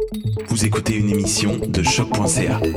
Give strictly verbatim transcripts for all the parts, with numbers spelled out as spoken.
Vous écoutez une émission de choc point c a.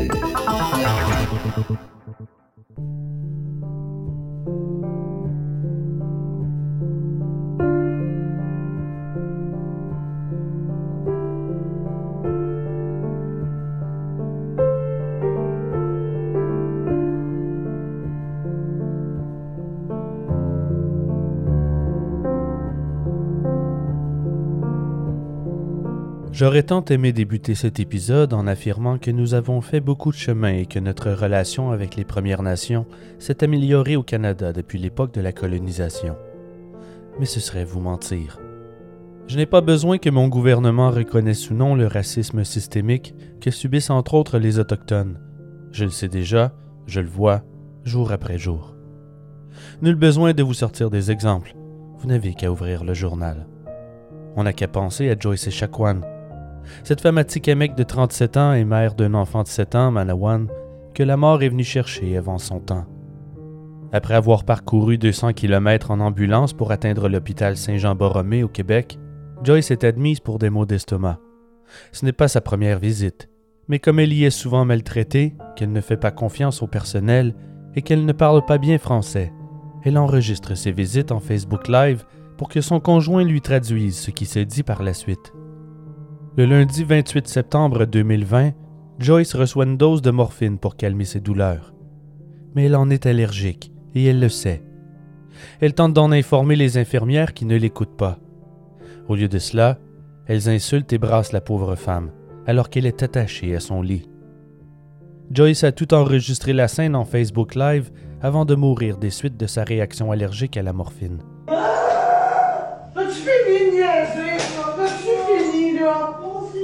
J'aurais tant aimé débuter cet épisode en affirmant que nous avons fait beaucoup de chemin et que notre relation avec les Premières Nations s'est améliorée au Canada depuis l'époque de la colonisation. Mais ce serait vous mentir. Je n'ai pas besoin que mon gouvernement reconnaisse ou non le racisme systémique que subissent entre autres les Autochtones. Je le sais déjà, je le vois, jour après jour. Nul besoin de vous sortir des exemples, vous n'avez qu'à ouvrir le journal. On n'a qu'à penser à Joyce Echaquan, cette femme atikamekw de trente-sept ans et mère d'un enfant de sept ans, Manawan, que la mort est venue chercher avant son temps. Après avoir parcouru deux cents kilomètres en ambulance pour atteindre l'hôpital Saint-Jean-Borromée au Québec, Joyce est admise pour des maux d'estomac. Ce n'est pas sa première visite, mais comme elle y est souvent maltraitée, qu'elle ne fait pas confiance au personnel et qu'elle ne parle pas bien français, elle enregistre ses visites en Facebook Live pour que son conjoint lui traduise ce qui se dit par la suite. Le lundi vingt-huit septembre deux mille vingt, Joyce reçoit une dose de morphine pour calmer ses douleurs. Mais elle en est allergique et elle le sait. Elle tente d'en informer les infirmières qui ne l'écoutent pas. Au lieu de cela, elles insultent et brassent la pauvre femme, alors qu'elle est attachée à son lit. Joyce a tout enregistré la scène en Facebook Live avant de mourir des suites de sa réaction allergique à la morphine. Ah! As-tu fini de niaiser? As-tu fini, là?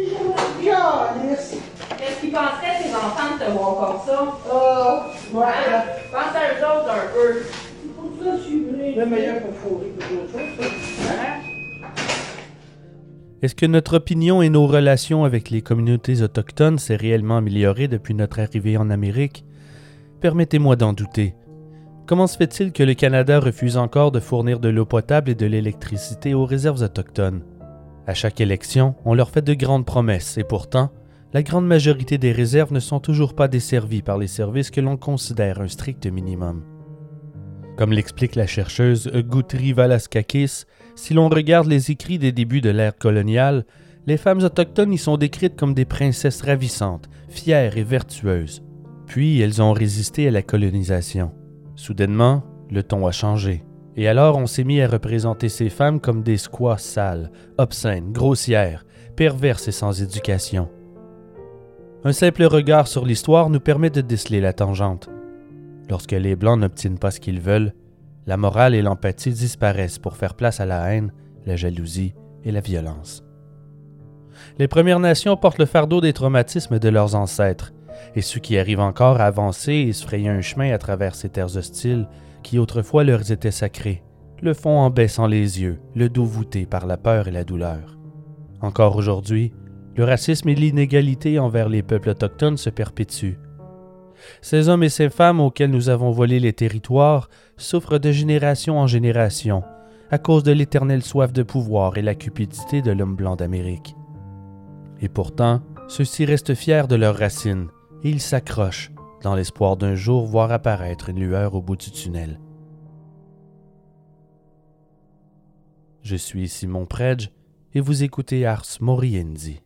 Qu'est-ce qu'ils penseraient, tes enfants, de te voir comme ça? Oh, ouais. Hein? Pense à eux autres un peu. Pour ça, je suis vrai. Le meilleur pour fourrer que d'autres choses, ça. Hein? Est-ce que notre opinion et nos relations avec les communautés autochtones s'est réellement améliorée depuis notre arrivée en Amérique? Permettez-moi d'en douter. Comment se fait-il que le Canada refuse encore de fournir de l'eau potable et de l'électricité aux réserves autochtones? À chaque élection, on leur fait de grandes promesses et pourtant, la grande majorité des réserves ne sont toujours pas desservies par les services que l'on considère un strict minimum. Comme l'explique la chercheuse Guthrie Valaskakis, si l'on regarde les écrits des débuts de l'ère coloniale, les femmes autochtones y sont décrites comme des princesses ravissantes, fières et vertueuses. Puis, elles ont résisté à la colonisation. Soudainement, le ton a changé. Et alors, on s'est mis à représenter ces femmes comme des squaws sales, obscènes, grossières, perverses et sans éducation. Un simple regard sur l'histoire nous permet de déceler la tangente. Lorsque les Blancs n'obtiennent pas ce qu'ils veulent, la morale et l'empathie disparaissent pour faire place à la haine, la jalousie et la violence. Les Premières Nations portent le fardeau des traumatismes de leurs ancêtres, et ceux qui arrivent encore à avancer et se frayer un chemin à travers ces terres hostiles qui autrefois leur étaient sacrées, le font en baissant les yeux, le dos voûté par la peur et la douleur. Encore aujourd'hui, le racisme et l'inégalité envers les peuples autochtones se perpétuent. Ces hommes et ces femmes auxquels nous avons volé les territoires souffrent de génération en génération à cause de l'éternelle soif de pouvoir et la cupidité de l'homme blanc d'Amérique. Et pourtant, ceux-ci restent fiers de leurs racines et ils s'accrochent dans l'espoir d'un jour voir apparaître une lueur au bout du tunnel. Je suis Simon Predge et vous écoutez Ars Moriendi.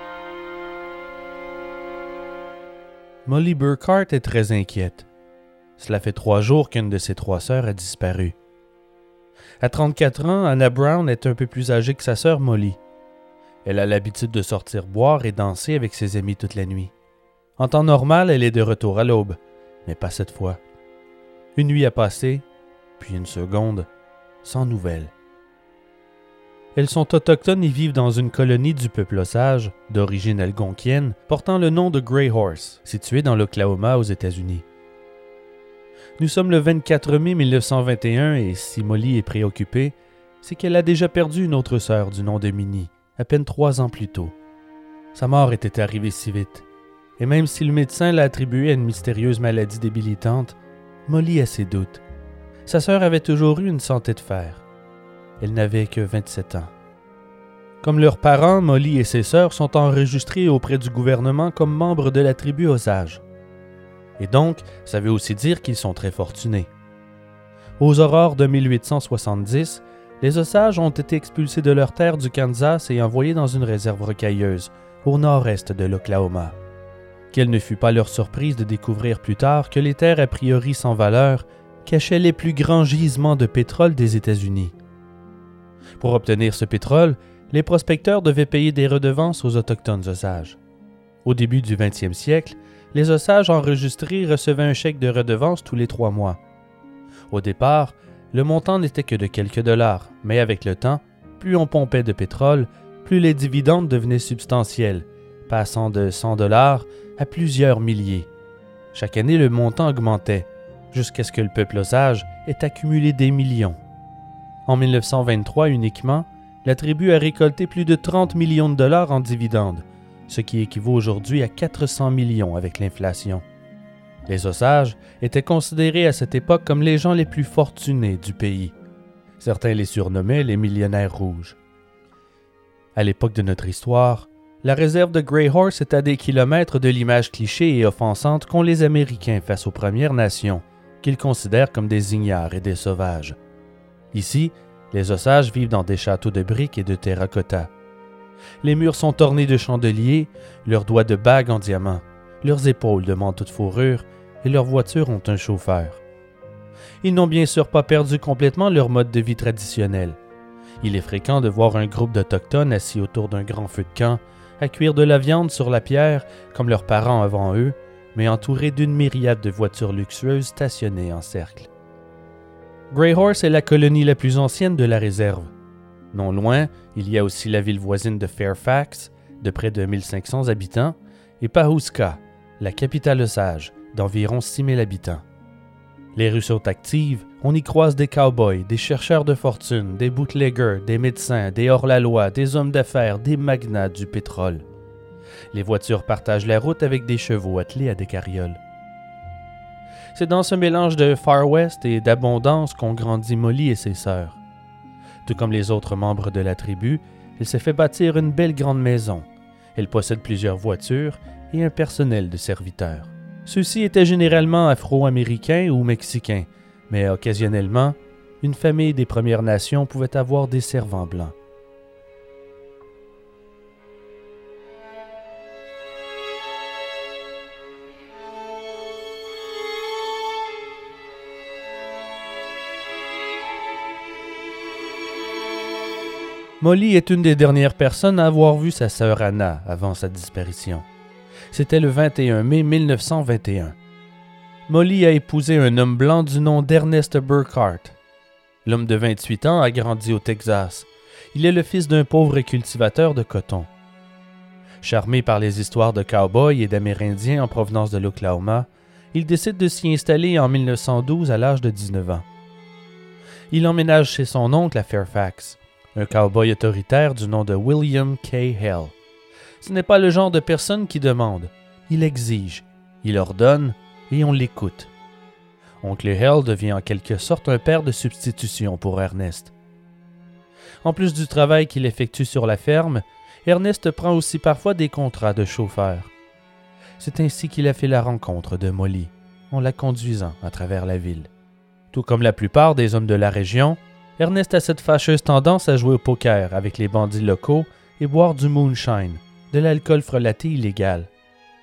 Molly Burkhart est très inquiète. Cela fait trois jours qu'une de ses trois sœurs a disparu. À trente-quatre ans, Anna Brown est un peu plus âgée que sa sœur Molly. Elle a l'habitude de sortir boire et danser avec ses amis toute la nuit. En temps normal, elle est de retour à l'aube, mais pas cette fois. Une nuit a passé, puis une seconde, sans nouvelles. Elles sont autochtones et vivent dans une colonie du peuple Osage, d'origine algonquienne, portant le nom de Grey Horse, située dans l'Oklahoma aux États-Unis. Nous sommes le vingt-quatre mai mille neuf cent vingt et un et si Molly est préoccupée, c'est qu'elle a déjà perdu une autre sœur du nom de Minnie, à peine trois ans plus tôt. Sa mort était arrivée si vite, et même si le médecin l'a attribuée à une mystérieuse maladie débilitante, Molly a ses doutes. Sa sœur avait toujours eu une santé de fer. Elle n'avait que vingt-sept ans. Comme leurs parents, Molly et ses sœurs sont enregistrés auprès du gouvernement comme membres de la tribu Osage. Et donc, ça veut aussi dire qu'ils sont très fortunés. Aux aurores de mille huit cent soixante-dix, les Osages ont été expulsés de leurs terres du Kansas et envoyés dans une réserve rocailleuse, au nord-est de l'Oklahoma. Quelle ne fut pas leur surprise de découvrir plus tard que les terres a priori sans valeur cachaient les plus grands gisements de pétrole des États-Unis. Pour obtenir ce pétrole, les prospecteurs devaient payer des redevances aux Autochtones Osages. Au début du vingtième siècle, les Osages enregistrés recevaient un chèque de redevance tous les trois mois. Au départ, le montant n'était que de quelques dollars, mais avec le temps, plus on pompait de pétrole, plus les dividendes devenaient substantiels, passant de cent dollars à plusieurs milliers. Chaque année, le montant augmentait, jusqu'à ce que le peuple Osage ait accumulé des millions. En mille neuf cent vingt-trois uniquement, la tribu a récolté plus de trente millions de dollars en dividendes, ce qui équivaut aujourd'hui à quatre cents millions avec l'inflation. Les Osages étaient considérés à cette époque comme les gens les plus fortunés du pays. Certains les surnommaient les millionnaires rouges. À l'époque de notre histoire, la réserve de Grey Horse est à des kilomètres de l'image cliché et offensante qu'ont les Américains face aux Premières Nations, qu'ils considèrent comme des ignares et des sauvages. Ici, les Osages vivent dans des châteaux de briques et de terracotta. Les murs sont ornés de chandeliers, leurs doigts de bagues en diamant, leurs épaules de manteaux de fourrure et leurs voitures ont un chauffeur. Ils n'ont bien sûr pas perdu complètement leur mode de vie traditionnel. Il est fréquent de voir un groupe d'Autochtones assis autour d'un grand feu de camp, à cuire de la viande sur la pierre comme leurs parents avant eux, mais entourés d'une myriade de voitures luxueuses stationnées en cercle. Grey Horse est la colonie la plus ancienne de la réserve. Non loin, il y a aussi la ville voisine de Fairfax, de près de mille cinq cents habitants, et Pawhuska, la capitale Osage, d'environ six mille habitants. Les rues sont actives, on y croise des cow-boys, des chercheurs de fortune, des bootleggers, des médecins, des hors-la-loi, des hommes d'affaires, des magnats du pétrole. Les voitures partagent la route avec des chevaux attelés à des carrioles. C'est dans ce mélange de Far West et d'abondance qu'ont grandi Molly et ses sœurs. Tout comme les autres membres de la tribu, elle s'est fait bâtir une belle grande maison. Elle possède plusieurs voitures et un personnel de serviteurs. Ceux-ci étaient généralement afro-américains ou mexicains, mais occasionnellement, une famille des Premières Nations pouvait avoir des servants blancs. Molly est une des dernières personnes à avoir vu sa sœur Anna avant sa disparition. C'était le vingt et un mai mille neuf cent vingt et un. Molly a épousé un homme blanc du nom d'Ernest Burkhart. L'homme de vingt-huit ans a grandi au Texas. Il est le fils d'un pauvre cultivateur de coton. Charmé par les histoires de cow-boys et d'Amérindiens en provenance de l'Oklahoma, il décide de s'y installer en mille neuf cent douze à l'âge de dix-neuf ans. Il emménage chez son oncle à Fairfax, un cow-boy autoritaire du nom de William K. Hale. Ce n'est pas le genre de personne qui demande, il exige, il ordonne et on l'écoute. Oncle Hale devient en quelque sorte un père de substitution pour Ernest. En plus du travail qu'il effectue sur la ferme, Ernest prend aussi parfois des contrats de chauffeur. C'est ainsi qu'il a fait la rencontre de Molly, en la conduisant à travers la ville. Tout comme la plupart des hommes de la région, Ernest a cette fâcheuse tendance à jouer au poker avec les bandits locaux et boire du moonshine, de l'alcool frelaté illégal.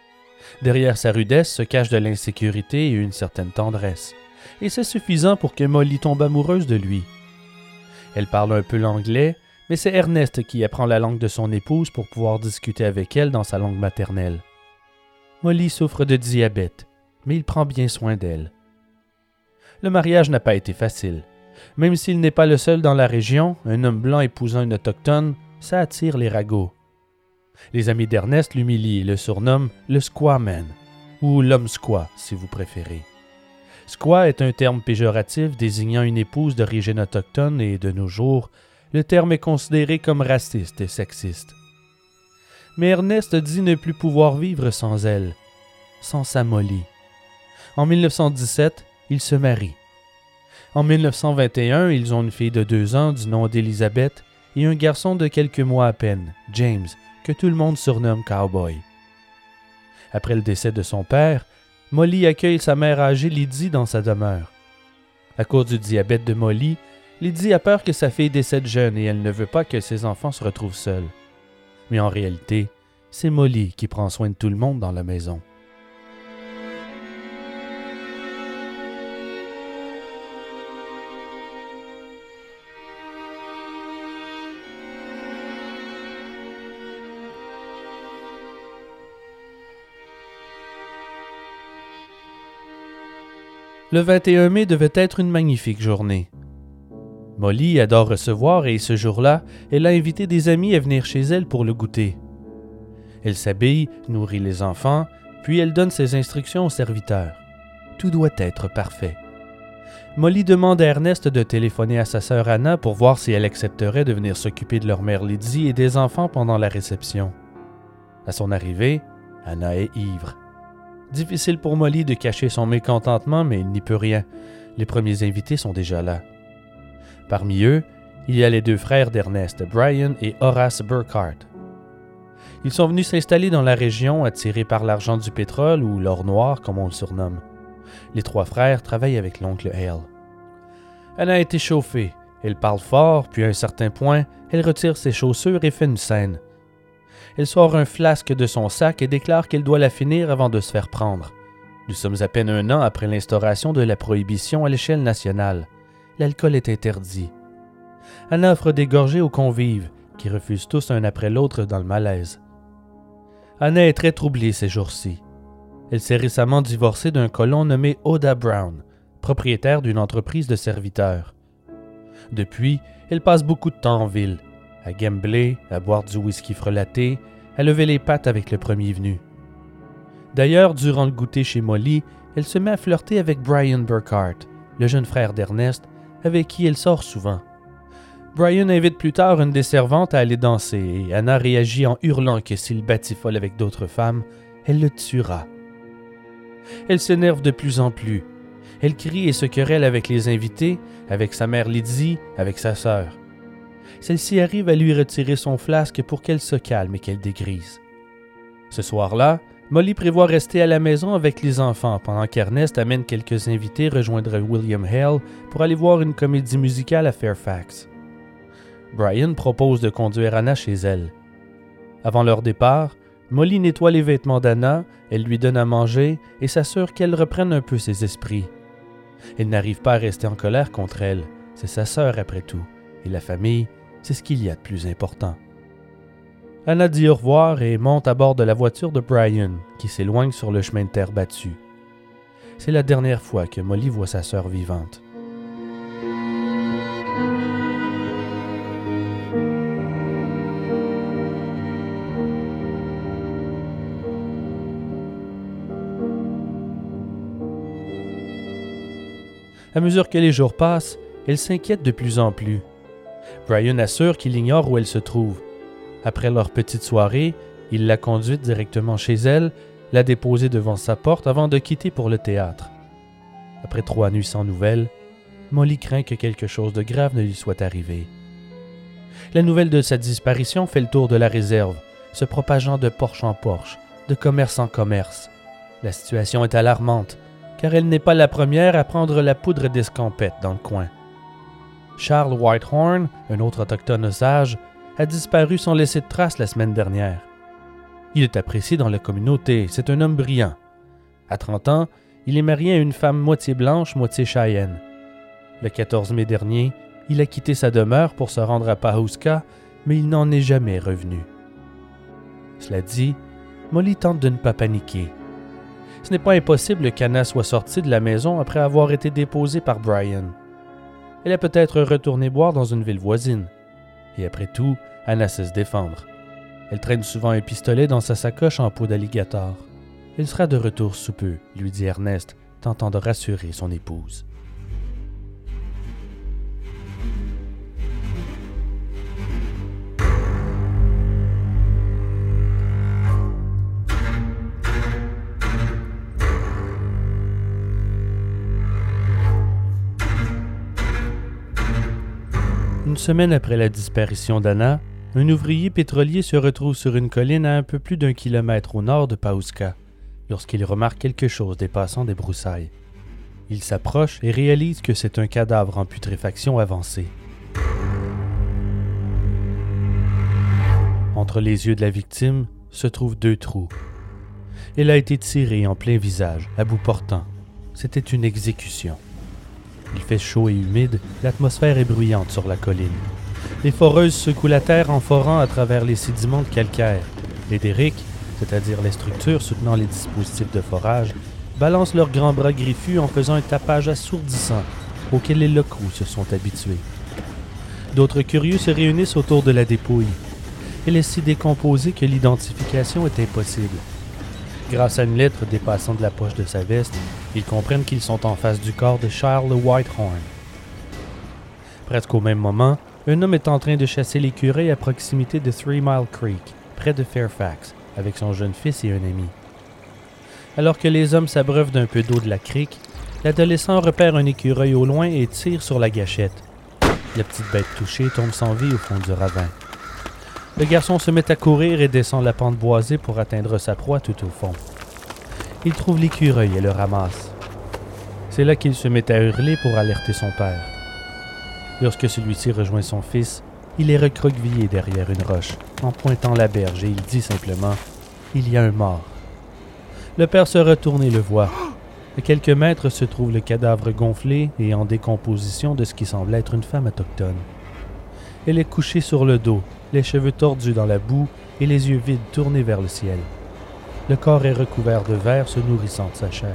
Derrière sa rudesse se cache de l'insécurité et une certaine tendresse, et c'est suffisant pour que Molly tombe amoureuse de lui. Elle parle un peu l'anglais, mais c'est Ernest qui apprend la langue de son épouse pour pouvoir discuter avec elle dans sa langue maternelle. Molly souffre de diabète, mais il prend bien soin d'elle. Le mariage n'a pas été facile. Même s'il n'est pas le seul dans la région, un homme blanc épousant une autochtone, ça attire les ragots. Les amis d'Ernest l'humilient et le surnomment le Squaw Man, ou l'homme squaw si vous préférez. Squaw est un terme péjoratif désignant une épouse d'origine autochtone et, de nos jours, le terme est considéré comme raciste et sexiste. Mais Ernest dit ne plus pouvoir vivre sans elle, sans sa Molly. En mille neuf cent dix-sept, ils se marient. En mille neuf cent vingt et un, ils ont une fille de deux ans du nom d'Elizabeth et un garçon de quelques mois à peine, James, que tout le monde surnomme Cowboy. Après le décès de son père, Molly accueille sa mère âgée Lydie dans sa demeure. À cause du diabète de Molly, Lydie a peur que sa fille décède jeune et elle ne veut pas que ses enfants se retrouvent seuls. Mais en réalité, c'est Molly qui prend soin de tout le monde dans la maison. Le vingt et un mai devait être une magnifique journée. Molly adore recevoir et ce jour-là, elle a invité des amis à venir chez elle pour le goûter. Elle s'habille, nourrit les enfants, puis elle donne ses instructions aux serviteurs. Tout doit être parfait. Molly demande à Ernest de téléphoner à sa sœur Anna pour voir si elle accepterait de venir s'occuper de leur mère Lydie et des enfants pendant la réception. À son arrivée, Anna est ivre. Difficile pour Molly de cacher son mécontentement, mais il n'y peut rien. Les premiers invités sont déjà là. Parmi eux, il y a les deux frères d'Ernest, Brian et Horace Burkhart. Ils sont venus s'installer dans la région, attirés par l'argent du pétrole ou l'or noir, comme on le surnomme. Les trois frères travaillent avec l'oncle Hale. Anna a été chauffée. Elle parle fort, puis à un certain point, elle retire ses chaussures et fait une scène. Elle sort un flasque de son sac et déclare qu'elle doit la finir avant de se faire prendre. Nous sommes à peine un an après l'instauration de la prohibition à l'échelle nationale. L'alcool est interdit. Anna offre des gorgées aux convives, qui refusent tous un après l'autre dans le malaise. Anna est très troublée ces jours-ci. Elle s'est récemment divorcée d'un colon nommé Oda Brown, propriétaire d'une entreprise de serviteurs. Depuis, elle passe beaucoup de temps en ville, à gambler, à boire du whisky frelaté, à lever les pattes avec le premier venu. D'ailleurs, durant le goûter chez Molly, elle se met à flirter avec Brian Burkhart, le jeune frère d'Ernest, avec qui elle sort souvent. Brian invite plus tard une des servantes à aller danser et Anna réagit en hurlant que s'il batifole avec d'autres femmes, elle le tuera. Elle s'énerve de plus en plus. Elle crie et se querelle avec les invités, avec sa mère Lydie, avec sa sœur. Celle-ci arrive à lui retirer son flasque pour qu'elle se calme et qu'elle dégrise. Ce soir-là, Molly prévoit rester à la maison avec les enfants pendant qu'Ernest amène quelques invités rejoindre William Hale pour aller voir une comédie musicale à Fairfax. Brian propose de conduire Anna chez elle. Avant leur départ, Molly nettoie les vêtements d'Anna, elle lui donne à manger et s'assure qu'elle reprenne un peu ses esprits. Elle n'arrive pas à rester en colère contre elle, c'est sa sœur après tout, et la famille, c'est ce qu'il y a de plus important. Anna dit au revoir et monte à bord de la voiture de Brian, qui s'éloigne sur le chemin de terre battu. C'est la dernière fois que Molly voit sa sœur vivante. À mesure que les jours passent, elle s'inquiète de plus en plus. Brian assure qu'il ignore où elle se trouve. Après leur petite soirée, il l'a conduite directement chez elle, l'a déposée devant sa porte avant de quitter pour le théâtre. Après trois nuits sans nouvelles, Molly craint que quelque chose de grave ne lui soit arrivé. La nouvelle de sa disparition fait le tour de la réserve, se propageant de porche en porche, de commerce en commerce. La situation est alarmante, car elle n'est pas la première à prendre la poudre d'escampette dans le coin. Charles Whitehorn, un autre autochtone osage, a disparu sans laisser de traces la semaine dernière. Il est apprécié dans la communauté, c'est un homme brillant. À trente ans, il est marié à une femme moitié blanche, moitié Cheyenne. Le quatorze mai dernier, il a quitté sa demeure pour se rendre à Pawhuska, mais il n'en est jamais revenu. Cela dit, Molly tente de ne pas paniquer. Ce n'est pas impossible qu'Anna soit sortie de la maison après avoir été déposée par Brian. Elle a peut-être retourné boire dans une ville voisine. Et après tout, Anna sait se défendre. Elle traîne souvent un pistolet dans sa sacoche en peau d'alligator. Elle sera de retour sous peu, lui dit Ernest, tentant de rassurer son épouse. Une semaine après la disparition d'Anna, un ouvrier pétrolier se retrouve sur une colline à un peu plus d'un kilomètre au nord de Pawhuska, lorsqu'il remarque quelque chose dépassant des broussailles. Il s'approche et réalise que c'est un cadavre en putréfaction avancée. Entre les yeux de la victime se trouvent deux trous. Elle a été tirée en plein visage, à bout portant. C'était une exécution. Il fait chaud et humide, l'atmosphère est bruyante sur la colline. Les foreuses secouent la terre en forant à travers les sédiments de calcaire. Les derricks, c'est-à-dire les structures soutenant les dispositifs de forage, balancent leurs grands bras griffus en faisant un tapage assourdissant auquel les locaux se sont habitués. D'autres curieux se réunissent autour de la dépouille. Elle est si décomposée que l'identification est impossible. Grâce à une lettre dépassant de la poche de sa veste, ils comprennent qu'ils sont en face du corps de Charles Whitehorn. Presque au même moment, un homme est en train de chasser l'écureuil à proximité de Three Mile Creek, près de Fairfax, avec son jeune fils et un ami. Alors que les hommes s'abreuvent d'un peu d'eau de la crique, l'adolescent repère un écureuil au loin et tire sur la gâchette. La petite bête touchée tombe sans vie au fond du ravin. Le garçon se met à courir et descend la pente boisée pour atteindre sa proie tout au fond. Il trouve l'écureuil et le ramasse. C'est là qu'il se met à hurler pour alerter son père. Lorsque celui-ci rejoint son fils, il est recroquevillé derrière une roche, en pointant la berge, et il dit simplement « Il y a un mort ». Le père se retourne et le voit. À quelques mètres se trouve le cadavre gonflé et en décomposition de ce qui semble être une femme autochtone. Elle est couchée sur le dos, les cheveux tordus dans la boue et les yeux vides tournés vers le ciel. Le corps est recouvert de verre se nourrissant de sa chair.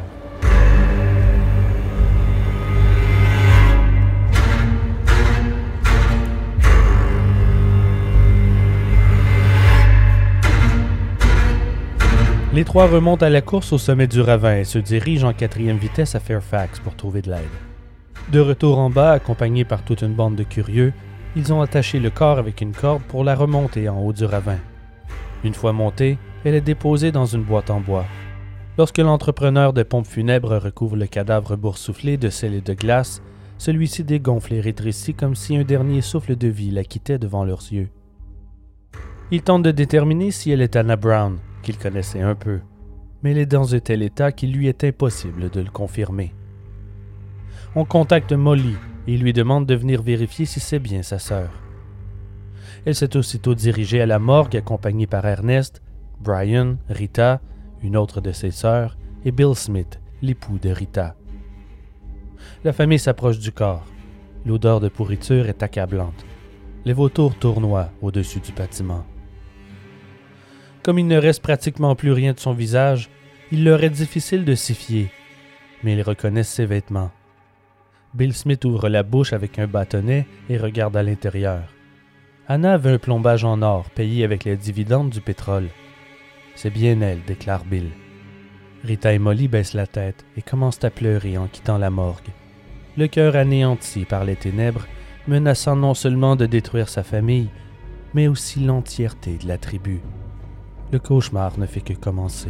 Les trois remontent à la course au sommet du ravin et se dirigent en quatrième vitesse à Fairfax pour trouver de l'aide. De retour en bas, accompagnés par toute une bande de curieux, ils ont attaché le corps avec une corde pour la remonter en haut du ravin. Une fois montée, elle est déposée dans une boîte en bois. Lorsque l'entrepreneur de pompes funèbres recouvre le cadavre boursouflé de sel et de glace, celui-ci dégonfle et rétrécit comme si un dernier souffle de vie la quittait devant leurs yeux. Il tente de déterminer si elle est Anna Brown, qu'il connaissait un peu, mais elle est dans un tel état qu'il lui est impossible de le confirmer. On contacte Molly et lui demande de venir vérifier si c'est bien sa sœur. Elle s'est aussitôt dirigée à la morgue accompagnée par Ernest, Brian, Rita, une autre de ses sœurs, et Bill Smith, l'époux de Rita. La famille s'approche du corps. L'odeur de pourriture est accablante. Les vautours tournoient au-dessus du bâtiment. Comme il ne reste pratiquement plus rien de son visage, il leur est difficile de s'y fier, mais ils reconnaissent ses vêtements. Bill Smith ouvre la bouche avec un bâtonnet et regarde à l'intérieur. Anna avait un plombage en or payé avec les dividendes du pétrole. « C'est bien elle », déclare Bill. Rita et Molly baissent la tête et commencent à pleurer en quittant la morgue. Le cœur anéanti par les ténèbres, menaçant non seulement de détruire sa famille, mais aussi l'entièreté de la tribu. Le cauchemar ne fait que commencer.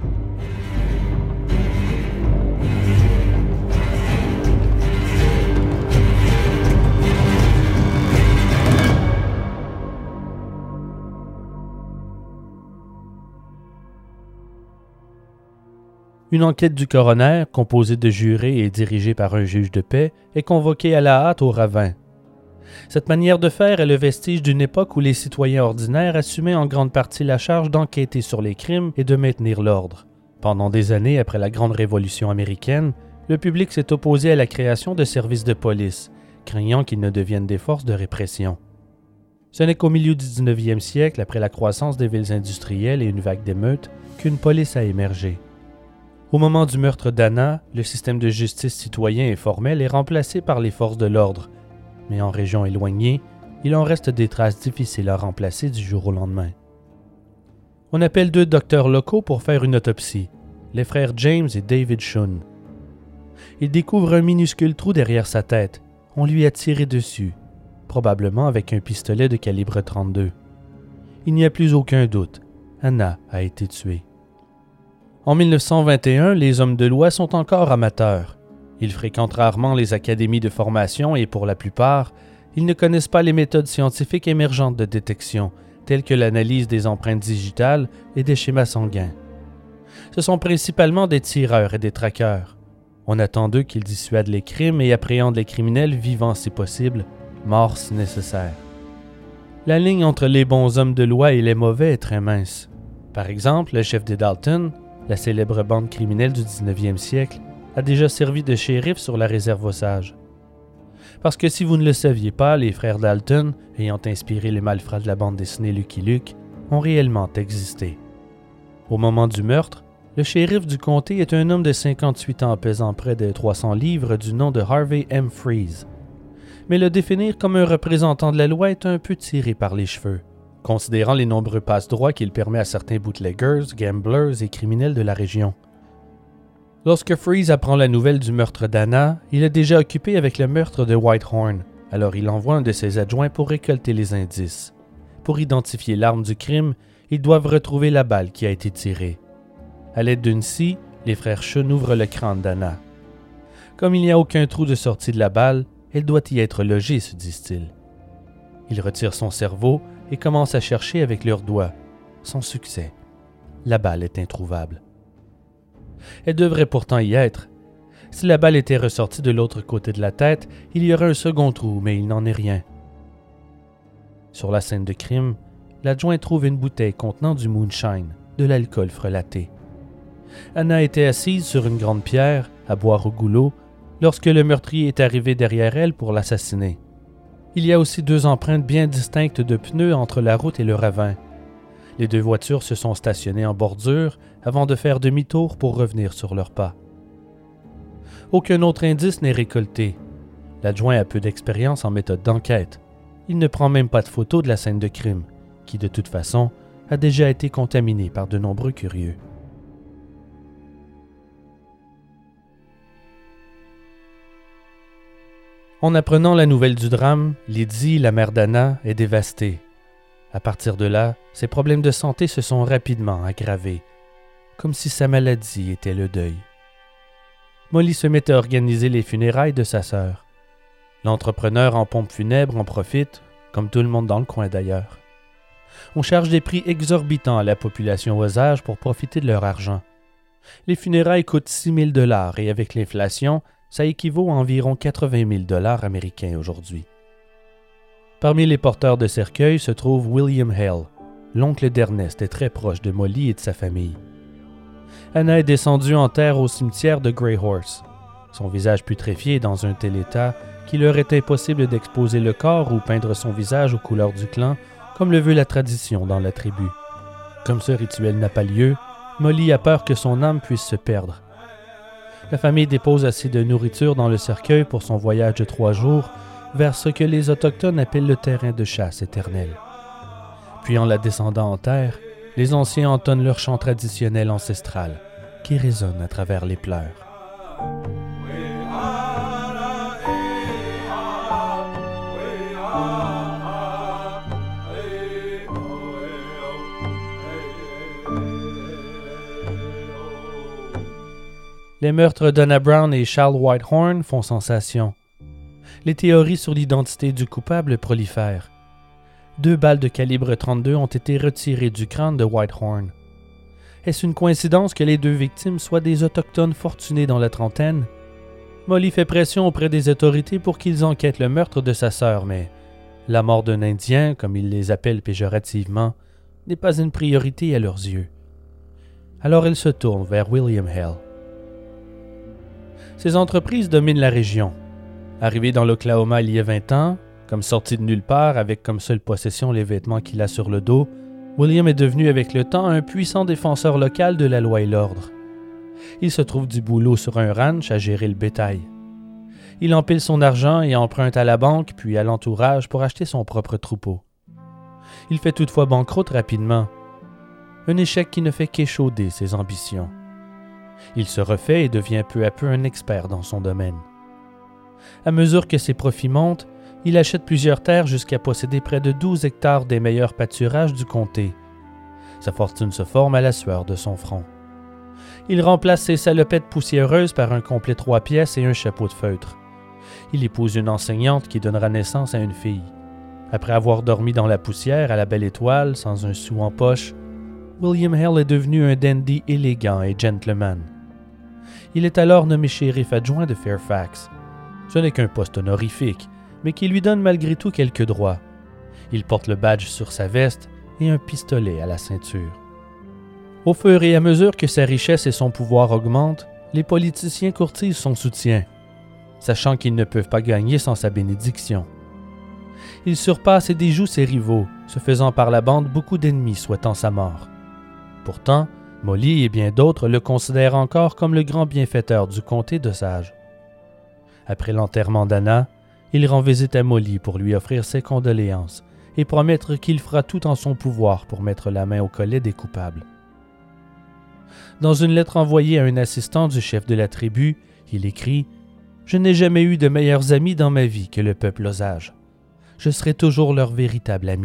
Une enquête du coroner, composée de jurés et dirigée par un juge de paix, est convoquée à la hâte au ravin. Cette manière de faire est le vestige d'une époque où les citoyens ordinaires assumaient en grande partie la charge d'enquêter sur les crimes et de maintenir l'ordre. Pendant des années après la Grande Révolution américaine, le public s'est opposé à la création de services de police, craignant qu'ils ne deviennent des forces de répression. Ce n'est qu'au milieu du dix-neuvième siècle, après la croissance des villes industrielles et une vague d'émeutes, qu'une police a émergé. Au moment du meurtre d'Anna, le système de justice citoyen et formel est remplacé par les forces de l'ordre, mais en région éloignée, il en reste des traces difficiles à remplacer du jour au lendemain. On appelle deux docteurs locaux pour faire une autopsie, les frères James et David Shun. Ils découvrent un minuscule trou derrière sa tête. On lui a tiré dessus, probablement avec un pistolet de calibre trente-deux. Il n'y a plus aucun doute, Anna a été tuée. En mille neuf cent vingt et un, les hommes de loi sont encore amateurs. Ils fréquentent rarement les académies de formation et pour la plupart, ils ne connaissent pas les méthodes scientifiques émergentes de détection, telles que l'analyse des empreintes digitales et des schémas sanguins. Ce sont principalement des tireurs et des traqueurs. On attend d'eux qu'ils dissuadent les crimes et appréhendent les criminels vivants si possible, morts si nécessaire. La ligne entre les bons hommes de loi et les mauvais est très mince. Par exemple, le chef des Dalton, la célèbre bande criminelle du dix-neuvième siècle, a déjà servi de shérif sur la réserve Osage. Parce que si vous ne le saviez pas, les frères Dalton, ayant inspiré les malfrats de la bande dessinée Lucky Luke, ont réellement existé. Au moment du meurtre, le shérif du comté est un homme de cinquante-huit ans pesant près de trois cents livres du nom de Harvey M. Freeze. Mais le définir comme un représentant de la loi est un peu tiré par les cheveux, considérant les nombreux passe-droits qu'il permet à certains bootleggers, gamblers et criminels de la région. Lorsque Freeze apprend la nouvelle du meurtre d'Anna, il est déjà occupé avec le meurtre de Whitehorn, alors il envoie un de ses adjoints pour récolter les indices. Pour identifier l'arme du crime, ils doivent retrouver la balle qui a été tirée. À l'aide d'une scie, les frères Shun ouvrent le crâne d'Anna. Comme il n'y a aucun trou de sortie de la balle, elle doit y être logée, se disent-ils. Ils retirent son cerveau et commencent à chercher avec leurs doigts. Sans succès. La balle est introuvable. Elle devrait pourtant y être. Si la balle était ressortie de l'autre côté de la tête, il y aurait un second trou, mais il n'en est rien. Sur la scène de crime, l'adjoint trouve une bouteille contenant du moonshine, de l'alcool frelaté. Anna était assise sur une grande pierre, à boire au goulot, lorsque le meurtrier est arrivé derrière elle pour l'assassiner. Il y a aussi deux empreintes bien distinctes de pneus entre la route et le ravin. Les deux voitures se sont stationnées en bordure avant de faire demi-tour pour revenir sur leurs pas. Aucun autre indice n'est récolté. L'adjoint a peu d'expérience en méthode d'enquête. Il ne prend même pas de photo de la scène de crime, qui de toute façon a déjà été contaminée par de nombreux curieux. En apprenant la nouvelle du drame, Lydie, la mère d'Anna, est dévastée. À partir de là, ses problèmes de santé se sont rapidement aggravés, comme si sa maladie était le deuil. Molly se met à organiser les funérailles de sa sœur. L'entrepreneur en pompe funèbre en profite, comme tout le monde dans le coin d'ailleurs. On charge des prix exorbitants à la population Osage pour profiter de leur argent. Les funérailles coûtent six mille dollars et avec l'inflation, ça équivaut à environ quatre-vingt mille dollars américains aujourd'hui. Parmi les porteurs de cercueil se trouve William Hale, l'oncle d'Ernest et très proche de Molly et de sa famille. Anna est descendue en terre au cimetière de Grey Horse. Son visage putréfié est dans un tel état qu'il leur est impossible d'exposer le corps ou peindre son visage aux couleurs du clan, comme le veut la tradition dans la tribu. Comme ce rituel n'a pas lieu, Molly a peur que son âme puisse se perdre. La famille dépose assez de nourriture dans le cercueil pour son voyage de trois jours vers ce que les Autochtones appellent le terrain de chasse éternel. Puis en la descendant en terre, les anciens entonnent leur chant traditionnel ancestral, qui résonne à travers les pleurs. Les meurtres d'Anna Brown et Charles Whitehorn font sensation. Les théories sur l'identité du coupable prolifèrent. Deux balles de calibre trente-deux ont été retirées du crâne de Whitehorn. Est-ce une coïncidence que les deux victimes soient des autochtones fortunés dans la trentaine? Molly fait pression auprès des autorités pour qu'ils enquêtent le meurtre de sa sœur, mais La mort d'un Indien, comme ils les appellent péjorativement, n'est pas une priorité à leurs yeux. Alors elle se tourne vers William Hale. Ses entreprises dominent la région. Arrivé dans l'Oklahoma il y a vingt ans, comme sorti de nulle part avec comme seule possession les vêtements qu'il a sur le dos, William est devenu avec le temps un puissant défenseur local de la loi et l'ordre. Il se trouve du boulot sur un ranch à gérer le bétail. Il empile son argent et emprunte à la banque puis à l'entourage pour acheter son propre troupeau. Il fait toutefois banqueroute rapidement. Un échec qui ne fait qu'échauder ses ambitions. Il se refait et devient peu à peu un expert dans son domaine. À mesure que ses profits montent, il achète plusieurs terres jusqu'à posséder près de douze hectares des meilleurs pâturages du comté. Sa fortune se forme à la sueur de son front. Il remplace ses salopettes poussiéreuses par un complet trois pièces et un chapeau de feutre. Il épouse une enseignante qui donnera naissance à une fille. Après avoir dormi dans la poussière à la belle étoile, sans un sou en poche, William Hale est devenu un dandy élégant et gentleman. Il est alors nommé shérif adjoint de Fairfax. Ce n'est qu'un poste honorifique, mais qui lui donne malgré tout quelques droits. Il porte le badge sur sa veste et un pistolet à la ceinture. Au fur et à mesure que sa richesse et son pouvoir augmentent, les politiciens courtisent son soutien, sachant qu'ils ne peuvent pas gagner sans sa bénédiction. Il surpasse et déjoue ses rivaux, se faisant par la bande beaucoup d'ennemis souhaitant sa mort. Pourtant, Molly et bien d'autres le considèrent encore comme le grand bienfaiteur du comté d'Osage. Après l'enterrement d'Anna, il rend visite à Molly pour lui offrir ses condoléances et promettre qu'il fera tout en son pouvoir pour mettre la main au collet des coupables. Dans une lettre envoyée à un assistant du chef de la tribu, il écrit « Je n'ai jamais eu de meilleurs amis dans ma vie que le peuple Osage. Je serai toujours leur véritable ami. »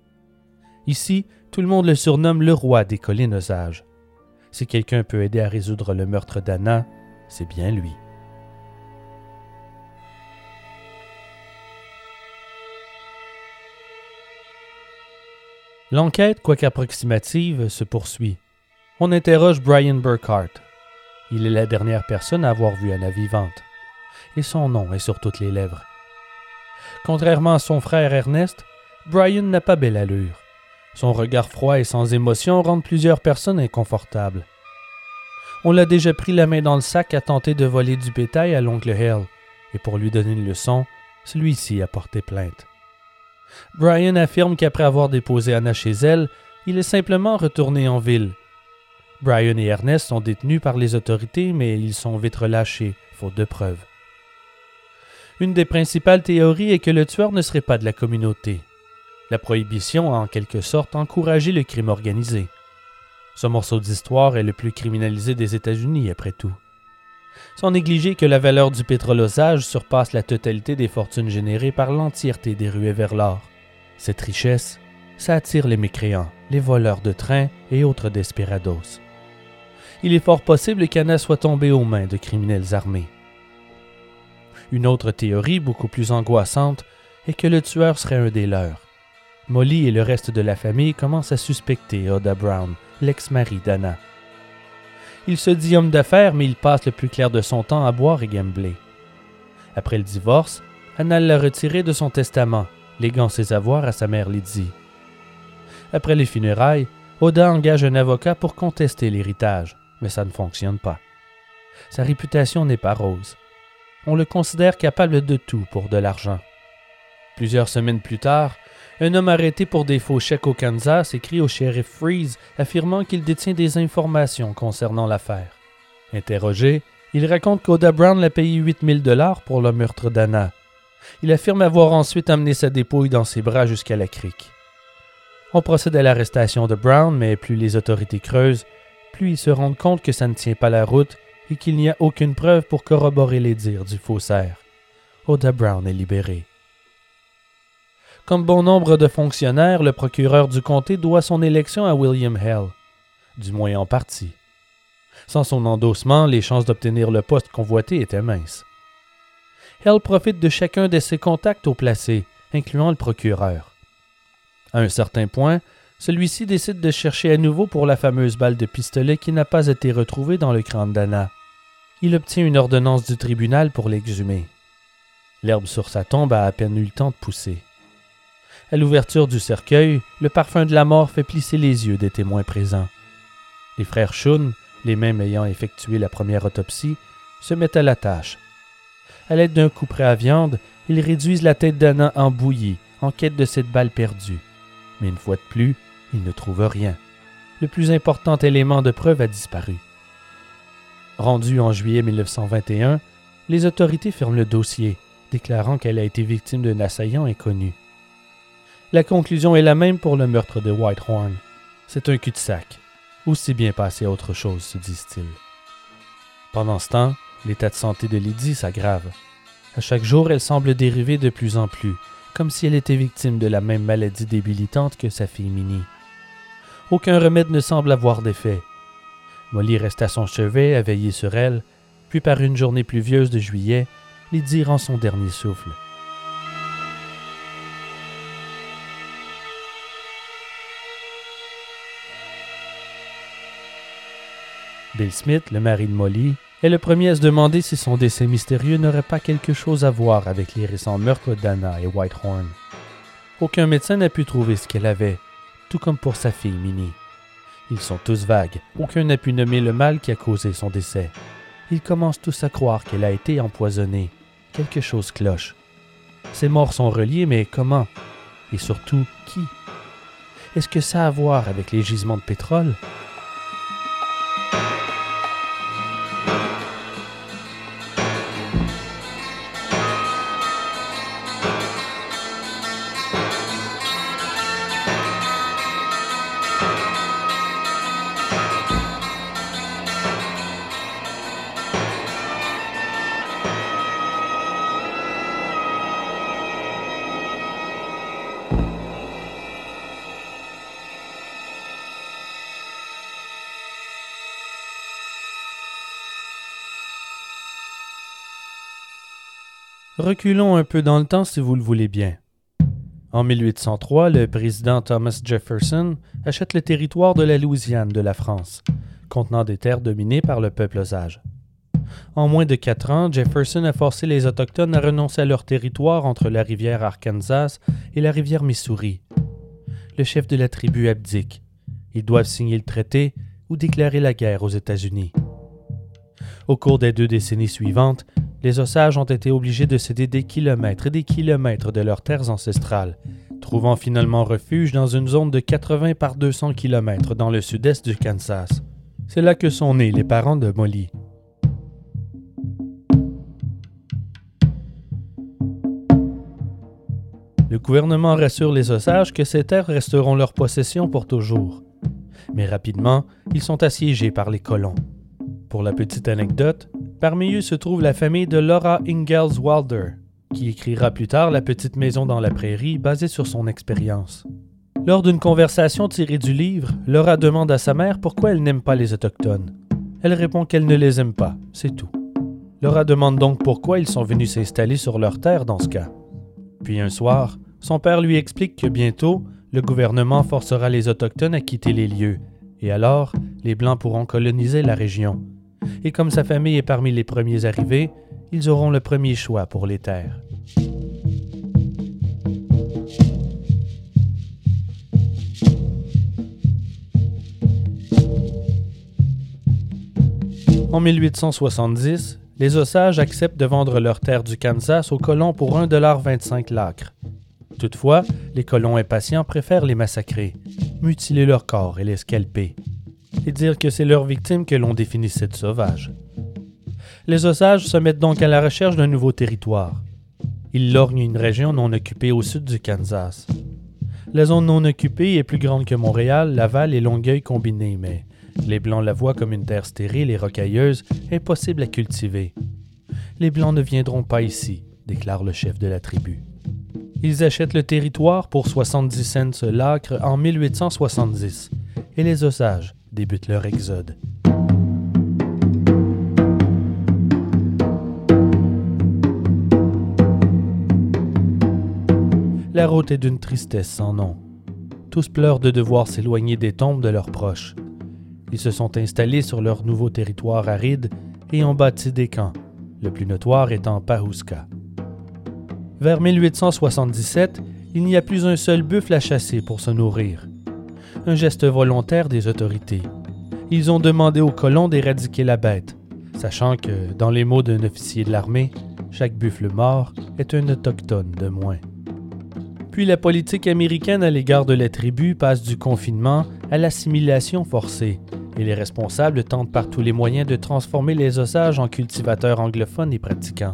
Ici, tout le monde le surnomme le roi des collines Osage. Si quelqu'un peut aider à résoudre le meurtre d'Anna, c'est bien lui. L'enquête, quoique approximative, se poursuit. On interroge Brian Burkhart. Il est la dernière personne à avoir vu Anna vivante, et son nom est sur toutes les lèvres. Contrairement à son frère Ernest, Brian n'a pas belle allure. Son regard froid et sans émotion rend plusieurs personnes inconfortables. On l'a déjà pris la main dans le sac à tenter de voler du bétail à l'oncle Hale, et pour lui donner une leçon, celui-ci a porté plainte. Brian affirme qu'après avoir déposé Anna chez elle, il est simplement retourné en ville. Brian et Ernest sont détenus par les autorités, mais ils sont vite relâchés, faute de preuves. Une des principales théories est que le tueur ne serait pas de la communauté. La prohibition a en quelque sorte encouragé le crime organisé. Ce morceau d'histoire est le plus criminalisé des États-Unis, après tout. Sans négliger que la valeur du pétrole Osage surpasse la totalité des fortunes générées par l'entièreté des ruées vers l'or. Cette richesse, ça attire les mécréants, les voleurs de trains et autres desperados. Il est fort possible qu'Anna soit tombée aux mains de criminels armés. Une autre théorie, beaucoup plus angoissante, est que le tueur serait un des leurs. Molly et le reste de la famille commencent à suspecter Oda Brown, l'ex-mari d'Anna. Il se dit homme d'affaires, mais il passe le plus clair de son temps à boire et gambler. Après le divorce, Anna l'a retiré de son testament, léguant ses avoirs à sa mère Lydie. Après les funérailles, Oda engage un avocat pour contester l'héritage, mais ça ne fonctionne pas. Sa réputation n'est pas rose. On le considère capable de tout pour de l'argent. Plusieurs semaines plus tard, un homme arrêté pour des faux chèques au Kansas écrit au shérif Freeze affirmant qu'il détient des informations concernant l'affaire. Interrogé, il raconte qu'Oda Brown l'a payé huit mille dollars pour le meurtre d'Anna. Il affirme avoir ensuite amené sa dépouille dans ses bras jusqu'à la crique. On procède à l'arrestation de Brown, mais plus les autorités creusent, plus ils se rendent compte que ça ne tient pas la route et qu'il n'y a aucune preuve pour corroborer les dires du faussaire. Oda Brown est libéré. Comme bon nombre de fonctionnaires, le procureur du comté doit son élection à William Hale, du moins en partie. Sans son endossement, les chances d'obtenir le poste convoité étaient minces. Hale profite de chacun de ses contacts haut placés, incluant le procureur. À un certain point, celui-ci décide de chercher à nouveau pour la fameuse balle de pistolet qui n'a pas été retrouvée dans le crâne d'Anna. Il obtient une ordonnance du tribunal pour l'exhumer. L'herbe sur sa tombe a à peine eu le temps de pousser. À l'ouverture du cercueil, le parfum de la mort fait plisser les yeux des témoins présents. Les frères Shun, les mêmes ayant effectué la première autopsie, se mettent à la tâche. À l'aide d'un couperet à viande, ils réduisent la tête d'Anna en bouillie, en quête de cette balle perdue. Mais une fois de plus, ils ne trouvent rien. Le plus important élément de preuve a disparu. Rendu en juillet mille neuf cent vingt et un, les autorités ferment le dossier, déclarant qu'elle a été victime d'un assaillant inconnu. La conclusion est la même pour le meurtre de Whitehorn. C'est un cul-de-sac. Aussi bien passer à autre chose, se disent-ils. Pendant ce temps, l'état de santé de Lydie s'aggrave. À chaque jour, elle semble dériver de plus en plus, comme si elle était victime de la même maladie débilitante que sa fille Minnie. Aucun remède ne semble avoir d'effet. Molly reste à son chevet à veiller sur elle, puis par une journée pluvieuse de juillet, Lydie rend son dernier souffle. Bill Smith, le mari de Molly, est le premier à se demander si son décès mystérieux n'aurait pas quelque chose à voir avec les récents meurtres d'Anna et Whitehorn. Aucun médecin n'a pu trouver ce qu'elle avait, tout comme pour sa fille Minnie. Ils sont tous vagues, aucun n'a pu nommer le mal qui a causé son décès. Ils commencent tous à croire qu'elle a été empoisonnée. Quelque chose cloche. Ces morts sont reliés, mais comment? Et surtout, qui? Est-ce que ça a à voir avec les gisements de pétrole? Reculons un peu dans le temps si vous le voulez bien. En mille huit cent trois, le président Thomas Jefferson achète le territoire de la Louisiane de la France, contenant des terres dominées par le peuple Osage. En moins de quatre ans, Jefferson a forcé les Autochtones à renoncer à leur territoire entre la rivière Arkansas et la rivière Missouri. Le chef de la tribu abdique. Ils doivent signer le traité ou déclarer la guerre aux États-Unis. Au cours des deux décennies suivantes, les Osages ont été obligés de céder des kilomètres et des kilomètres de leurs terres ancestrales, trouvant finalement refuge dans une zone de quatre-vingts par deux cents kilomètres dans le sud-est du Kansas. C'est là que sont nés les parents de Molly. Le gouvernement rassure les Osages que ces terres resteront leur possession pour toujours. Mais rapidement, ils sont assiégés par les colons. Pour la petite anecdote, parmi eux se trouve la famille de Laura Ingalls Wilder, qui écrira plus tard La petite maison dans la prairie, basée sur son expérience. Lors d'une conversation tirée du livre, Laura demande à sa mère pourquoi elle n'aime pas les Autochtones. Elle répond qu'elle ne les aime pas, c'est tout. Laura demande donc pourquoi ils sont venus s'installer sur leur terre dans ce cas. Puis un soir, son père lui explique que bientôt, le gouvernement forcera les Autochtones à quitter les lieux, et alors, les Blancs pourront coloniser la région. Et comme sa famille est parmi les premiers arrivés, ils auront le premier choix pour les terres. En mille huit cent soixante-dix, les Osages acceptent de vendre leurs terres du Kansas aux colons pour un dollar vingt-cinq l'acre. Toutefois, les colons impatients préfèrent les massacrer, mutiler leur corps et les scalper, et dire que c'est leurs victimes que l'on définissait de sauvages. Les Osages se mettent donc à la recherche d'un nouveau territoire. Ils lorgnent une région non occupée au sud du Kansas. La zone non occupée est plus grande que Montréal, Laval et Longueuil combinés, mais les Blancs la voient comme une terre stérile et rocailleuse, impossible à cultiver. Les Blancs ne viendront pas ici, déclare le chef de la tribu. Ils achètent le territoire pour soixante-dix cents l'acre en mille huit cent soixante-dix, et les Osages débutent leur exode. La route est d'une tristesse sans nom. Tous pleurent de devoir s'éloigner des tombes de leurs proches. Ils se sont installés sur leur nouveau territoire aride et ont bâti des camps, le plus notoire étant Pawhuska. Vers mille huit cent soixante-dix-sept, Il n'y a plus un seul buffle à chasser pour se nourrir. Un geste volontaire des autorités. Ils ont demandé aux colons d'éradiquer la bête, sachant que, dans les mots d'un officier de l'armée, chaque buffle mort est un autochtone de moins. Puis la politique américaine à l'égard de la tribu passe du confinement à l'assimilation forcée, et les responsables tentent par tous les moyens de transformer les Osages en cultivateurs anglophones et pratiquants.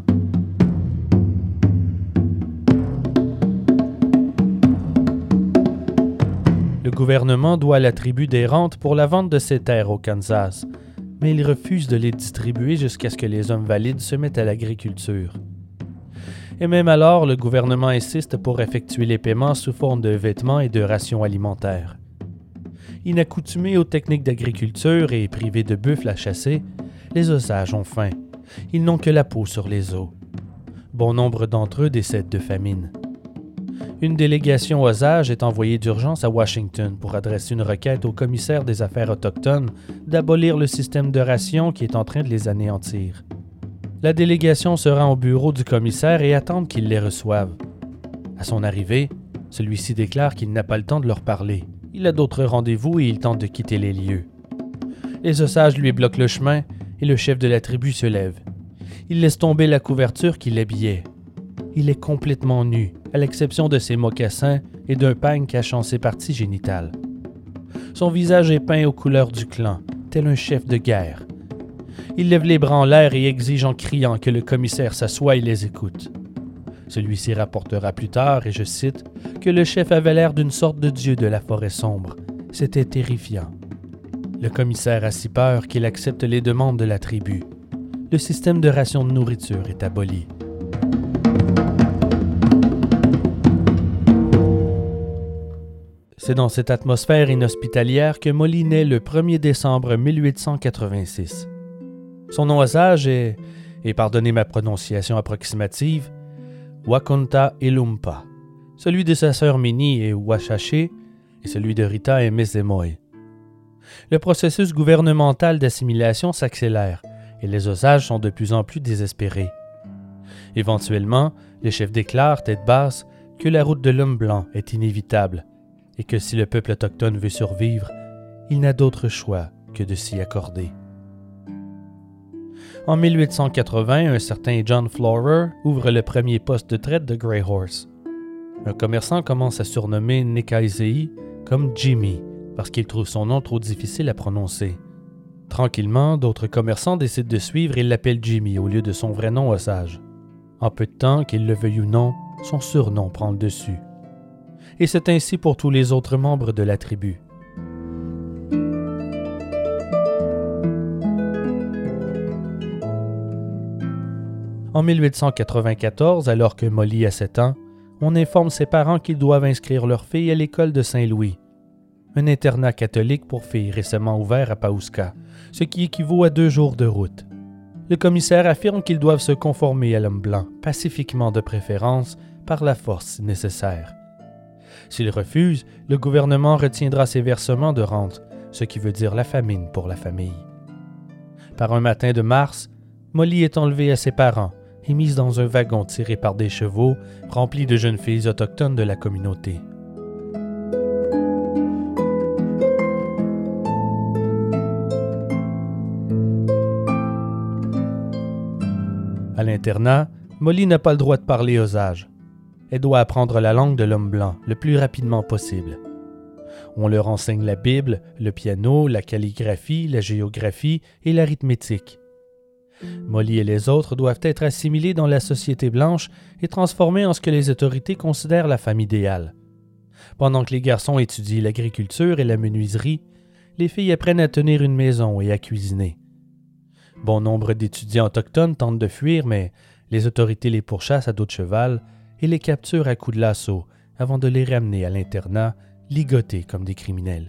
Le gouvernement doit la tribu des rentes pour la vente de ses terres au Kansas, mais il refuse de les distribuer jusqu'à ce que les hommes valides se mettent à l'agriculture. Et même alors, le gouvernement insiste pour effectuer les paiements sous forme de vêtements et de rations alimentaires. Inaccoutumés aux techniques d'agriculture et privés de buffles à chasser, les Osages ont faim. Ils n'ont que la peau sur les os. Bon nombre d'entre eux décèdent de famine. Une délégation Osage est envoyée d'urgence à Washington pour adresser une requête au commissaire des Affaires autochtones d'abolir le système de rations qui est en train de les anéantir. La délégation se rend au bureau du commissaire et attend qu'il les reçoive. À son arrivée, celui-ci déclare qu'il n'a pas le temps de leur parler. Il a d'autres rendez-vous et il tente de quitter les lieux. Les Osages lui bloquent le chemin et le chef de la tribu se lève. Il laisse tomber la couverture qui l'habillait. Il est complètement nu, à l'exception de ses mocassins et d'un pagne cachant ses parties génitales. Son visage est peint aux couleurs du clan, tel un chef de guerre. Il lève les bras en l'air et exige en criant que le commissaire s'assoie et les écoute. Celui-ci rapportera plus tard, et je cite, que le chef avait l'air d'une sorte de dieu de la forêt sombre. C'était terrifiant. Le commissaire a si peur qu'il accepte les demandes de la tribu. Le système de ration de nourriture est aboli. C'est dans cette atmosphère inhospitalière que Molly naît le premier décembre mille huit cent quatre-vingt-six. Son nom Osage est, et pardonnez ma prononciation approximative, Wakonta Ilumpa. Celui de sa sœur Minnie est Washache et celui de Rita est Mesemoy. Le processus gouvernemental d'assimilation s'accélère et les Osages sont de plus en plus désespérés. Éventuellement, le chef déclare, tête basse, que la route de l'homme blanc est inévitable et que si le peuple autochtone veut survivre, il n'a d'autre choix que de s'y accorder. En mille huit cent quatre-vingts, un certain John Florer ouvre le premier poste de traite de Grey Horse. Un commerçant commence à surnommer Nekaizei comme Jimmy parce qu'il trouve son nom trop difficile à prononcer. Tranquillement, d'autres commerçants décident de suivre et l'appellent Jimmy au lieu de son vrai nom Osage. En peu de temps, qu'il le veuille ou non, son surnom prend le dessus. Et c'est ainsi pour tous les autres membres de la tribu. En mille huit cent quatre-vingt-quatorze, alors que Molly a sept ans, on informe ses parents qu'ils doivent inscrire leur fille à l'école de Saint-Louis, un internat catholique pour filles récemment ouvert à Pawhuska, ce qui équivaut à deux jours de route. Le commissaire affirme qu'ils doivent se conformer à l'homme blanc, pacifiquement de préférence, par la force si nécessaire. S'ils refusent, le gouvernement retiendra ses versements de rente, ce qui veut dire la famine pour la famille. Par un matin de mars, Molly est enlevée à ses parents et mise dans un wagon tiré par des chevaux rempli de jeunes filles autochtones de la communauté. À l'internat, Molly n'a pas le droit de parler Osage. Elle doit apprendre la langue de l'homme blanc le plus rapidement possible. On leur enseigne la Bible, le piano, la calligraphie, la géographie et l'arithmétique. Molly et les autres doivent être assimilés dans la société blanche et transformés en ce que les autorités considèrent la femme idéale. Pendant que les garçons étudient l'agriculture et la menuiserie, les filles apprennent à tenir une maison et à cuisiner. Bon nombre d'étudiants autochtones tentent de fuir, mais les autorités les pourchassent à dos de cheval et les capturent à coups de lasso avant de les ramener à l'internat, ligotés comme des criminels.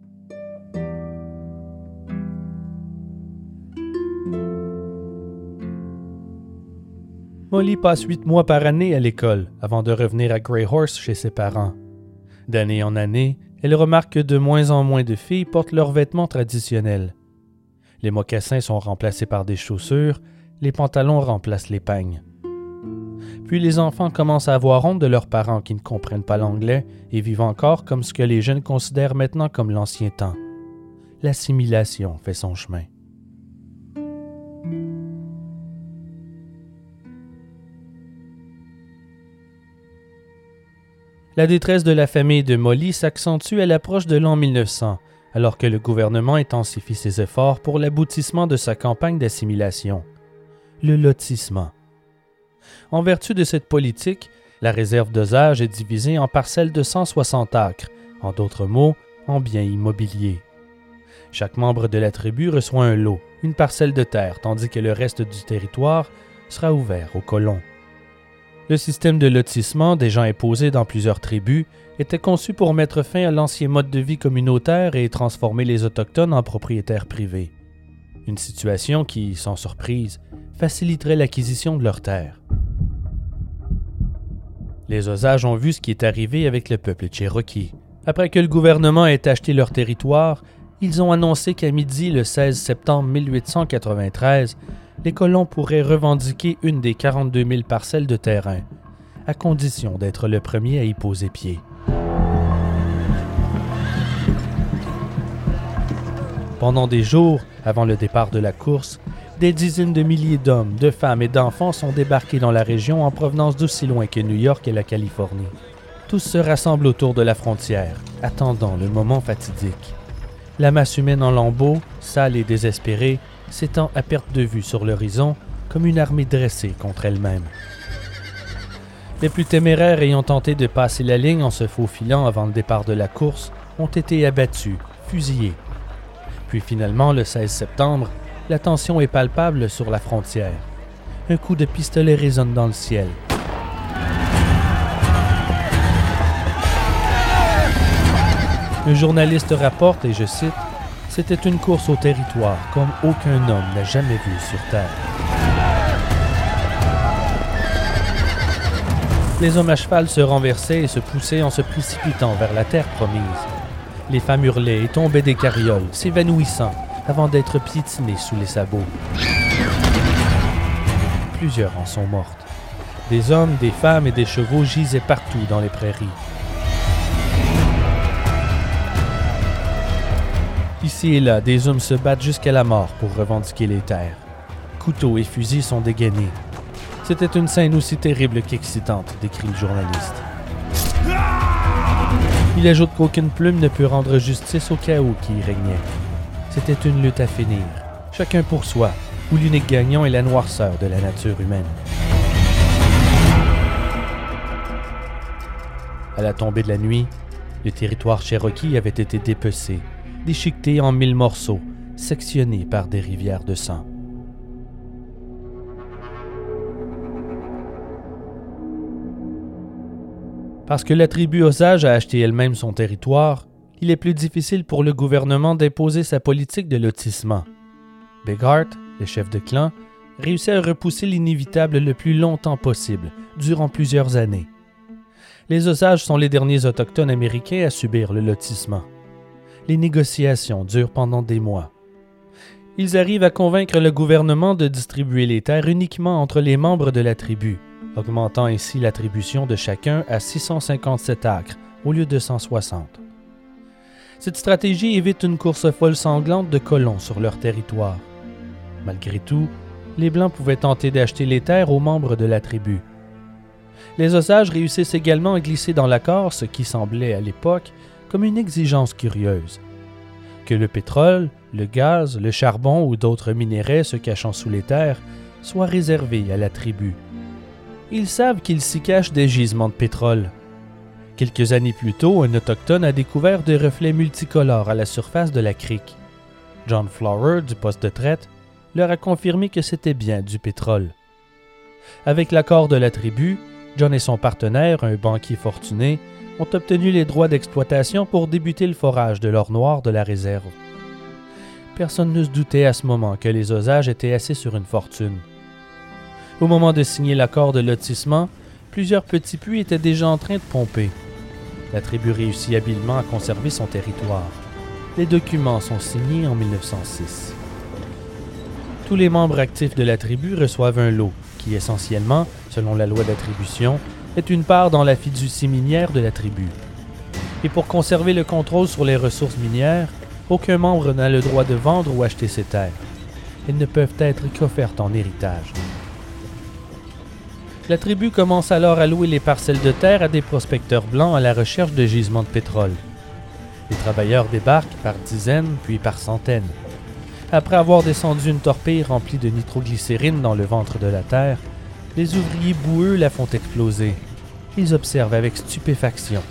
Molly passe huit mois par année à l'école avant de revenir à Grey Horse chez ses parents. D'année en année, elle remarque que de moins en moins de filles portent leurs vêtements traditionnels. Les mocassins sont remplacés par des chaussures, les pantalons remplacent les pagnes. Puis les enfants commencent à avoir honte de leurs parents qui ne comprennent pas l'anglais et vivent encore comme ce que les jeunes considèrent maintenant comme l'ancien temps. L'assimilation fait son chemin. La détresse de la famille de Molly s'accentue à l'approche de l'an mille neuf cents, alors que le gouvernement intensifie ses efforts pour l'aboutissement de sa campagne d'assimilation, le lotissement. En vertu de cette politique, la réserve d'Osage est divisée en parcelles de cent soixante acres, en d'autres mots, en biens immobiliers. Chaque membre de la tribu reçoit un lot, une parcelle de terre, tandis que le reste du territoire sera ouvert aux colons. Le système de lotissement, déjà imposé dans plusieurs tribus, était conçu pour mettre fin à l'ancien mode de vie communautaire et transformer les Autochtones en propriétaires privés. Une situation qui, sans surprise, faciliterait l'acquisition de leurs terres. Les Osages ont vu ce qui est arrivé avec le peuple Cherokee. Après que le gouvernement ait acheté leur territoire, ils ont annoncé qu'à midi, le seize septembre mille huit cent quatre-vingt-treize, les colons pourraient revendiquer une des quarante-deux mille parcelles de terrain, à condition d'être le premier à y poser pied. Pendant des jours, avant le départ de la course, des dizaines de milliers d'hommes, de femmes et d'enfants sont débarqués dans la région en provenance d'aussi loin que New York et la Californie. Tous se rassemblent autour de la frontière, attendant le moment fatidique. La masse humaine en lambeaux, sale et désespérée, s'étend à perte de vue sur l'horizon comme une armée dressée contre elle-même. Les plus téméraires ayant tenté de passer la ligne en se faufilant avant le départ de la course ont été abattus, fusillés. Puis finalement, le seize septembre, la tension est palpable sur la frontière. Un coup de pistolet résonne dans le ciel. Un journaliste rapporte, et je cite, « C'était une course au territoire comme aucun homme n'a jamais vu sur Terre. » Les hommes à cheval se renversaient et se poussaient en se précipitant vers la terre promise. Les femmes hurlaient et tombaient des carrioles, s'évanouissant avant d'être piétinées sous les sabots. Plusieurs en sont mortes. Des hommes, des femmes et des chevaux gisaient partout dans les prairies. Ici et là, des hommes se battent jusqu'à la mort pour revendiquer les terres. Couteaux et fusils sont dégainés. C'était une scène aussi terrible qu'excitante, décrit le journaliste. Il ajoute qu'aucune plume ne peut rendre justice au chaos qui y régnait. C'était une lutte à finir, chacun pour soi, où l'unique gagnant est la noirceur de la nature humaine. À la tombée de la nuit, le territoire Cherokee avait été dépecé, déchiqueté en mille morceaux, sectionné par des rivières de sang. Parce que la tribu Osage a acheté elle-même son territoire, il est plus difficile pour le gouvernement d'imposer sa politique de lotissement. Big Heart, le chef de clan, réussit à repousser l'inévitable le plus longtemps possible, durant plusieurs années. Les Osages sont les derniers autochtones américains à subir le lotissement. Les négociations durent pendant des mois. Ils arrivent à convaincre le gouvernement de distribuer les terres uniquement entre les membres de la tribu, augmentant ainsi l'attribution de chacun à six cent cinquante-sept acres au lieu de cent soixante. Cette stratégie évite une course folle sanglante de colons sur leur territoire. Malgré tout, les Blancs pouvaient tenter d'acheter les terres aux membres de la tribu. Les Osages réussissent également à glisser dans l'accord ce qui semblait à l'époque comme une exigence curieuse. Que le pétrole, le gaz, le charbon ou d'autres minéraux se cachant sous les terres soient réservés à la tribu. Ils savent qu'il s'y cache des gisements de pétrole. Quelques années plus tôt, un autochtone a découvert des reflets multicolores à la surface de la crique. John Flower, du poste de traite, leur a confirmé que c'était bien du pétrole. Avec l'accord de la tribu, John et son partenaire, un banquier fortuné, ont obtenu les droits d'exploitation pour débuter le forage de l'or noir de la réserve. Personne ne se doutait à ce moment que les Osages étaient assis sur une fortune. Au moment de signer l'accord de lotissement, plusieurs petits puits étaient déjà en train de pomper. La tribu réussit habilement à conserver son territoire. Les documents sont signés en mille neuf cent six. Tous les membres actifs de la tribu reçoivent un lot, qui essentiellement, selon la loi d'attribution, est une part dans la fiducie minière de la tribu. Et pour conserver le contrôle sur les ressources minières, aucun membre n'a le droit de vendre ou acheter ces terres. Elles ne peuvent être qu'offertes en héritage. La tribu commence alors à louer les parcelles de terre à des prospecteurs blancs à la recherche de gisements de pétrole. Les travailleurs débarquent par dizaines puis par centaines. Après avoir descendu une torpille remplie de nitroglycérine dans le ventre de la terre, les ouvriers boueux la font exploser. Ils observent avec stupéfaction.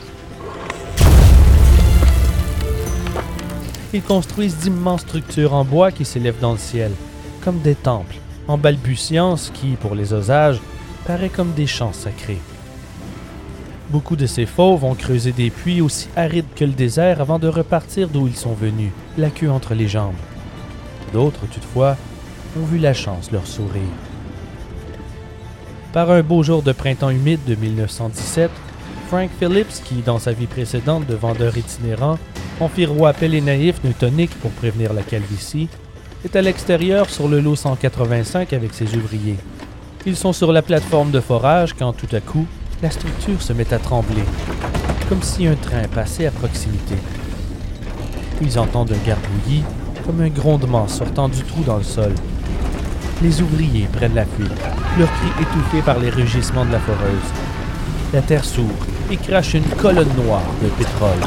Ils construisent d'immenses structures en bois qui s'élèvent dans le ciel, comme des temples, en balbutiant ce qui, pour les osages, paraît comme des champs sacrés. Beaucoup de ces fauves ont creusé des puits aussi arides que le désert avant de repartir d'où ils sont venus, la queue entre les jambes. D'autres, toutefois, ont vu la chance leur sourire. Par un beau jour de printemps humide de mille neuf cent dix-sept, Frank Phillips, qui, dans sa vie précédente de vendeur itinérant, confie à appel et naïf d'un tonique pour prévenir la calvitie, est à l'extérieur sur le lot cent quatre-vingt-cinq avec ses ouvriers. Ils sont sur la plateforme de forage quand, tout à coup, la structure se met à trembler, comme si un train passait à proximité. Ils entendent un garbouillis, comme un grondement sortant du trou dans le sol. Les ouvriers prennent la fuite, leurs cris étouffés par les rugissements de la foreuse. La terre s'ouvre et crache une colonne noire de pétrole.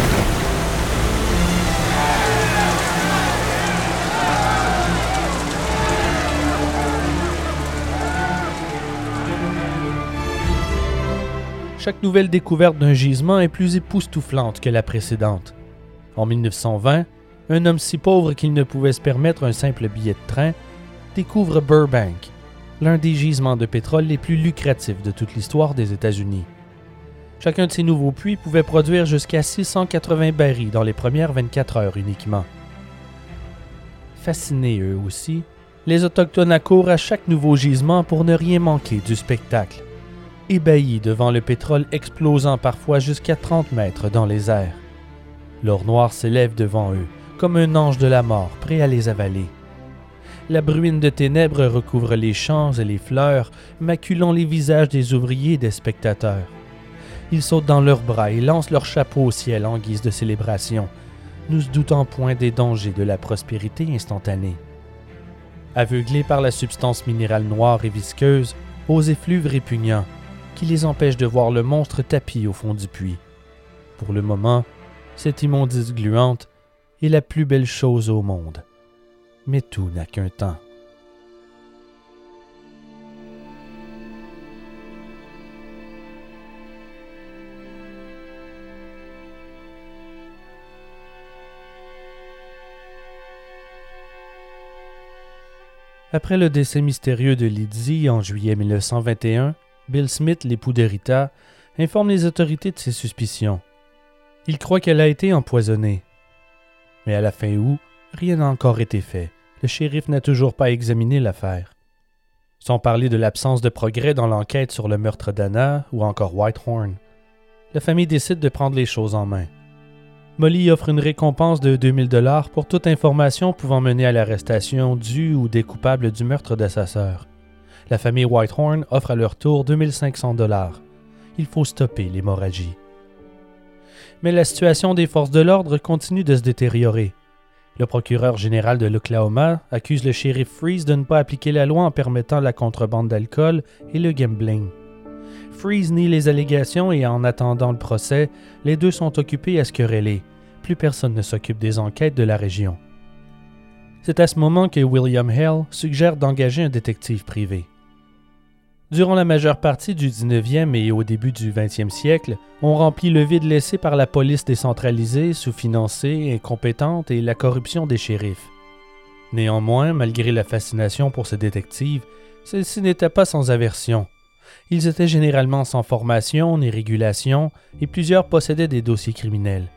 Chaque nouvelle découverte d'un gisement est plus époustouflante que la précédente. En mille neuf cent vingt, un homme si pauvre qu'il ne pouvait se permettre un simple billet de train découvre Burbank, l'un des gisements de pétrole les plus lucratifs de toute l'histoire des États-Unis. Chacun de ces nouveaux puits pouvait produire jusqu'à six cent quatre-vingts barils dans les premières vingt-quatre heures uniquement. Fascinés eux aussi, les Autochtones accourent à chaque nouveau gisement pour ne rien manquer du spectacle, ébahis devant le pétrole explosant parfois jusqu'à trente mètres dans les airs. L'or noir s'élève devant eux, comme un ange de la mort prêt à les avaler. La bruine de ténèbres recouvre les champs et les fleurs, maculant les visages des ouvriers et des spectateurs. Ils sautent dans leurs bras et lancent leurs chapeaux au ciel en guise de célébration, ne se doutant point des dangers de la prospérité instantanée. Aveuglés par la substance minérale noire et visqueuse, aux effluves répugnants, qui les empêchent de voir le monstre tapi au fond du puits. Pour le moment, cette immondice gluante est la plus belle chose au monde. Mais tout n'a qu'un temps. Après le décès mystérieux de Lydie en juillet mille neuf cent vingt et un, Bill Smith, l'époux de Rita, informe les autorités de ses suspicions. Il croit qu'elle a été empoisonnée. Mais à la fin août, rien n'a encore été fait. Le shérif n'a toujours pas examiné l'affaire. Sans parler de l'absence de progrès dans l'enquête sur le meurtre d'Anna ou encore Whitehorn, la famille décide de prendre les choses en main. Molly offre une récompense de deux mille dollars pour toute information pouvant mener à l'arrestation du ou des coupables du meurtre de sa sœur. La famille Whitehorn offre à leur tour deux mille cinq cents dollars. Il faut stopper l'hémorragie. Mais la situation des forces de l'ordre continue de se détériorer. Le procureur général de l'Oklahoma accuse le shérif Freeze de ne pas appliquer la loi en permettant la contrebande d'alcool et le gambling. Freeze nie les allégations et en attendant le procès, les deux sont occupés à se quereller. Plus personne ne s'occupe des enquêtes de la région. C'est à ce moment que William Hale suggère d'engager un détective privé. Durant la majeure partie du dix-neuvième et au début du vingtième siècle, on remplit le vide laissé par la police décentralisée, sous-financée, incompétente et la corruption des shérifs. Néanmoins, malgré la fascination pour ces détectives, celle-ci n'était pas sans aversion. Ils étaient généralement sans formation ni régulation et plusieurs possédaient des dossiers criminels.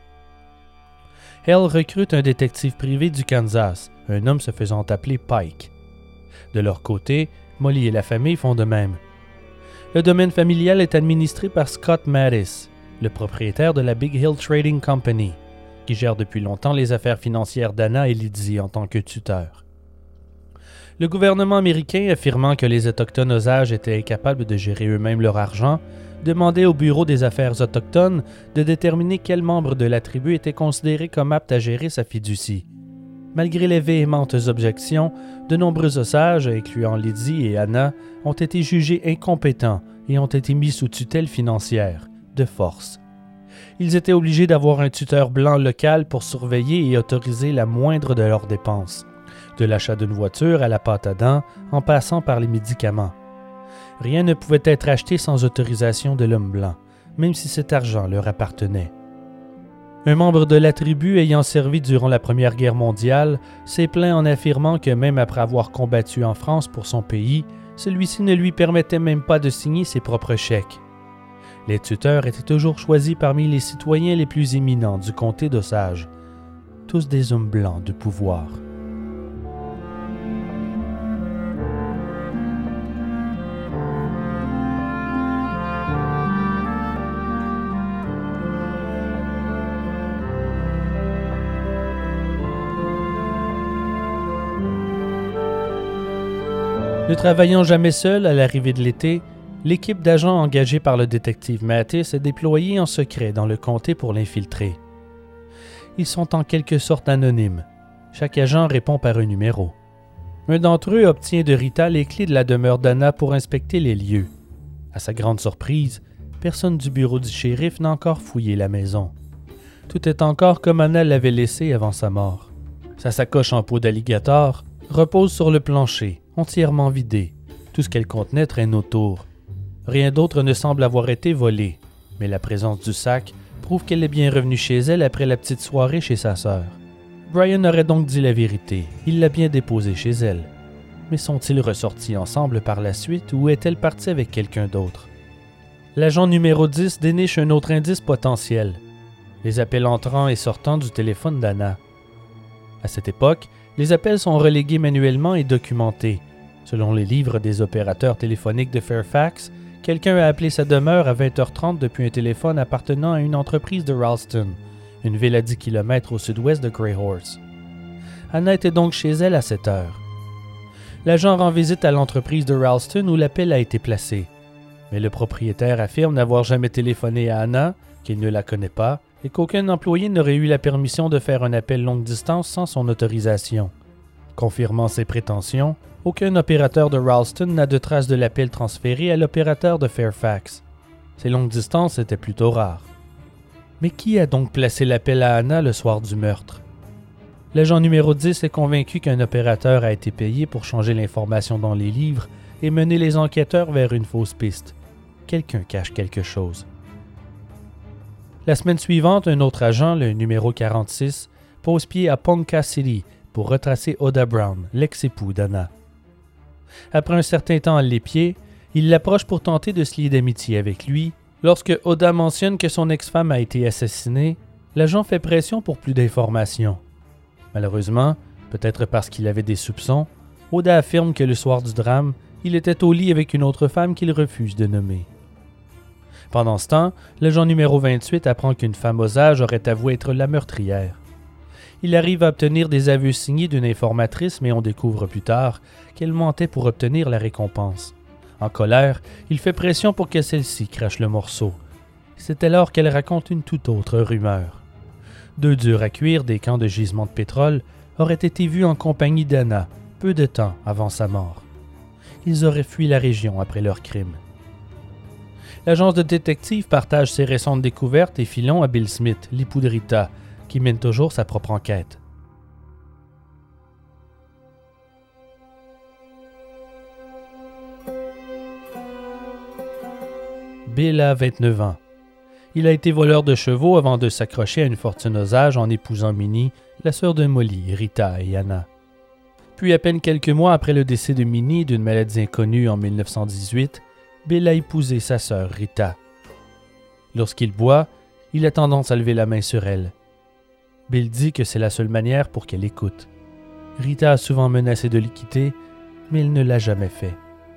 Hale recrute un détective privé du Kansas, un homme se faisant appeler Pike. De leur côté, Molly et la famille font de même. Le domaine familial est administré par Scott Mattis, le propriétaire de la Big Hill Trading Company, qui gère depuis longtemps les affaires financières d'Anna et Lydie en tant que tuteur. Le gouvernement américain, affirmant que les Autochtones Osages étaient incapables de gérer eux-mêmes leur argent, demandait au Bureau des affaires autochtones de déterminer quel membre de la tribu était considéré comme apte à gérer sa fiducie. Malgré les véhémentes objections, de nombreux Osages, incluant Lydie et Anna, ont été jugés incompétents et ont été mis sous tutelle financière, de force. Ils étaient obligés d'avoir un tuteur blanc local pour surveiller et autoriser la moindre de leurs dépenses, de l'achat d'une voiture à la pâte à dents, en passant par les médicaments. Rien ne pouvait être acheté sans autorisation de l'homme blanc, même si cet argent leur appartenait. Un membre de la tribu ayant servi durant la Première Guerre mondiale s'est plaint en affirmant que même après avoir combattu en France pour son pays, celui-ci ne lui permettait même pas de signer ses propres chèques. Les tuteurs étaient toujours choisis parmi les citoyens les plus éminents du comté d'Osage, tous des hommes blancs de pouvoir. Ne travaillant jamais seul à l'arrivée de l'été, l'équipe d'agents engagée par le détective Mattis est déployée en secret dans le comté pour l'infiltrer. Ils sont en quelque sorte anonymes. Chaque agent répond par un numéro. Un d'entre eux obtient de Rita les clés de la demeure d'Anna pour inspecter les lieux. À sa grande surprise, personne du bureau du shérif n'a encore fouillé la maison. Tout est encore comme Anna l'avait laissé avant sa mort. Sa sacoche en peau d'alligator repose sur le plancher, entièrement vidée. Tout ce qu'elle contenait traîne autour. Rien d'autre ne semble avoir été volé, mais la présence du sac prouve qu'elle est bien revenue chez elle après la petite soirée chez sa sœur. Brian aurait donc dit la vérité, il l'a bien déposée chez elle. Mais sont-ils ressortis ensemble par la suite ou est-elle partie avec quelqu'un d'autre? L'agent numéro dix déniche un autre indice potentiel, les appels entrants et sortants du téléphone d'Anna. À cette époque, les appels sont relégués manuellement et documentés. Selon les livres des opérateurs téléphoniques de Fairfax, quelqu'un a appelé sa demeure à vingt heures trente depuis un téléphone appartenant à une entreprise de Ralston, une ville à dix kilomètres au sud-ouest de Grey Horse. Anna était donc chez elle à cette heure. L'agent rend visite à l'entreprise de Ralston où l'appel a été placé. Mais le propriétaire affirme n'avoir jamais téléphoné à Anna, qu'il ne la connaît pas, et qu'aucun employé n'aurait eu la permission de faire un appel longue distance sans son autorisation. Confirmant ses prétentions, aucun opérateur de Ralston n'a de traces de l'appel transféré à l'opérateur de Fairfax. Ces longues distances étaient plutôt rares. Mais qui a donc placé l'appel à Anna le soir du meurtre? L'agent numéro dix est convaincu qu'un opérateur a été payé pour changer l'information dans les livres et mener les enquêteurs vers une fausse piste. Quelqu'un cache quelque chose. La semaine suivante, un autre agent, le numéro quarante-six, pose pied à Ponca City pour retracer Oda Brown, l'ex-époux d'Anna. Après un certain temps à l'épier, il l'approche pour tenter de se lier d'amitié avec lui. Lorsque Oda mentionne que son ex-femme a été assassinée, l'agent fait pression pour plus d'informations. Malheureusement, peut-être parce qu'il avait des soupçons, Oda affirme que le soir du drame, il était au lit avec une autre femme qu'il refuse de nommer. Pendant ce temps, l'agent numéro vingt-huit apprend qu'une femme Osage aurait avoué être la meurtrière. Il arrive à obtenir des aveux signés d'une informatrice, mais on découvre plus tard qu'elle mentait pour obtenir la récompense. En colère, il fait pression pour que celle-ci crache le morceau. C'est alors qu'elle raconte une toute autre rumeur. Deux durs à cuire des camps de gisement de pétrole auraient été vus en compagnie d'Anna, peu de temps avant sa mort. Ils auraient fui la région après leur crime. L'agence de détective partage ses récentes découvertes et filons à Bill Smith, l'époux de Rita, qui mène toujours sa propre enquête. Bill a vingt-neuf ans. Il a été voleur de chevaux avant de s'accrocher à une fortune Osage en épousant Minnie, la sœur de Molly, Rita et Anna. Puis à peine quelques mois après le décès de Minnie d'une maladie inconnue en mille neuf cent dix-huit, Bill a épousé sa sœur Rita. Lorsqu'il boit, il a tendance à lever la main sur elle. Bill dit que c'est la seule manière pour qu'elle écoute. Rita a souvent menacé de le quitter, mais il ne l'a jamais fait.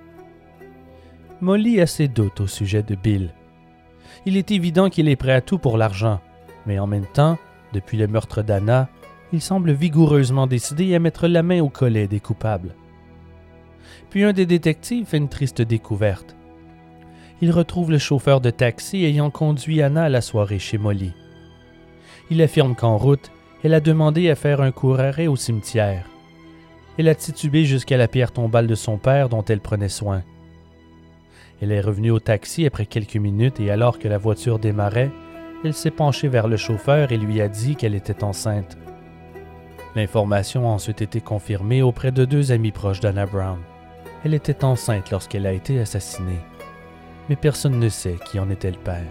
Molly a ses doutes au sujet de Bill. Il est évident qu'il est prêt à tout pour l'argent, mais en même temps, depuis le meurtre d'Anna, il semble vigoureusement décidé à mettre la main au collet des coupables. Puis un des détectives fait une triste découverte. Il retrouve le chauffeur de taxi ayant conduit Anna à la soirée chez Molly. Il affirme qu'en route, elle a demandé à faire un court arrêt au cimetière. Elle a titubé jusqu'à la pierre tombale de son père dont elle prenait soin. Elle est revenue au taxi après quelques minutes et alors que la voiture démarrait, elle s'est penchée vers le chauffeur et lui a dit qu'elle était enceinte. L'information a ensuite été confirmée auprès de deux amis proches d'Anna Brown. Elle était enceinte lorsqu'elle a été assassinée. Mais personne ne sait qui en était le père.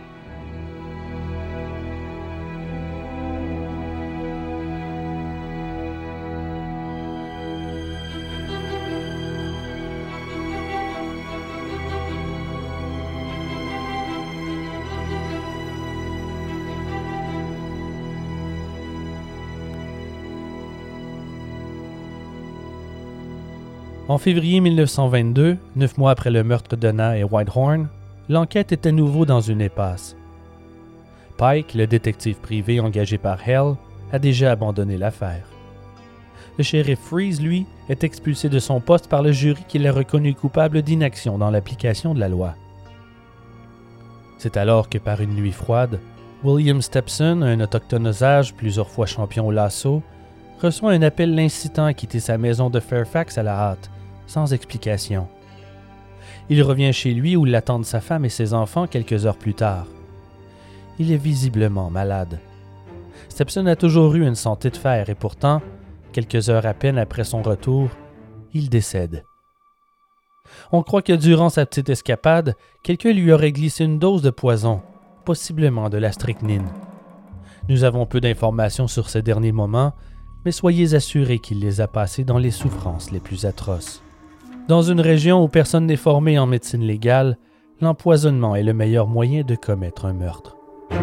En février mille neuf cent vingt-deux, neuf mois après le meurtre d'Anna et Whitehorn, l'enquête est à nouveau dans une impasse. Pike, le détective privé engagé par Hale, a déjà abandonné l'affaire. Le shérif Freeze, lui, est expulsé de son poste par le jury qui l'a reconnu coupable d'inaction dans l'application de la loi. C'est alors que par une nuit froide, William Stepson, un autochtone osage plusieurs fois champion au lasso, reçoit un appel l'incitant à quitter sa maison de Fairfax à la hâte, sans explication. Il revient chez lui où l'attendent sa femme et ses enfants quelques heures plus tard. Il est visiblement malade. Stepson a toujours eu une santé de fer et pourtant, quelques heures à peine après son retour, il décède. On croit que durant sa petite escapade, quelqu'un lui aurait glissé une dose de poison, possiblement de la strychnine. Nous avons peu d'informations sur ces derniers moments, mais soyez assurés qu'il les a passés dans les souffrances les plus atroces. Dans une région où personne n'est formé en médecine légale, l'empoisonnement est le meilleur moyen de commettre un meurtre.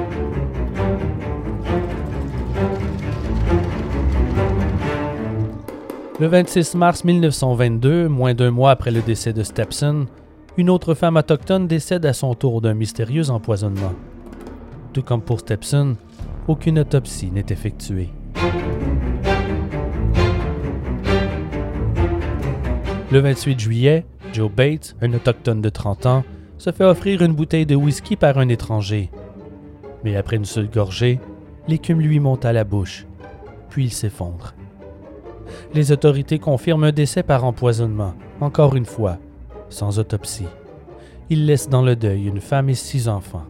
Le vingt-six mars mille neuf cent vingt-deux, moins d'un mois après le décès de Stepson, une autre femme autochtone décède à son tour d'un mystérieux empoisonnement. Tout comme pour Stepson, aucune autopsie n'est effectuée. Le vingt-huit juillet, Joe Bates, un autochtone de trente ans, se fait offrir une bouteille de whisky par un étranger. Mais après une seule gorgée, l'écume lui monte à la bouche, puis il s'effondre. Les autorités confirment un décès par empoisonnement, encore une fois, sans autopsie. Il laisse dans le deuil une femme et six enfants.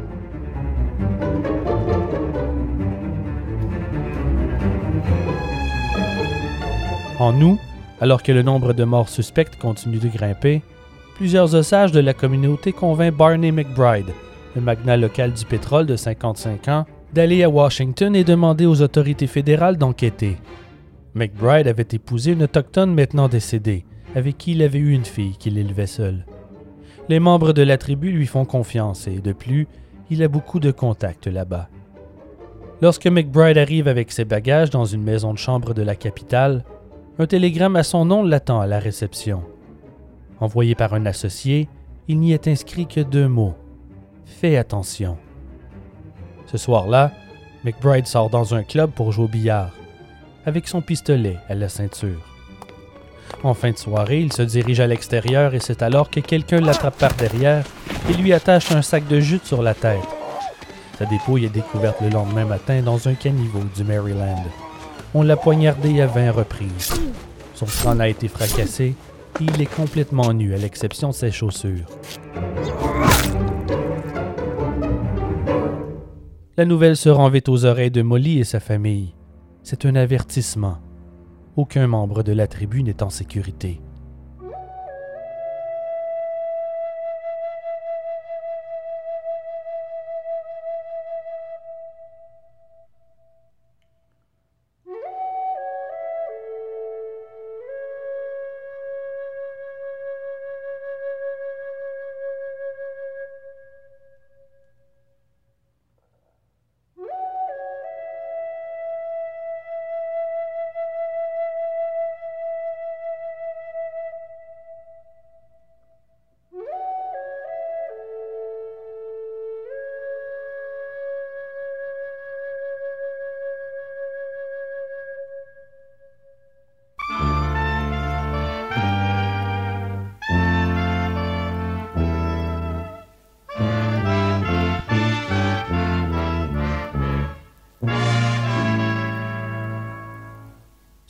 En août, alors que le nombre de morts suspectes continue de grimper, plusieurs osages de la communauté convainquent Barney McBride, le magnat local du pétrole de cinquante-cinq ans, d'aller à Washington et demander aux autorités fédérales d'enquêter. McBride avait épousé une autochtone maintenant décédée, avec qui il avait eu une fille qu'il élevait seul. Les membres de la tribu lui font confiance et, de plus, il a beaucoup de contacts là-bas. Lorsque McBride arrive avec ses bagages dans une maison de chambre de la capitale, un télégramme à son nom l'attend à la réception. Envoyé par un associé, il n'y est inscrit que deux mots. « Fais attention ». Ce soir-là, McBride sort dans un club pour jouer au billard, avec son pistolet à la ceinture. En fin de soirée, il se dirige à l'extérieur et c'est alors que quelqu'un l'attrape par derrière et lui attache un sac de jute sur la tête. Sa dépouille est découverte le lendemain matin dans un caniveau du Maryland. On l'a poignardé à vingt reprises. Son crâne a été fracassé et il est complètement nu à l'exception de ses chaussures. La nouvelle se rend vite aux oreilles de Molly et sa famille. C'est un avertissement. Aucun membre de la tribu n'est en sécurité.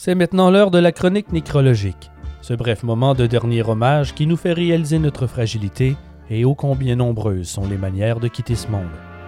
C'est maintenant l'heure de la chronique nécrologique, ce bref moment de dernier hommage qui nous fait réaliser notre fragilité et ô combien nombreuses sont les manières de quitter ce monde.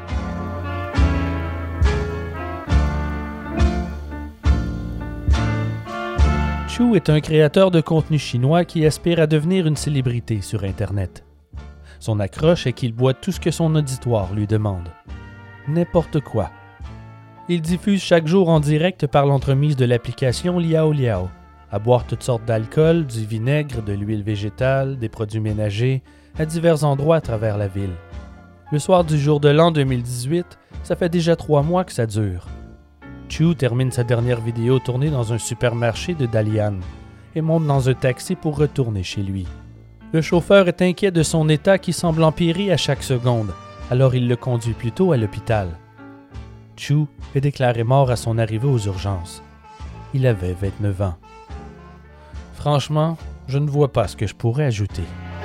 Chu est un créateur de contenu chinois qui aspire à devenir une célébrité sur Internet. Son accroche est qu'il boit tout ce que son auditoire lui demande. N'importe quoi. Il diffuse chaque jour en direct par l'entremise de l'application Liao Liao, à boire toutes sortes d'alcool, du vinaigre, de l'huile végétale, des produits ménagers, à divers endroits à travers la ville. Le soir du jour de l'an deux mille dix-huit, ça fait déjà trois mois que ça dure. Chu termine sa dernière vidéo tournée dans un supermarché de Dalian et monte dans un taxi pour retourner chez lui. Le chauffeur est inquiet de son état qui semble empirer à chaque seconde, alors il le conduit plutôt à l'hôpital. Chu est déclaré mort à son arrivée aux urgences. Il avait vingt-neuf ans. Franchement, je ne vois pas ce que je pourrais ajouter.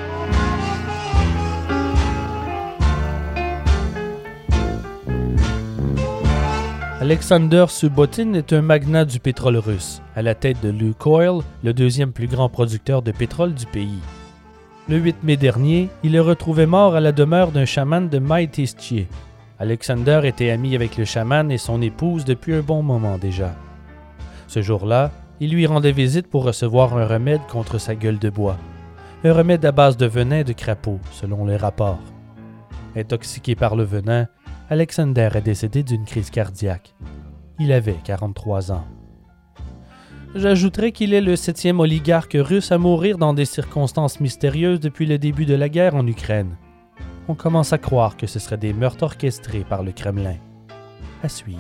Alexander Subbotin est un magnat du pétrole russe, à la tête de Lukoil, le deuxième plus grand producteur de pétrole du pays. Le huit mai dernier, il est retrouvé mort à la demeure d'un chaman de Maïtistye. Alexander était ami avec le chaman et son épouse depuis un bon moment déjà. Ce jour-là, il lui rendait visite pour recevoir un remède contre sa gueule de bois. Un remède à base de venin de crapaud, selon les rapports. Intoxiqué par le venin, Alexander est décédé d'une crise cardiaque. Il avait quarante-trois ans. J'ajouterai qu'il est le septième oligarque russe à mourir dans des circonstances mystérieuses depuis le début de la guerre en Ukraine. On commence à croire que ce seraient des meurtres orchestrés par le Kremlin. À suivre.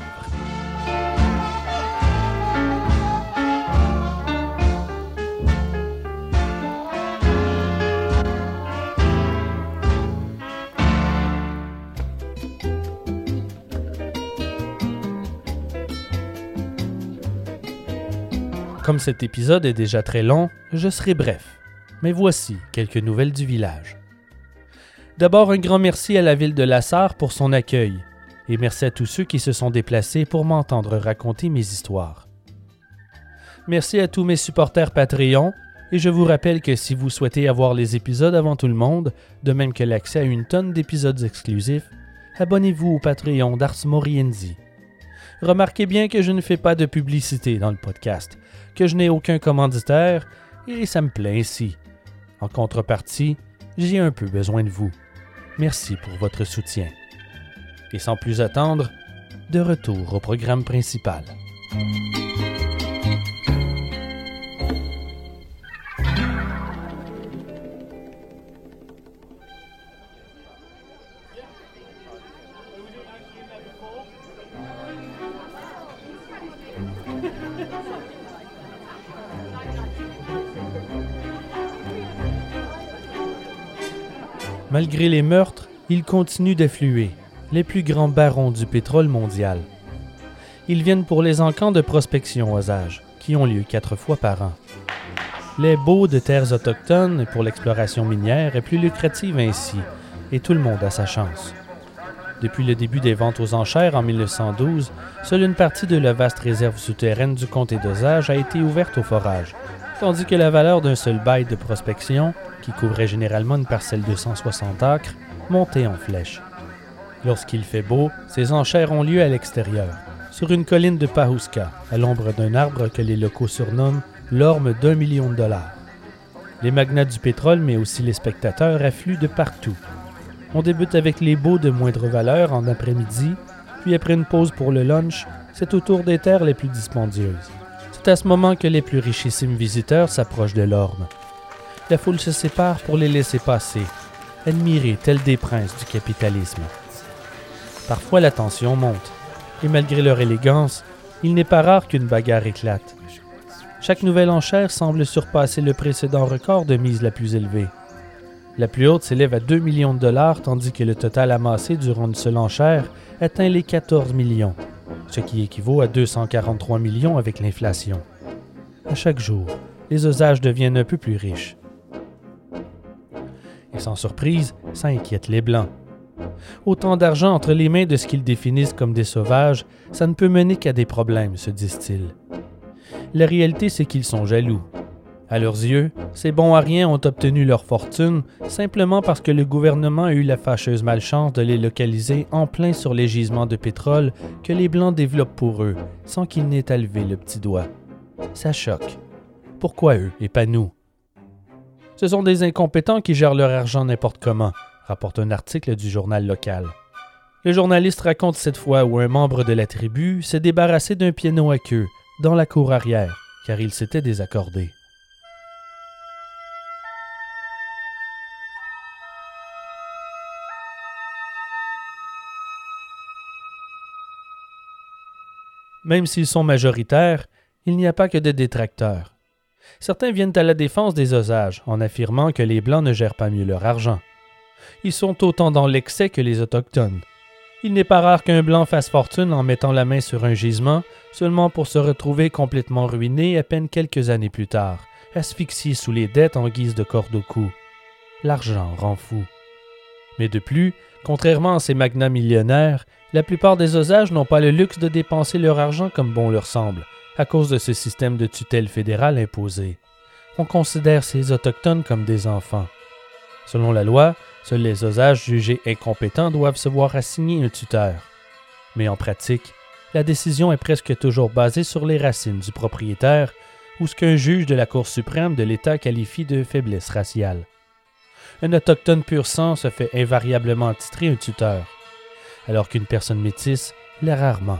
Comme cet épisode est déjà très long, je serai bref. Mais voici quelques nouvelles du village. D'abord, un grand merci à la ville de La Sarre pour son accueil, et merci à tous ceux qui se sont déplacés pour m'entendre raconter mes histoires. Merci à tous mes supporters Patreon, et je vous rappelle que si vous souhaitez avoir les épisodes avant tout le monde, de même que l'accès à une tonne d'épisodes exclusifs, abonnez-vous au Patreon d'Ars Moriendi. Remarquez bien que je ne fais pas de publicité dans le podcast, que je n'ai aucun commanditaire, et ça me plaît ainsi. En contrepartie, j'ai un peu besoin de vous. Merci pour votre soutien. Et sans plus attendre, de retour au programme principal. Malgré les meurtres, ils continuent d'affluer, les plus grands barons du pétrole mondial. Ils viennent pour les encans de prospection aux âges, qui ont lieu quatre fois par an. Les baux de terres autochtones pour l'exploration minière est plus lucrative ainsi, et tout le monde a sa chance. Depuis le début des ventes aux enchères en mille neuf cent douze, seule une partie de la vaste réserve souterraine du comté d'Osage a été ouverte au forage, tandis que la valeur d'un seul bail de prospection, qui couvrait généralement une parcelle de cent soixante acres, montait en flèche. Lorsqu'il fait beau, ces enchères ont lieu à l'extérieur, sur une colline de Pahouska, à l'ombre d'un arbre que les locaux surnomment l'orme d'un million de dollars. Les magnats du pétrole, mais aussi les spectateurs, affluent de partout. On débute avec les baux de moindre valeur en après-midi, puis après une pause pour le lunch, c'est au tour des terres les plus dispendieuses. C'est à ce moment que les plus richissimes visiteurs s'approchent de l'orme. La foule se sépare pour les laisser passer, admirés tels des princes du capitalisme. Parfois la tension monte, et malgré leur élégance, il n'est pas rare qu'une bagarre éclate. Chaque nouvelle enchère semble surpasser le précédent record de mise la plus élevée. La plus haute s'élève à deux millions de dollars, tandis que le total amassé durant une seule enchère atteint les quatorze millions, ce qui équivaut à deux cent quarante-trois millions avec l'inflation. À chaque jour, les Osages deviennent un peu plus riches. Et sans surprise, ça inquiète les Blancs. Autant d'argent entre les mains de ce qu'ils définissent comme des sauvages, ça ne peut mener qu'à des problèmes, se disent-ils. La réalité, c'est qu'ils sont jaloux. À leurs yeux, ces bons à rien ont obtenu leur fortune simplement parce que le gouvernement a eu la fâcheuse malchance de les localiser en plein sur les gisements de pétrole que les Blancs développent pour eux, sans qu'ils n'aient à lever le petit doigt. Ça choque. Pourquoi eux et pas nous? Ce sont des incompétents qui gèrent leur argent n'importe comment, rapporte un article du journal local. Le journaliste raconte cette fois où un membre de la tribu s'est débarrassé d'un piano à queue dans la cour arrière, car il s'était désaccordé. Même s'ils sont majoritaires, il n'y a pas que des détracteurs. Certains viennent à la défense des Osages en affirmant que les Blancs ne gèrent pas mieux leur argent. Ils sont autant dans l'excès que les Autochtones. Il n'est pas rare qu'un Blanc fasse fortune en mettant la main sur un gisement seulement pour se retrouver complètement ruiné à peine quelques années plus tard, asphyxié sous les dettes en guise de corde au cou. L'argent rend fou. Mais de plus, contrairement à ces magnats millionnaires, la plupart des Osages n'ont pas le luxe de dépenser leur argent comme bon leur semble, à cause de ce système de tutelle fédérale imposé. On considère ces Autochtones comme des enfants. Selon la loi, seuls les Osages jugés incompétents doivent se voir assigner un tuteur. Mais en pratique, la décision est presque toujours basée sur les racines du propriétaire ou ce qu'un juge de la Cour suprême de l'État qualifie de faiblesse raciale. Un Autochtone pur sang se fait invariablement titrer un tuteur, alors qu'une personne métisse l'est rarement.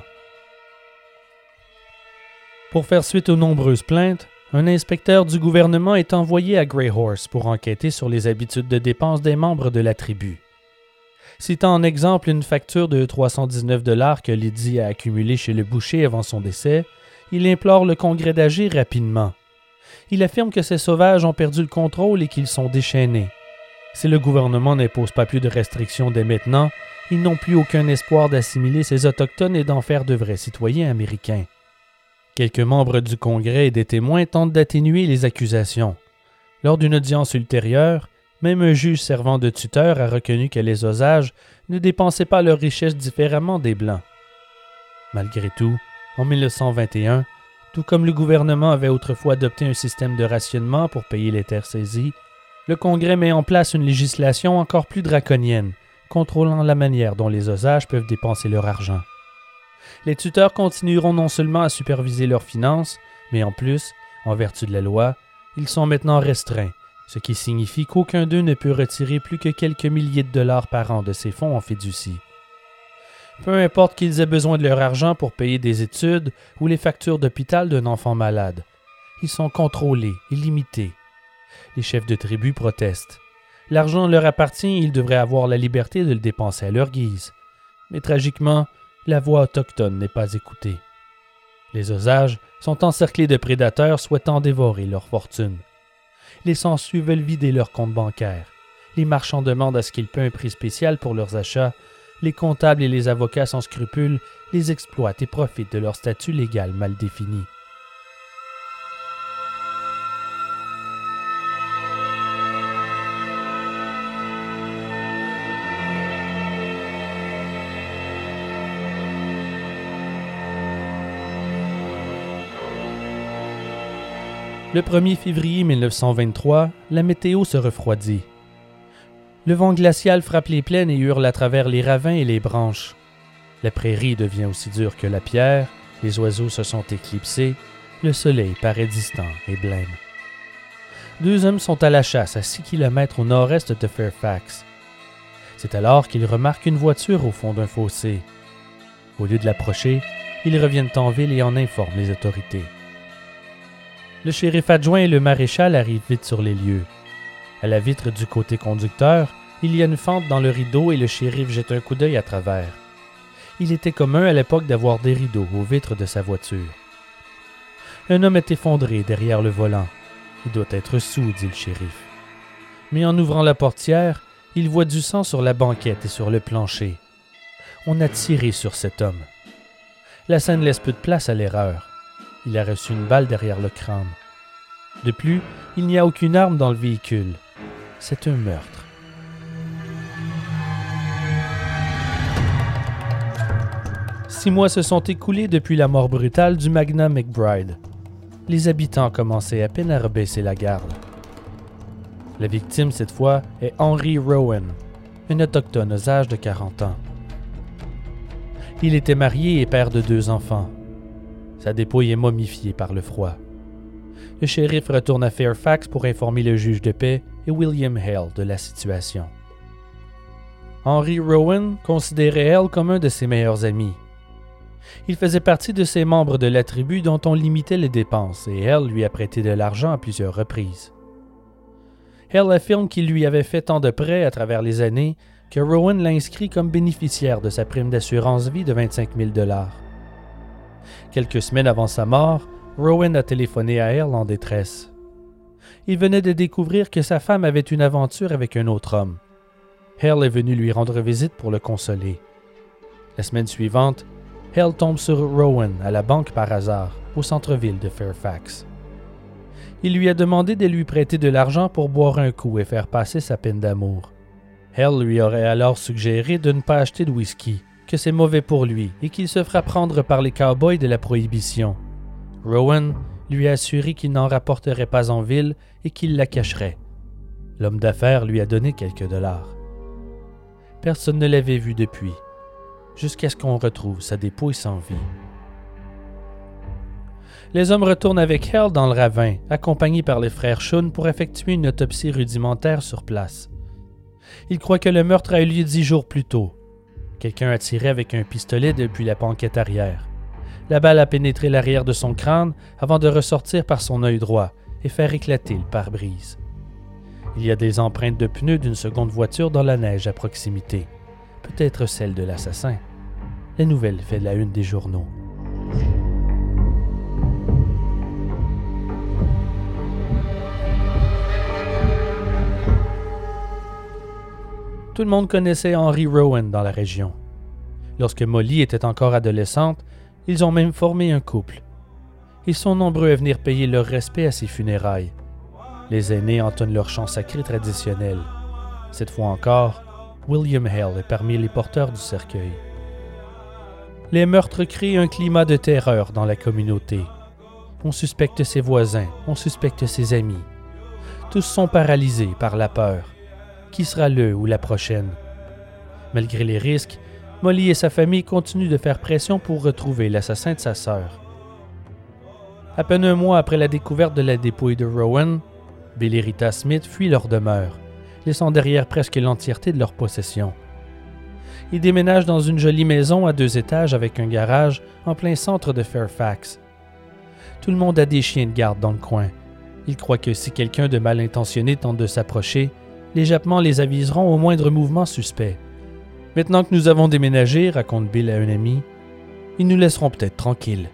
Pour faire suite aux nombreuses plaintes, un inspecteur du gouvernement est envoyé à Grey Horse pour enquêter sur les habitudes de dépenses des membres de la tribu. Citant en exemple une facture de trois cent dix-neuf dollars que Lydie a accumulée chez le boucher avant son décès, il implore le Congrès d'agir rapidement. Il affirme que ces sauvages ont perdu le contrôle et qu'ils sont déchaînés. Si le gouvernement n'impose pas plus de restrictions dès maintenant, ils n'ont plus aucun espoir d'assimiler ces Autochtones et d'en faire de vrais citoyens américains. Quelques membres du Congrès et des témoins tentent d'atténuer les accusations. Lors d'une audience ultérieure, même un juge servant de tuteur a reconnu que les Osages ne dépensaient pas leurs richesses différemment des Blancs. Malgré tout, en mille neuf cent vingt et un, tout comme le gouvernement avait autrefois adopté un système de rationnement pour payer les terres saisies, le Congrès met en place une législation encore plus draconienne, contrôlant la manière dont les Osages peuvent dépenser leur argent. Les tuteurs continueront non seulement à superviser leurs finances, mais en plus, en vertu de la loi, ils sont maintenant restreints, ce qui signifie qu'aucun d'eux ne peut retirer plus que quelques milliers de dollars par an de ses fonds en fiducie. Peu importe qu'ils aient besoin de leur argent pour payer des études ou les factures d'hôpital d'un enfant malade, ils sont contrôlés et limités. Les chefs de tribu protestent. L'argent leur appartient et ils devraient avoir la liberté de le dépenser à leur guise. Mais tragiquement, la voix autochtone n'est pas écoutée. Les Osages sont encerclés de prédateurs souhaitant dévorer leur fortune. Les sangsues veulent vider leurs comptes bancaires. Les marchands demandent à ce qu'ils paient un prix spécial pour leurs achats. Les comptables et les avocats sans scrupules les exploitent et profitent de leur statut légal mal défini. Le premier février mille neuf cent vingt-trois, la météo se refroidit. Le vent glacial frappe les plaines et hurle à travers les ravins et les branches. La prairie devient aussi dure que la pierre, les oiseaux se sont éclipsés, le soleil paraît distant et blême. Deux hommes sont à la chasse à six kilomètres au nord-est de Fairfax. C'est alors qu'ils remarquent une voiture au fond d'un fossé. Au lieu de l'approcher, ils reviennent en ville et en informent les autorités. Le shérif adjoint et le maréchal arrivent vite sur les lieux. À la vitre du côté conducteur, il y a une fente dans le rideau et le shérif jette un coup d'œil à travers. Il était commun à l'époque d'avoir des rideaux aux vitres de sa voiture. Un homme est effondré derrière le volant. Il doit être sourd, dit le shérif. Mais en ouvrant la portière, il voit du sang sur la banquette et sur le plancher. On a tiré sur cet homme. La scène laisse peu de place à l'erreur. Il a reçu une balle derrière le crâne. De plus, il n'y a aucune arme dans le véhicule. C'est un meurtre. Six mois se sont écoulés depuis la mort brutale du magnat McBride. les habitants commençaient à peine à rebaisser la garde. La victime, cette fois, est Henry Rowan, un autochtone aux âges de quarante ans. Il était marié et père de deux enfants. Sa dépouille est momifiée par le froid. Le shérif retourne à Fairfax pour informer le juge de paix et William Hale de la situation. Henry Rowan considérait Hale comme un de ses meilleurs amis. Il faisait partie de ces membres de la tribu dont on limitait les dépenses et Hale lui a prêté de l'argent à plusieurs reprises. Hale affirme qu'il lui avait fait tant de prêts à travers les années que Rowan l'a inscrit comme bénéficiaire de sa prime d'assurance vie de vingt-cinq mille dollars. Quelques semaines avant sa mort, Rowan a téléphoné à Hale en détresse. Il venait de découvrir que sa femme avait une aventure avec un autre homme. Hale est venu lui rendre visite pour le consoler. La semaine suivante, Hale tombe sur Rowan à la banque par hasard, au centre-ville de Fairfax. Il lui a demandé de lui prêter de l'argent pour boire un coup et faire passer sa peine d'amour. Hale lui aurait alors suggéré de ne pas acheter de whisky, que c'est mauvais pour lui et qu'il se fera prendre par les cow-boys de la prohibition. Rowan lui a assuré qu'il n'en rapporterait pas en ville et qu'il la cacherait. L'homme d'affaires lui a donné quelques dollars. Personne ne l'avait vu depuis, jusqu'à ce qu'on retrouve sa dépouille sans vie. Les hommes retournent avec Hale dans le ravin, accompagnés par les frères Shun pour effectuer une autopsie rudimentaire sur place. Ils croient que le meurtre a eu lieu dix jours plus tôt. Quelqu'un a tiré avec un pistolet depuis la banquette arrière. La balle a pénétré l'arrière de son crâne avant de ressortir par son œil droit et faire éclater le pare-brise. Il y a des empreintes de pneus d'une seconde voiture dans la neige à proximité, peut-être celle de l'assassin. La nouvelle fait la une des journaux. Tout le monde connaissait Henry Rowan dans la région. Lorsque Molly était encore adolescente, ils ont même formé un couple. Ils sont nombreux à venir payer leur respect à ses funérailles. Les aînés entonnent leur chant sacré traditionnel. Cette fois encore, William Hale est parmi les porteurs du cercueil. Les meurtres créent un climat de terreur dans la communauté. On suspecte ses voisins, on suspecte ses amis. Tous sont paralysés par la peur. Qui sera le ou la prochaine? Malgré les risques, Molly et sa famille continuent de faire pression pour retrouver l'assassin de sa sœur. À peine un mois après la découverte de la dépouille de Rowan, Bill et Rita Smith fuient leur demeure, laissant derrière presque l'entièreté de leurs possessions. Ils déménagent dans une jolie maison à deux étages avec un garage en plein centre de Fairfax. Tout le monde a des chiens de garde dans le coin. Ils croient que si quelqu'un de mal intentionné tente de s'approcher, les jappements les aviseront au moindre mouvement suspect. Maintenant que nous avons déménagé, raconte Bill à un ami, ils nous laisseront peut-être tranquilles.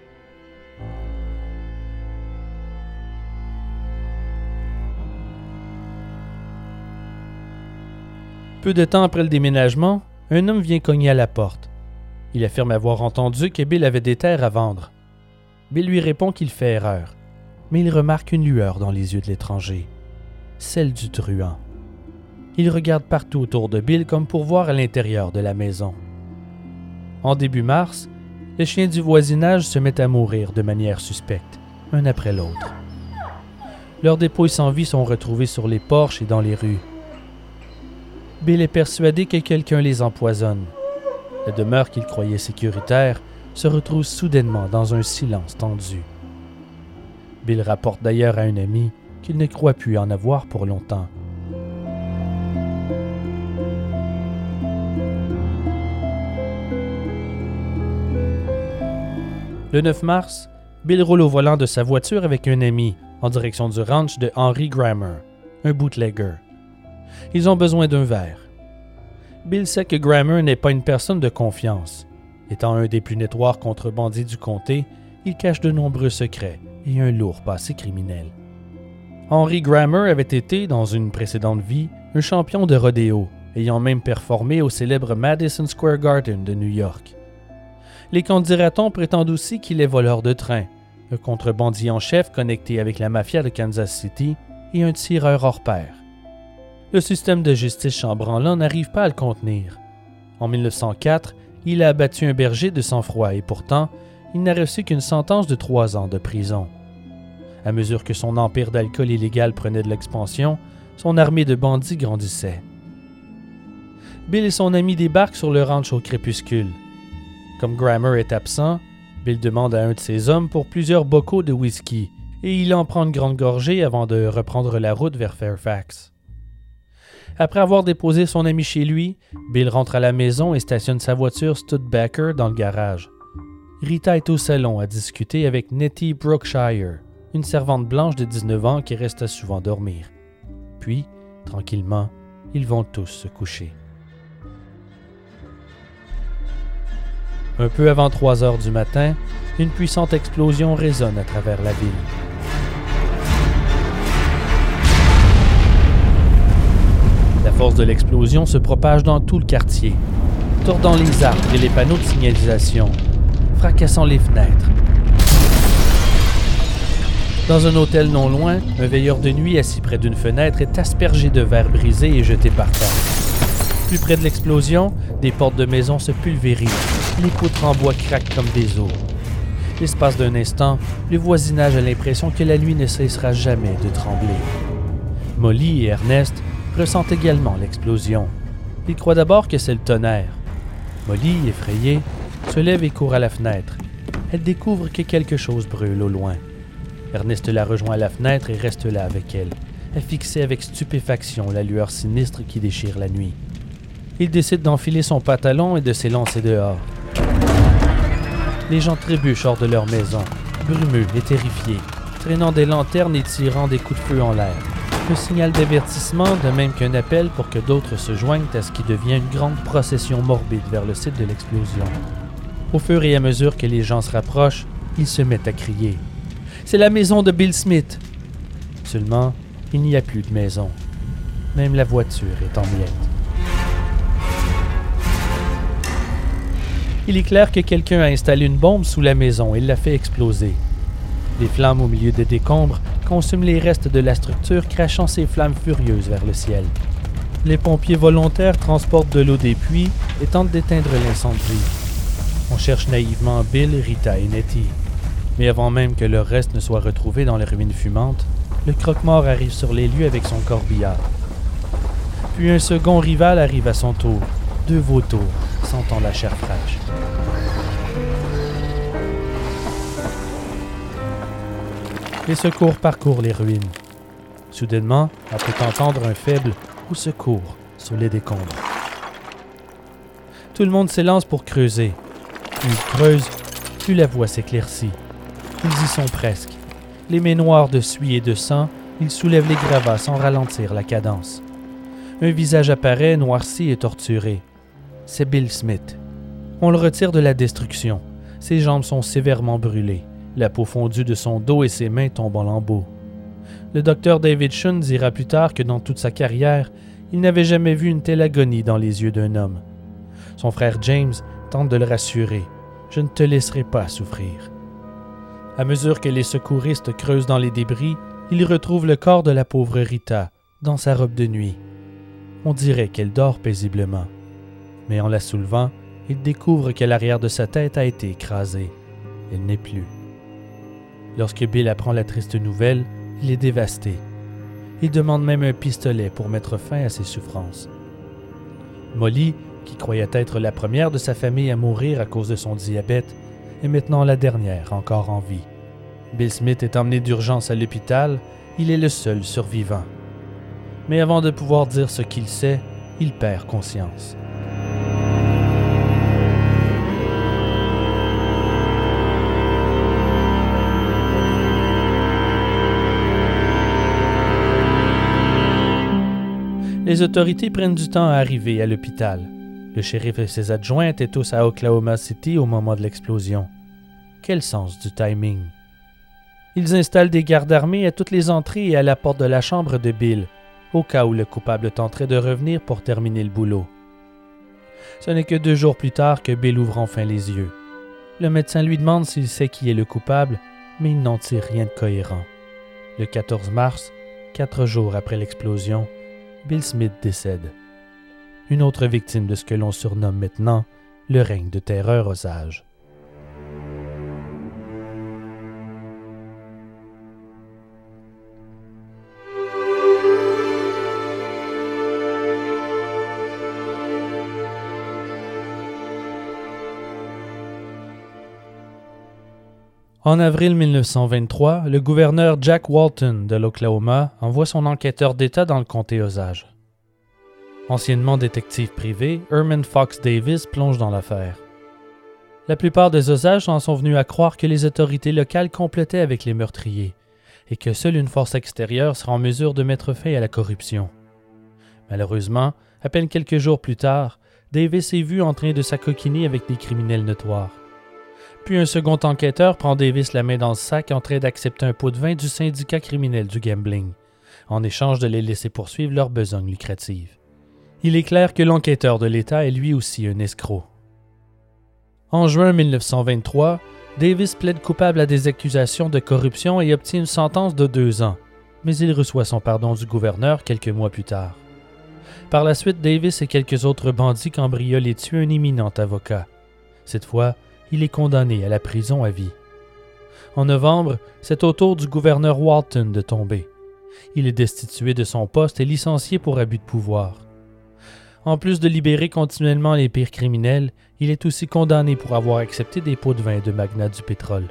Peu de temps après le déménagement, un homme vient cogner à la porte. Il affirme avoir entendu que Bill avait des terres à vendre. Bill lui répond qu'il fait erreur, mais il remarque une lueur dans les yeux de l'étranger, celle du truand. Il regarde partout autour de Bill comme pour voir à l'intérieur de la maison. En début mars, les chiens du voisinage se mettent à mourir de manière suspecte, un après l'autre. Leurs dépouilles sans vie sont retrouvées sur les porches et dans les rues. Bill est persuadé que quelqu'un les empoisonne. La demeure qu'il croyait sécuritaire se retrouve soudainement dans un silence tendu. Bill rapporte d'ailleurs à un ami qu'il ne croit plus en avoir pour longtemps. Le neuf mars, Bill roule au volant de sa voiture avec un ami en direction du ranch de Henry Grammer, un bootlegger. Ils ont besoin d'un verre. Bill sait que Grammer n'est pas une personne de confiance. Étant un des plus notoires contrebandiers du comté, il cache de nombreux secrets et un lourd passé criminel. Henry Grammer avait été, dans une précédente vie, un champion de rodéo, ayant même performé au célèbre Madison Square Garden de New York. Les candidatons prétendent aussi qu'il est voleur de train, un contrebandier en chef connecté avec la mafia de Kansas City et un tireur hors pair. Le système de justice chambranlant n'arrive pas à le contenir. En mille neuf cent quatre, il a abattu un berger de sang-froid et pourtant, il n'a reçu qu'une sentence de trois ans de prison. À mesure que son empire d'alcool illégal prenait de l'expansion, son armée de bandits grandissait. Bill et son ami débarquent sur le ranch au crépuscule. Comme Grammer est absent, Bill demande à un de ses hommes pour plusieurs bocaux de whisky et il en prend une grande gorgée avant de reprendre la route vers Fairfax. Après avoir déposé son ami chez lui, Bill rentre à la maison et stationne sa voiture Studebaker dans le garage. Rita est au salon à discuter avec Nettie Brookshire, une servante blanche de dix-neuf ans qui reste souvent dormir. Puis, tranquillement, ils vont tous se coucher. Un peu avant trois heures du matin, une puissante explosion résonne à travers la ville. La force de l'explosion se propage dans tout le quartier, tordant les arbres et les panneaux de signalisation, fracassant les fenêtres. Dans un hôtel non loin, un veilleur de nuit assis près d'une fenêtre est aspergé de verres brisés et jeté par terre. Plus près de l'explosion, des portes de maison se pulvérisent. Les poutres en bois craquent comme des os. L'espace d'un instant, le voisinage a l'impression que la nuit ne cessera jamais de trembler. Molly et Ernest ressentent également l'explosion. Ils croient d'abord que c'est le tonnerre. Molly, effrayée, se lève et court à la fenêtre. Elle découvre que quelque chose brûle au loin. Ernest la rejoint à la fenêtre et reste là avec elle, à fixer avec stupéfaction la lueur sinistre qui déchire la nuit. Il décide d'enfiler son pantalon et de s'élancer dehors. Les gens trébuchent hors de leur maison, brumeux et terrifiés, traînant des lanternes et tirant des coups de feu en l'air. Un signal d'avertissement, de même qu'un appel pour que d'autres se joignent à ce qui devient une grande procession morbide vers le site de l'explosion. Au fur et à mesure que les gens se rapprochent, ils se mettent à crier. « C'est la maison de Bill Smith !» Seulement, il n'y a plus de maison. Même la voiture est en miettes. Il est clair que quelqu'un a installé une bombe sous la maison et l'a fait exploser. Les flammes au milieu des décombres consument les restes de la structure, crachant ses flammes furieuses vers le ciel. Les pompiers volontaires transportent de l'eau des puits et tentent d'éteindre l'incendie. On cherche naïvement Bill, Rita et Nettie. Mais avant même que leur reste ne soit retrouvé dans les ruines fumantes, le croque-mort arrive sur les lieux avec son corbillard. Puis un second rival arrive à son tour, deux vautours, sentant la chair fraîche. Les secours parcourent les ruines. Soudainement, on peut entendre un faible « au secours » sous les décombres. Tout le monde s'élance pour creuser. Plus ils creusent, plus la voie s'éclaircit. Ils y sont presque. Les mains noires de suie et de sang, ils soulèvent les gravats sans ralentir la cadence. Un visage apparaît, noirci et torturé. C'est Bill Smith. On le retire de la destruction. Ses jambes sont sévèrement brûlées. La peau fondue de son dos et ses mains tombent en lambeaux. Le docteur David Shun dira plus tard que dans toute sa carrière, il n'avait jamais vu une telle agonie dans les yeux d'un homme. Son frère James tente de le rassurer. « Je ne te laisserai pas souffrir. » À mesure que les secouristes creusent dans les débris, ils retrouvent le corps de la pauvre Rita, dans sa robe de nuit. On dirait qu'elle dort paisiblement. Mais en la soulevant, ils découvrent que l'arrière de sa tête a été écrasé. Elle n'est plus. Lorsque Bill apprend la triste nouvelle, il est dévasté. Il demande même un pistolet pour mettre fin à ses souffrances. Molly, qui croyait être la première de sa famille à mourir à cause de son diabète, est maintenant la dernière encore en vie. Bill Smith est emmené d'urgence à l'hôpital, il est le seul survivant. Mais avant de pouvoir dire ce qu'il sait, il perd conscience. Les autorités prennent du temps à arriver à l'hôpital. Le shérif et ses adjoints étaient tous à Oklahoma City au moment de l'explosion. Quel sens du timing! Ils installent des gardes armés à toutes les entrées et à la porte de la chambre de Bill, au cas où le coupable tenterait de revenir pour terminer le boulot. Ce n'est que deux jours plus tard que Bill ouvre enfin les yeux. Le médecin lui demande s'il sait qui est le coupable, mais il n'en tire rien de cohérent. Le quatorze mars, quatre jours après l'explosion, Bill Smith décède. Une autre victime de ce que l'on surnomme maintenant le règne de terreur Osage. En avril mille neuf cent vingt-trois, le gouverneur Jack Walton de l'Oklahoma envoie son enquêteur d'État dans le comté Osage. Anciennement détective privé, Herman Fox Davis plonge dans l'affaire. La plupart des Osages en sont venus à croire que les autorités locales complotaient avec les meurtriers et que seule une force extérieure sera en mesure de mettre fin à la corruption. Malheureusement, à peine quelques jours plus tard, Davis est vu en train de s'acoquiner avec des criminels notoires. Puis un second enquêteur prend Davis la main dans le sac en train d'accepter un pot de vin du syndicat criminel du gambling, en échange de les laisser poursuivre leur besogne lucrative. Il est clair que l'enquêteur de l'État est lui aussi un escroc. En juin mille neuf cent vingt-trois, Davis plaide coupable à des accusations de corruption et obtient une sentence de deux ans, mais il reçoit son pardon du gouverneur quelques mois plus tard. Par la suite, Davis et quelques autres bandits cambriolent et tuent un éminent avocat. Cette fois, il est condamné à la prison à vie. En novembre, c'est au tour du gouverneur Walton de tomber. Il est destitué de son poste et licencié pour abus de pouvoir. En plus de libérer continuellement les pires criminels, il est aussi condamné pour avoir accepté des pots de vin de magnats du pétrole.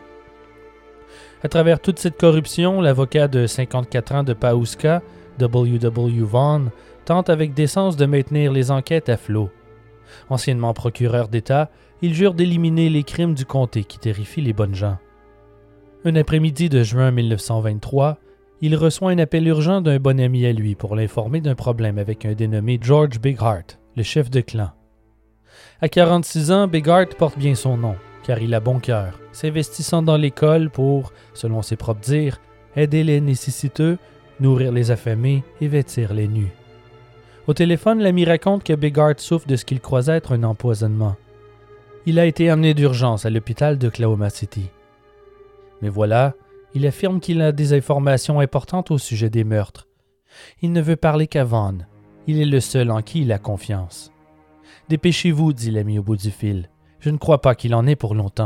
À travers toute cette corruption, l'avocat de cinquante-quatre ans de Pawhuska, W W Vaughn, tente avec décence de maintenir les enquêtes à flot. Anciennement procureur d'État, il jure d'éliminer les crimes du comté qui terrifient les bonnes gens. Un après-midi de juin mille neuf cent vingt-trois, il reçoit un appel urgent d'un bon ami à lui pour l'informer d'un problème avec un dénommé George Big Heart, le chef de clan. À quarante-six ans, Big Heart porte bien son nom, car il a bon cœur, s'investissant dans l'école pour, selon ses propres dires, aider les nécessiteux, nourrir les affamés et vêtir les nus. Au téléphone, l'ami raconte que Big Heart souffre de ce qu'il croit être un empoisonnement. Il a été amené d'urgence à l'hôpital d'Oklahoma City. Mais voilà, il affirme qu'il a des informations importantes au sujet des meurtres. Il ne veut parler qu'à Vaughn. Il est le seul en qui il a confiance. « Dépêchez-vous, dit l'ami au bout du fil. Je ne crois pas qu'il en ait pour longtemps. »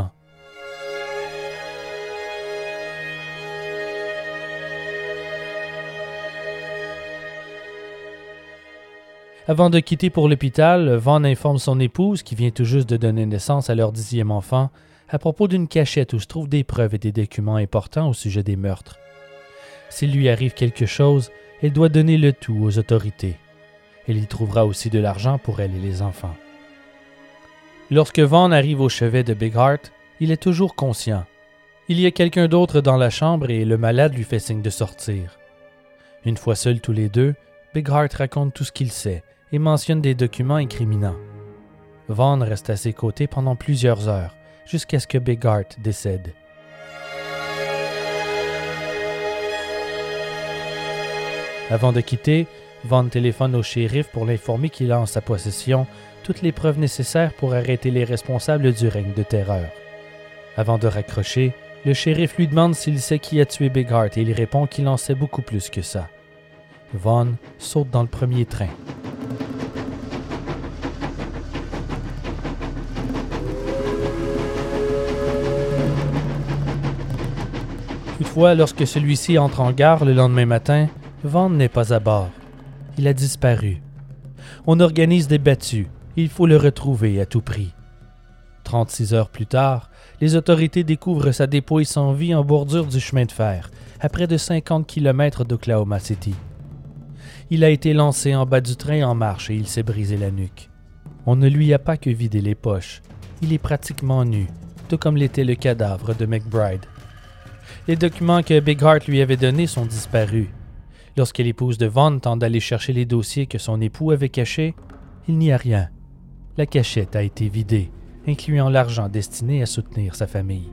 Avant de quitter pour l'hôpital, Vaughn informe son épouse, qui vient tout juste de donner naissance à leur dixième enfant, à propos d'une cachette où se trouvent des preuves et des documents importants au sujet des meurtres. S'il lui arrive quelque chose, elle doit donner le tout aux autorités. Elle y trouvera aussi de l'argent pour elle et les enfants. Lorsque Vaughn arrive au chevet de Big Heart, il est toujours conscient. Il y a quelqu'un d'autre dans la chambre et le malade lui fait signe de sortir. Une fois seuls tous les deux, Big Heart raconte tout ce qu'il sait et mentionne des documents incriminants. Vaughn reste à ses côtés pendant plusieurs heures, jusqu'à ce que Big Heart décède. Avant de quitter, Vaughn téléphone au shérif pour l'informer qu'il a en sa possession toutes les preuves nécessaires pour arrêter les responsables du règne de terreur. Avant de raccrocher, le shérif lui demande s'il sait qui a tué Big Heart et il répond qu'il en sait beaucoup plus que ça. Vaughn saute dans le premier train. Toutefois, lorsque celui-ci entre en gare le lendemain matin, Vaughn n'est pas à bord. Il a disparu. On organise des battues. Il faut le retrouver à tout prix. trente-six heures plus tard, les autorités découvrent sa dépouille sans vie en bordure du chemin de fer, à près de cinquante kilomètres d'Oklahoma City. Il a été lancé en bas du train en marche et il s'est brisé la nuque. On ne lui a pas que vidé les poches. Il est pratiquement nu, tout comme l'était le cadavre de McBride. Les documents que Big Heart lui avait donnés sont disparus. Lorsque l'épouse de Vaughn tente d'aller chercher les dossiers que son époux avait cachés, il n'y a rien. La cachette a été vidée, incluant l'argent destiné à soutenir sa famille.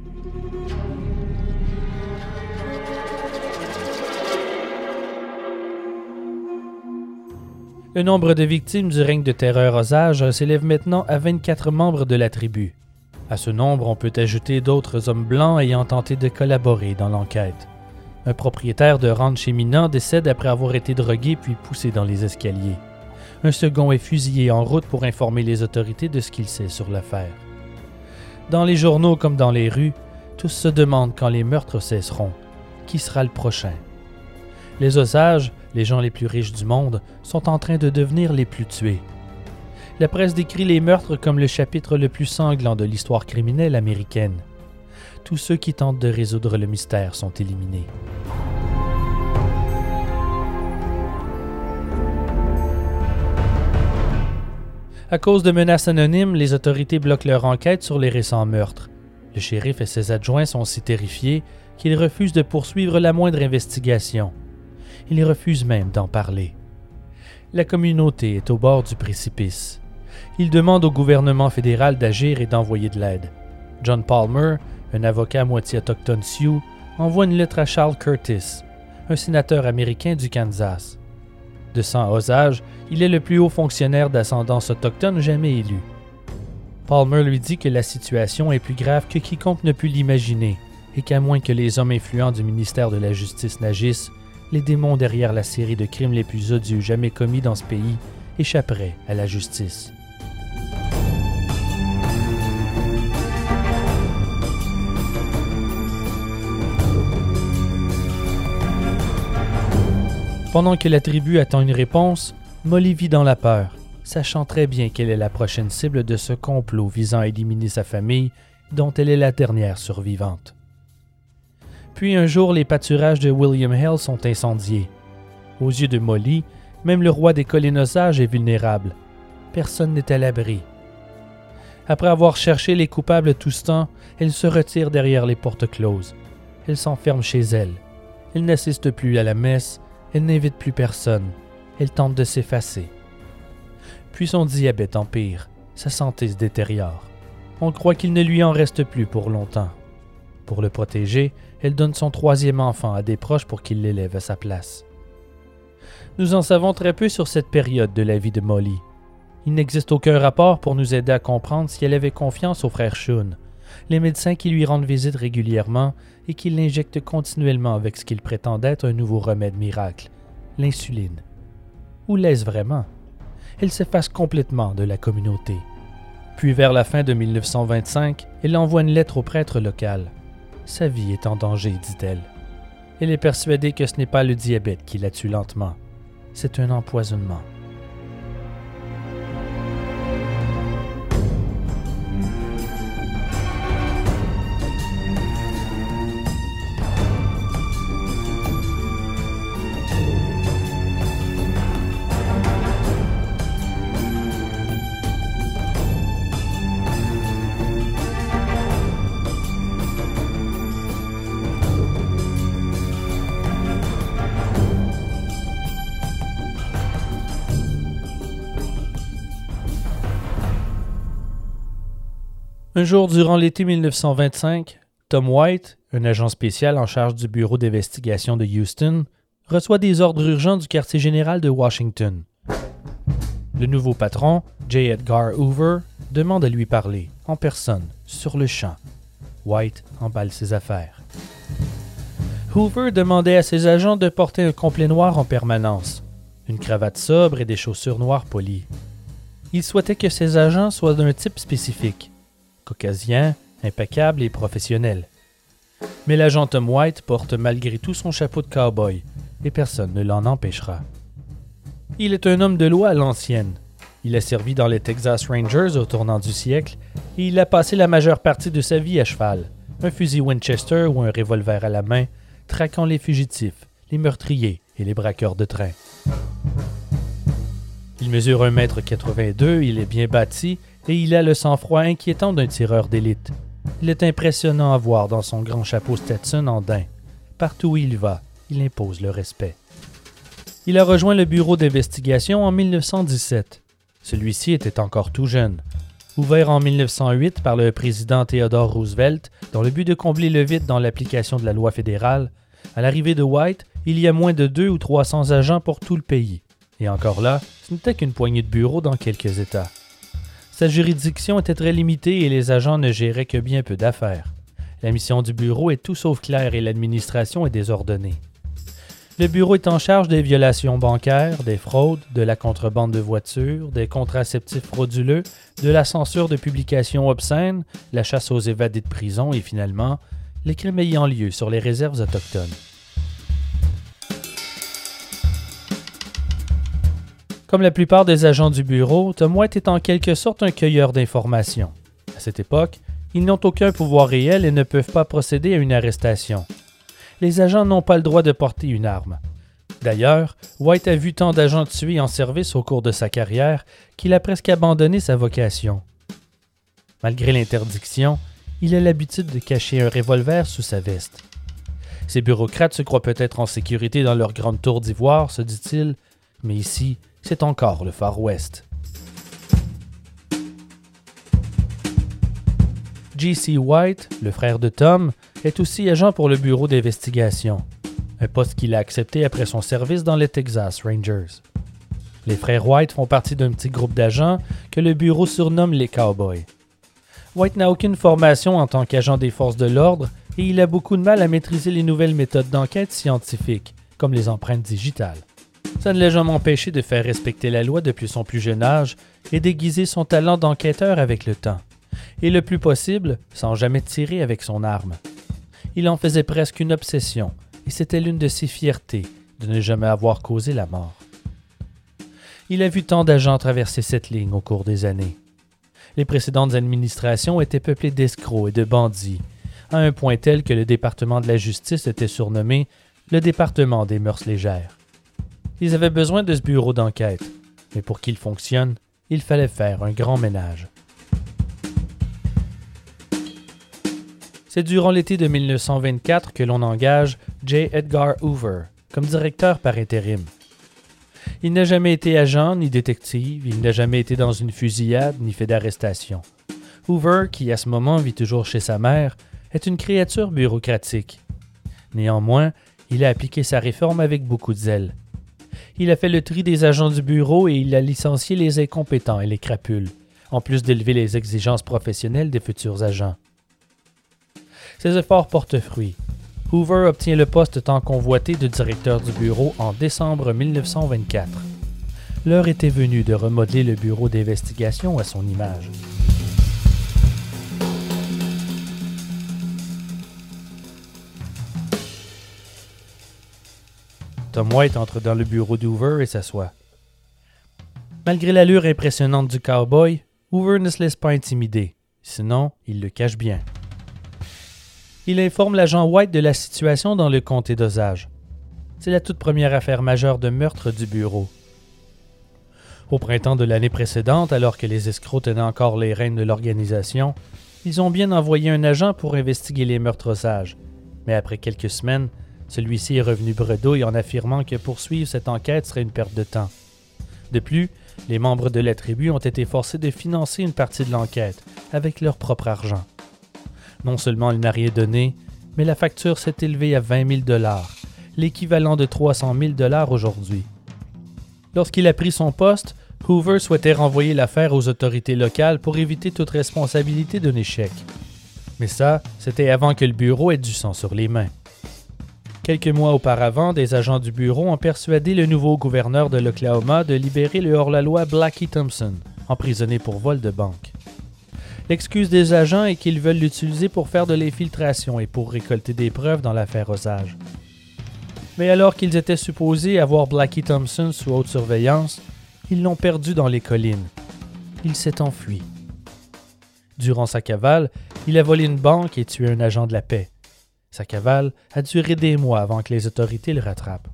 Le nombre de victimes du règne de terreur Osage s'élève maintenant à vingt-quatre membres de la tribu. À ce nombre, on peut ajouter d'autres hommes blancs ayant tenté de collaborer dans l'enquête. Un propriétaire de ranch éminent décède après avoir été drogué puis poussé dans les escaliers. Un second est fusillé en route pour informer les autorités de ce qu'il sait sur l'affaire. Dans les journaux comme dans les rues, tous se demandent quand les meurtres cesseront. Qui sera le prochain? Les Osages, les gens les plus riches du monde, sont en train de devenir les plus tués. La presse décrit les meurtres comme le chapitre le plus sanglant de l'histoire criminelle américaine. Tous ceux qui tentent de résoudre le mystère sont éliminés. À cause de menaces anonymes, les autorités bloquent leur enquête sur les récents meurtres. Le shérif et ses adjoints sont si terrifiés qu'ils refusent de poursuivre la moindre investigation. Ils refusent même d'en parler. La communauté est au bord du précipice. Ils demandent au gouvernement fédéral d'agir et d'envoyer de l'aide. John Palmer, un avocat à moitié autochtone Sioux, envoie une lettre à Charles Curtis, un sénateur américain du Kansas. De sang Osage, il est le plus haut fonctionnaire d'ascendance autochtone jamais élu. Palmer lui dit que la situation est plus grave que quiconque ne put l'imaginer et qu'à moins que les hommes influents du ministère de la Justice n'agissent, les démons derrière la série de crimes les plus odieux jamais commis dans ce pays échapperaient à la justice. Pendant que la tribu attend une réponse, Molly vit dans la peur, sachant très bien qu'elle est la prochaine cible de ce complot visant à éliminer sa famille, dont elle est la dernière survivante. Puis un jour, les pâturages de William Hill sont incendiés. Aux yeux de Molly, même le roi des collines Osage est vulnérable. Personne n'est à l'abri. Après avoir cherché les coupables tout ce temps, elle se retire derrière les portes closes. Elle s'enferme chez elle. Elle n'assiste plus à la messe. Elle n'invite plus personne. Elle tente de s'effacer. Puis son diabète empire. Sa santé se détériore. On croit qu'il ne lui en reste plus pour longtemps. Pour le protéger, elle donne son troisième enfant à des proches pour qu'il l'élève à sa place. Nous en savons très peu sur cette période de la vie de Molly. Il n'existe aucun rapport pour nous aider à comprendre si elle avait confiance au frère Shun, les médecins qui lui rendent visite régulièrement et qui l'injectent continuellement avec ce qu'il prétend être un nouveau remède miracle, l'insuline. Ou l'est-ce vraiment? Elle s'efface complètement de la communauté. Puis vers la fin de mille neuf cent vingt-cinq, elle envoie une lettre au prêtre local. Sa vie est en danger, dit-elle. Elle est persuadée que ce n'est pas le diabète qui la tue lentement. C'est un empoisonnement. Un jour durant l'été mille neuf cent vingt-cinq, Tom White, un agent spécial en charge du bureau d'investigation de Houston, reçoit des ordres urgents du quartier général de Washington. Le nouveau patron, J. Edgar Hoover, demande à lui parler, en personne, sur le champ. White emballe ses affaires. Hoover demandait à ses agents de porter un complet noir en permanence, une cravate sobre et des chaussures noires polies. Il souhaitait que ses agents soient d'un type spécifique, caucasien, impeccable et professionnel. Mais l'agent Tom White porte malgré tout son chapeau de cow-boy, et personne ne l'en empêchera. Il est un homme de loi à l'ancienne. Il a servi dans les Texas Rangers au tournant du siècle, et il a passé la majeure partie de sa vie à cheval, un fusil Winchester ou un revolver à la main, traquant les fugitifs, les meurtriers et les braqueurs de train. Il mesure un mètre quatre-vingt-deux, il est bien bâti, et il a le sang-froid inquiétant d'un tireur d'élite. Il est impressionnant à voir dans son grand chapeau Stetson en daim. Partout où il va, il impose le respect. Il a rejoint le bureau d'investigation en mille neuf cent dix-sept. Celui-ci était encore tout jeune. Ouvert en mille neuf cent huit par le président Theodore Roosevelt dans le but de combler le vide dans l'application de la loi fédérale, à l'arrivée de White, il y a moins de deux ou trois cents agents pour tout le pays. Et encore là, ce n'était qu'une poignée de bureaux dans quelques États. Sa juridiction était très limitée et les agents ne géraient que bien peu d'affaires. La mission du bureau est tout sauf claire et l'administration est désordonnée. Le bureau est en charge des violations bancaires, des fraudes, de la contrebande de voitures, des contraceptifs frauduleux, de la censure de publications obscènes, la chasse aux évadés de prison et finalement, les crimes ayant lieu sur les réserves autochtones. Comme la plupart des agents du bureau, Tom White est en quelque sorte un cueilleur d'informations. À cette époque, Ils n'ont aucun pouvoir réel et ne peuvent pas procéder à une arrestation. Les agents n'ont pas le droit de porter une arme. D'ailleurs, White a vu tant d'agents tués en service au cours de sa carrière qu'il a presque abandonné sa vocation. Malgré l'interdiction, il a l'habitude de cacher un revolver sous sa veste. Ces bureaucrates se croient peut-être en sécurité dans leur grande tour d'ivoire, se dit-il, mais ici, c'est encore le Far West. J C White, le frère de Tom, est aussi agent pour le bureau d'investigation, un poste qu'il a accepté après son service dans les Texas Rangers. Les frères White font partie d'un petit groupe d'agents que le bureau surnomme les Cowboys. White n'a aucune formation en tant qu'agent des forces de l'ordre et il a beaucoup de mal à maîtriser les nouvelles méthodes d'enquête scientifiques, comme les empreintes digitales. Ça ne l'a jamais empêché de faire respecter la loi depuis son plus jeune âge et d'aiguiser son talent d'enquêteur avec le temps. Et le plus possible, sans jamais tirer avec son arme. Il en faisait presque une obsession, et c'était l'une de ses fiertés de ne jamais avoir causé la mort. Il a vu tant d'agents traverser cette ligne au cours des années. Les précédentes administrations étaient peuplées d'escrocs et de bandits, à un point tel que le département de la justice était surnommé le département des mœurs légères. Ils avaient besoin de ce bureau d'enquête, mais pour qu'il fonctionne, il fallait faire un grand ménage. C'est durant l'été de mille neuf cent vingt-quatre que l'on engage J. Edgar Hoover comme directeur par intérim. Il n'a jamais été agent ni détective, il n'a jamais été dans une fusillade ni fait d'arrestation. Hoover, qui à ce moment vit toujours chez sa mère, est une créature bureaucratique. Néanmoins, il a appliqué sa réforme avec beaucoup de zèle. Il a fait le tri des agents du bureau et il a licencié les incompétents et les crapules, en plus d'élever les exigences professionnelles des futurs agents. Ses efforts portent fruit. Hoover obtient le poste tant convoité de directeur du bureau en décembre mille neuf cent vingt-quatre. L'heure était venue de remodeler le bureau d'investigation à son image. Tom White entre dans le bureau d'Hoover et s'assoit. Malgré l'allure impressionnante du cowboy, Hoover ne se laisse pas intimider, sinon il le cache bien. Il informe l'agent White de la situation dans le comté d'Osage. C'est la toute première affaire majeure de meurtre du bureau. Au printemps de l'année précédente, alors que les escrocs tenaient encore les rênes de l'organisation, ils ont bien envoyé un agent pour investiguer les meurtres Osage. Mais après quelques semaines, celui-ci est revenu bredouille en affirmant que poursuivre cette enquête serait une perte de temps. De plus, les membres de la tribu ont été forcés de financer une partie de l'enquête avec leur propre argent. Non seulement il n'a rien donné, mais la facture s'est élevée à vingt mille dollars, l'équivalent de trois cent mille dollars aujourd'hui. Lorsqu'il a pris son poste, Hoover souhaitait renvoyer l'affaire aux autorités locales pour éviter toute responsabilité d'un échec. Mais ça, c'était avant que le bureau ait du sang sur les mains. Quelques mois auparavant, des agents du bureau ont persuadé le nouveau gouverneur de l'Oklahoma de libérer le hors-la-loi Blackie Thompson, emprisonné pour vol de banque. L'excuse des agents est qu'ils veulent l'utiliser pour faire de l'infiltration et pour récolter des preuves dans l'affaire Osage. Mais alors qu'ils étaient supposés avoir Blackie Thompson sous haute surveillance, ils l'ont perdu dans les collines. Il s'est enfui. Durant sa cavale, il a volé une banque et tué un agent de la paix. Sa cavale a duré des mois avant que les autorités le rattrapent.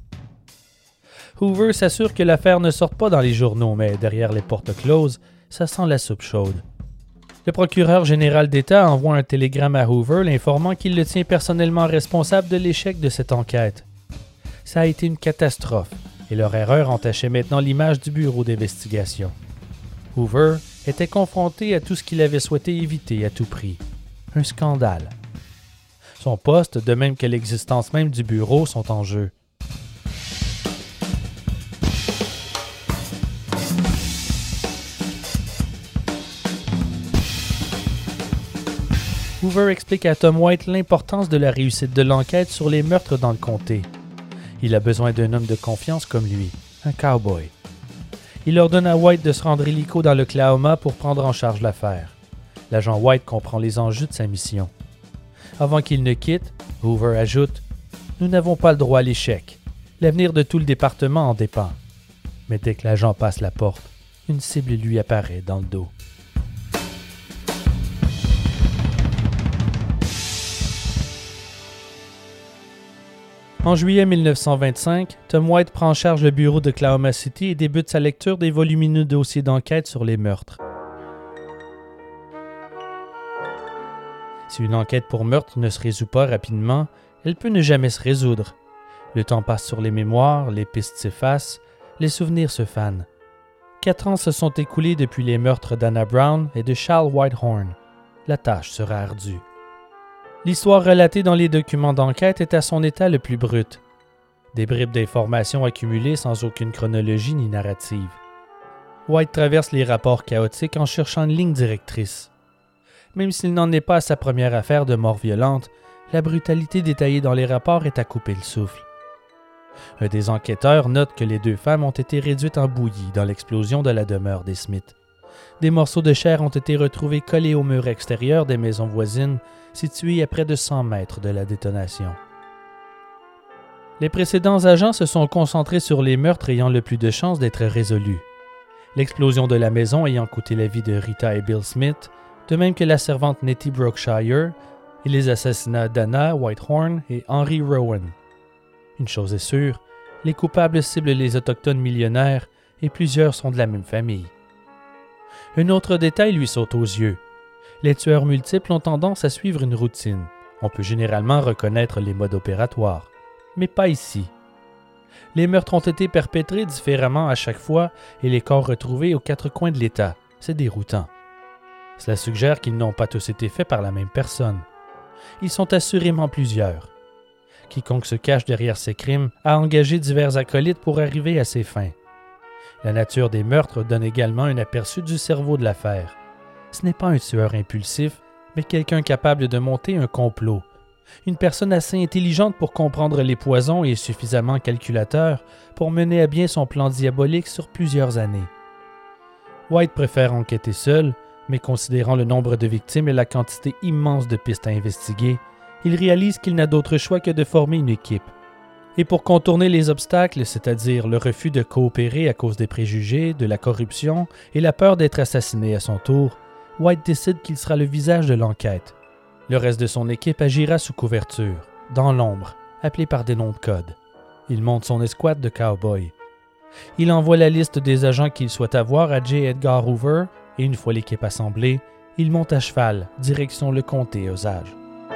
Hoover s'assure que l'affaire ne sorte pas dans les journaux, mais derrière les portes closes, ça sent la soupe chaude. Le procureur général d'État envoie un télégramme à Hoover l'informant qu'il le tient personnellement responsable de l'échec de cette enquête. Ça a été une catastrophe et leur erreur entachait maintenant l'image du bureau d'investigation. Hoover était confronté à tout ce qu'il avait souhaité éviter à tout prix, un scandale. Son poste, de même que l'existence même du bureau, sont en jeu. Hoover explique à Tom White l'importance de la réussite de l'enquête sur les meurtres dans le comté. Il a besoin d'un homme de confiance comme lui, un cowboy. Il ordonne à White de se rendre illico dans l'Oklahoma pour prendre en charge l'affaire. L'agent White comprend les enjeux de sa mission. Avant qu'il ne quitte, Hoover ajoute « Nous n'avons pas le droit à l'échec. L'avenir de tout le département en dépend. » Mais dès que l'agent passe la porte, une cible lui apparaît dans le dos. En juillet mille neuf cent vingt-cinq, Tom White prend en charge le bureau de Oklahoma City et débute sa lecture des volumineux dossiers d'enquête sur les meurtres. Si une enquête pour meurtre ne se résout pas rapidement, elle peut ne jamais se résoudre. Le temps passe sur les mémoires, les pistes s'effacent, les souvenirs se fanent. Quatre ans se sont écoulés depuis les meurtres d'Anna Brown et de Charles Whitehorn. La tâche sera ardue. L'histoire relatée dans les documents d'enquête est à son état le plus brut. Des bribes d'informations accumulées sans aucune chronologie ni narrative. White traverse les rapports chaotiques en cherchant une ligne directrice. Même s'il n'en est pas à sa première affaire de mort violente, la brutalité détaillée dans les rapports est à couper le souffle. Un des enquêteurs note que les deux femmes ont été réduites en bouillie dans l'explosion de la demeure des Smith. Des morceaux de chair ont été retrouvés collés au mur extérieur des maisons voisines, situées à près de cent mètres de la détonation. Les précédents agents se sont concentrés sur les meurtres ayant le plus de chances d'être résolus. L'explosion de la maison ayant coûté la vie de Rita et Bill Smith, de même que la servante Nettie Brookshire, et les assassinats d'Anna Whitehorn et Henry Rowan. Une chose est sûre, les coupables ciblent les autochtones millionnaires et plusieurs sont de la même famille. Un autre détail lui saute aux yeux. Les tueurs multiples ont tendance à suivre une routine. On peut généralement reconnaître les modes opératoires, mais pas ici. Les meurtres ont été perpétrés différemment à chaque fois et les corps retrouvés aux quatre coins de l'État. C'est déroutant. Cela suggère qu'ils n'ont pas tous été faits par la même personne. Ils sont assurément plusieurs. Quiconque se cache derrière ces crimes a engagé divers acolytes pour arriver à ses fins. La nature des meurtres donne également un aperçu du cerveau de l'affaire. Ce n'est pas un tueur impulsif, mais quelqu'un capable de monter un complot. Une personne assez intelligente pour comprendre les poisons et suffisamment calculateur pour mener à bien son plan diabolique sur plusieurs années. White préfère enquêter seul, mais considérant le nombre de victimes et la quantité immense de pistes à investiguer, il réalise qu'il n'a d'autre choix que de former une équipe. Et pour contourner les obstacles, c'est-à-dire le refus de coopérer à cause des préjugés, de la corruption et la peur d'être assassiné à son tour, White décide qu'il sera le visage de l'enquête. Le reste de son équipe agira sous couverture, dans l'ombre, appelé par des noms de code. Il monte son escouade de cow-boys. Il envoie la liste des agents qu'il souhaite avoir à J. Edgar Hoover et une fois l'équipe assemblée, il monte à cheval, direction le comté Osage.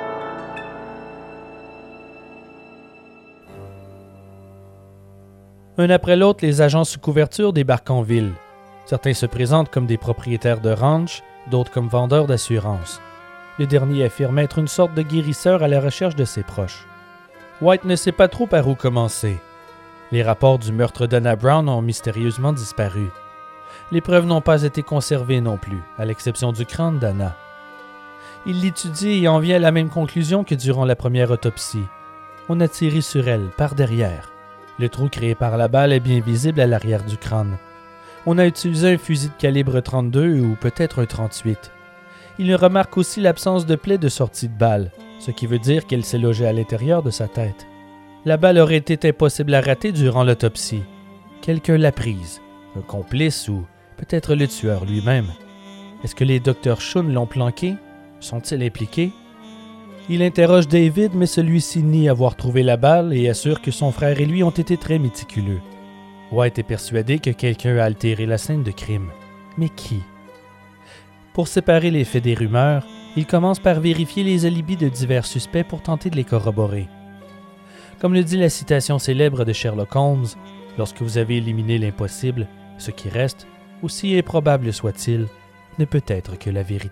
Un après l'autre, les agents sous couverture débarquent en ville. Certains se présentent comme des propriétaires de ranch, d'autres comme vendeurs d'assurance. Le dernier affirme être une sorte de guérisseur à la recherche de ses proches. White ne sait pas trop par où commencer. Les rapports du meurtre d'Anna Brown ont mystérieusement disparu. Les preuves n'ont pas été conservées non plus, à l'exception du crâne d'Anna. Il l'étudie et en vient à la même conclusion que durant la première autopsie. On a tiré sur elle, par derrière. Le trou créé par la balle est bien visible à l'arrière du crâne. On a utilisé un fusil de calibre trente-deux ou peut-être un trente-huit. Il remarque aussi l'absence de plaie de sortie de balle, ce qui veut dire qu'elle s'est logée à l'intérieur de sa tête. La balle aurait été impossible à rater durant l'autopsie. Quelqu'un l'a prise, un complice ou peut-être le tueur lui-même. Est-ce que les docteurs Shun l'ont planqué? Sont-ils impliqués? Il interroge David, mais celui-ci nie avoir trouvé la balle et assure que son frère et lui ont été très méticuleux. White est persuadé que quelqu'un a altéré la scène de crime. Mais qui? Pour séparer les faits des rumeurs, il commence par vérifier les alibis de divers suspects pour tenter de les corroborer. Comme le dit la citation célèbre de Sherlock Holmes, « Lorsque vous avez éliminé l'impossible, ce qui reste, aussi improbable soit-il, ne peut être que la vérité. »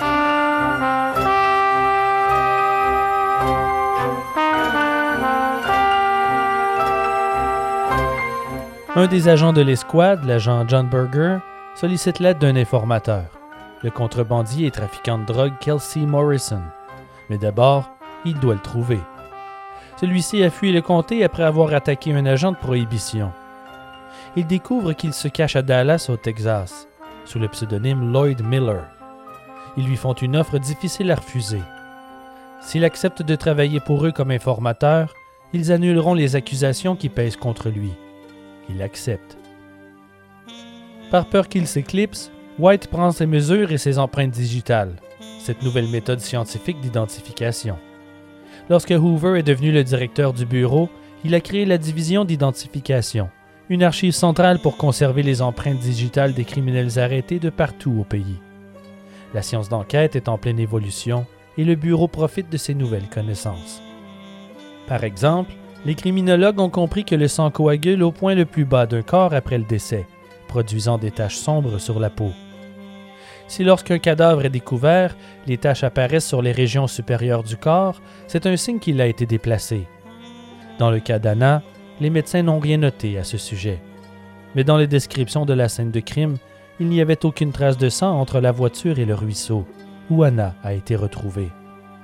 Un des agents de l'escouade, l'agent John Berger, sollicite l'aide d'un informateur, le contrebandier et trafiquant de drogue Kelsey Morrison. Mais d'abord, il doit le trouver. Celui-ci a fui le comté après avoir attaqué un agent de prohibition. Il découvre qu'il se cache à Dallas, au Texas, sous le pseudonyme Lloyd Miller. Ils lui font une offre difficile à refuser. S'il accepte de travailler pour eux comme informateur, ils annuleront les accusations qui pèsent contre lui. Il accepte. Par peur qu'il s'éclipse, White prend ses mesures et ses empreintes digitales, cette nouvelle méthode scientifique d'identification. Lorsque Hoover est devenu le directeur du bureau, il a créé la division d'identification, une archive centrale pour conserver les empreintes digitales des criminels arrêtés de partout au pays. La science d'enquête est en pleine évolution et le bureau profite de ces nouvelles connaissances. Par exemple, les criminologues ont compris que le sang coagule au point le plus bas d'un corps après le décès, produisant des taches sombres sur la peau. Si lorsqu'un cadavre est découvert, les taches apparaissent sur les régions supérieures du corps, c'est un signe qu'il a été déplacé. Dans le cas d'Anna, les médecins n'ont rien noté à ce sujet. Mais dans les descriptions de la scène de crime, il n'y avait aucune trace de sang entre la voiture et le ruisseau, où Anna a été retrouvée.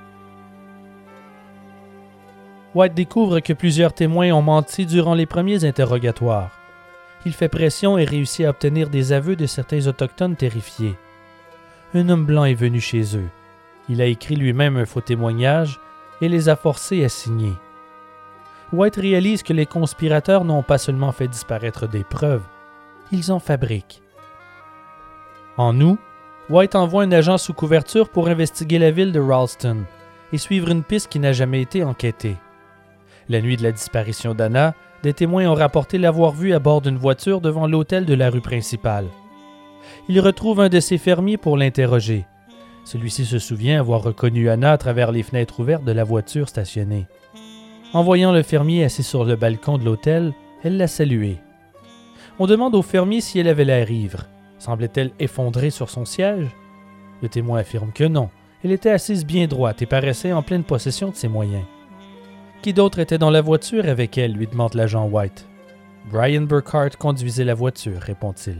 White découvre que plusieurs témoins ont menti durant les premiers interrogatoires. Il fait pression et réussit à obtenir des aveux de certains autochtones terrifiés. Un homme blanc est venu chez eux. Il a écrit lui-même un faux témoignage et les a forcés à signer. White réalise que les conspirateurs n'ont pas seulement fait disparaître des preuves, ils en fabriquent. En août, White envoie un agent sous couverture pour investiguer la ville de Ralston et suivre une piste qui n'a jamais été enquêtée. La nuit de la disparition d'Anna, des témoins ont rapporté l'avoir vue à bord d'une voiture devant l'hôtel de la rue principale. Il retrouve un de ses fermiers pour l'interroger. Celui-ci se souvient avoir reconnu Anna à travers les fenêtres ouvertes de la voiture stationnée. En voyant le fermier assis sur le balcon de l'hôtel, elle l'a salué. On demande au fermier si elle avait l'air ivre. Semblait-elle effondrée sur son siège? Le témoin affirme que non. Elle était assise bien droite et paraissait en pleine possession de ses moyens. Qui d'autre était dans la voiture avec elle, lui demande l'agent White. Brian Burkhart conduisait la voiture, répond-il.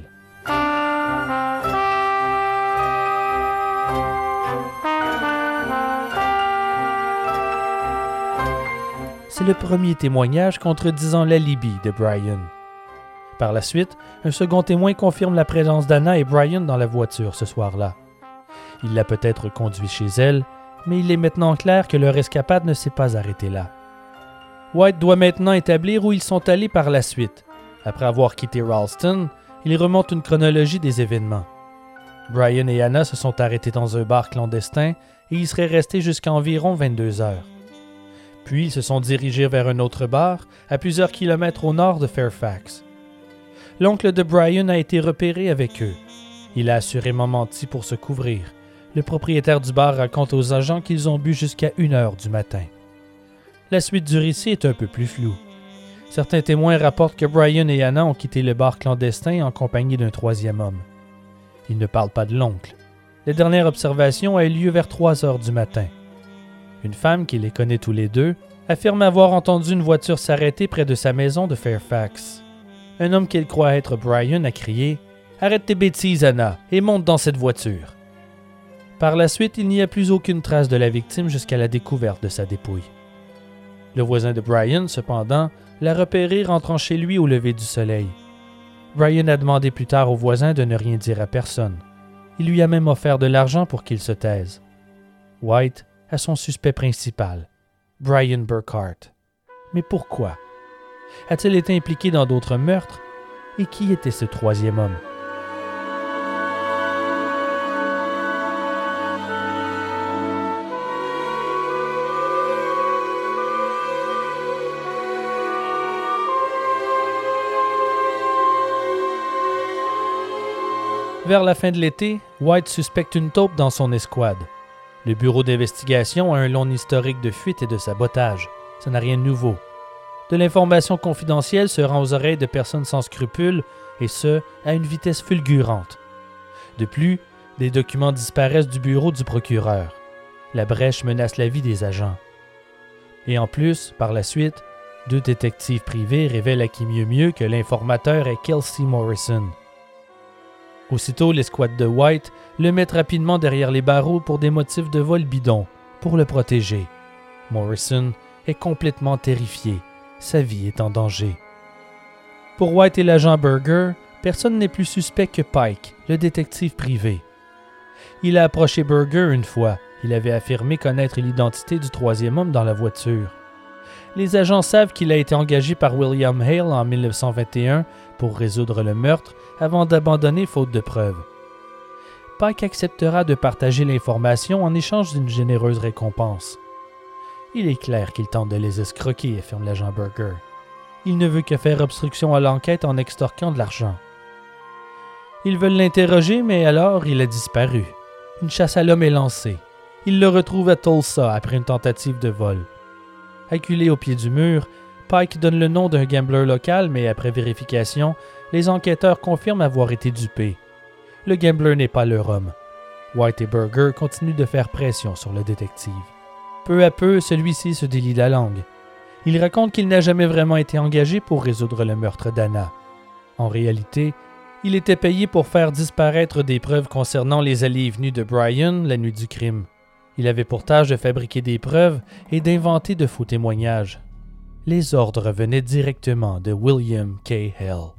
C'est le premier témoignage contredisant l'alibi de Brian. Par la suite, un second témoin confirme la présence d'Anna et Brian dans la voiture ce soir-là. Il l'a peut-être conduit chez elle, mais il est maintenant clair que leur escapade ne s'est pas arrêtée là. White doit maintenant établir où ils sont allés par la suite. Après avoir quitté Ralston, il remonte une chronologie des événements. Brian et Anna se sont arrêtés dans un bar clandestin et y seraient restés jusqu'à environ vingt-deux heures. Puis ils se sont dirigés vers un autre bar, à plusieurs kilomètres au nord de Fairfax. L'oncle de Brian a été repéré avec eux. Il a assurément menti pour se couvrir. Le propriétaire du bar raconte aux agents qu'ils ont bu jusqu'à une heure du matin. La suite du récit est un peu plus floue. Certains témoins rapportent que Brian et Anna ont quitté le bar clandestin en compagnie d'un troisième homme. Ils ne parlent pas de l'oncle. La dernière observation a eu lieu vers trois heures du matin. Une femme qui les connaît tous les deux affirme avoir entendu une voiture s'arrêter près de sa maison de Fairfax. Un homme qu'elle croit être Brian a crié « Arrête tes bêtises, Anna, et monte dans cette voiture ». Par la suite, il n'y a plus aucune trace de la victime jusqu'à la découverte de sa dépouille. Le voisin de Brian, cependant, l'a repéré rentrant chez lui au lever du soleil. Brian a demandé plus tard au voisin de ne rien dire à personne. Il lui a même offert de l'argent pour qu'il se taise. White a son suspect principal, Brian Burkhart. Mais pourquoi? A-t-il été impliqué dans d'autres meurtres? Et qui était ce troisième homme? Vers la fin de l'été, White suspecte une taupe dans son escouade. Le bureau d'investigation a un long historique de fuite et de sabotage. Ça n'a rien de nouveau. De l'information confidentielle se rend aux oreilles de personnes sans scrupules, et ce, à une vitesse fulgurante. De plus, des documents disparaissent du bureau du procureur. La brèche menace la vie des agents. Et en plus, par la suite, deux détectives privés révèlent à qui mieux mieux que l'informateur est Kelsey Morrison. Aussitôt, l'escouade de White le met rapidement derrière les barreaux pour des motifs de vol bidon, pour le protéger. Morrison est complètement terrifié. Sa vie est en danger. Pour White et l'agent Berger, personne n'est plus suspect que Pike, le détective privé. Il a approché Berger une fois. Il avait affirmé connaître l'identité du troisième homme dans la voiture. Les agents savent qu'il a été engagé par William Hale en mille neuf cent vingt et un pour résoudre le meurtre avant d'abandonner faute de preuves. Pike acceptera de partager l'information en échange d'une généreuse récompense. Il est clair qu'il tente de les escroquer, affirme l'agent Burger. Il ne veut que faire obstruction à l'enquête en extorquant de l'argent. Ils veulent l'interroger, mais alors il a disparu. Une chasse à l'homme est lancée. Ils le retrouvent à Tulsa après une tentative de vol. Acculé au pied du mur, Pike donne le nom d'un gambler local, mais après vérification, les enquêteurs confirment avoir été dupés. Le gambler n'est pas leur homme. White et Burger continuent de faire pression sur le détective. Peu à peu, celui-ci se délie la langue. Il raconte qu'il n'a jamais vraiment été engagé pour résoudre le meurtre d'Anna. En réalité, il était payé pour faire disparaître des preuves concernant les allées et venues de Brian la nuit du crime. Il avait pour tâche de fabriquer des preuves et d'inventer de faux témoignages. Les ordres venaient directement de William K. Hale.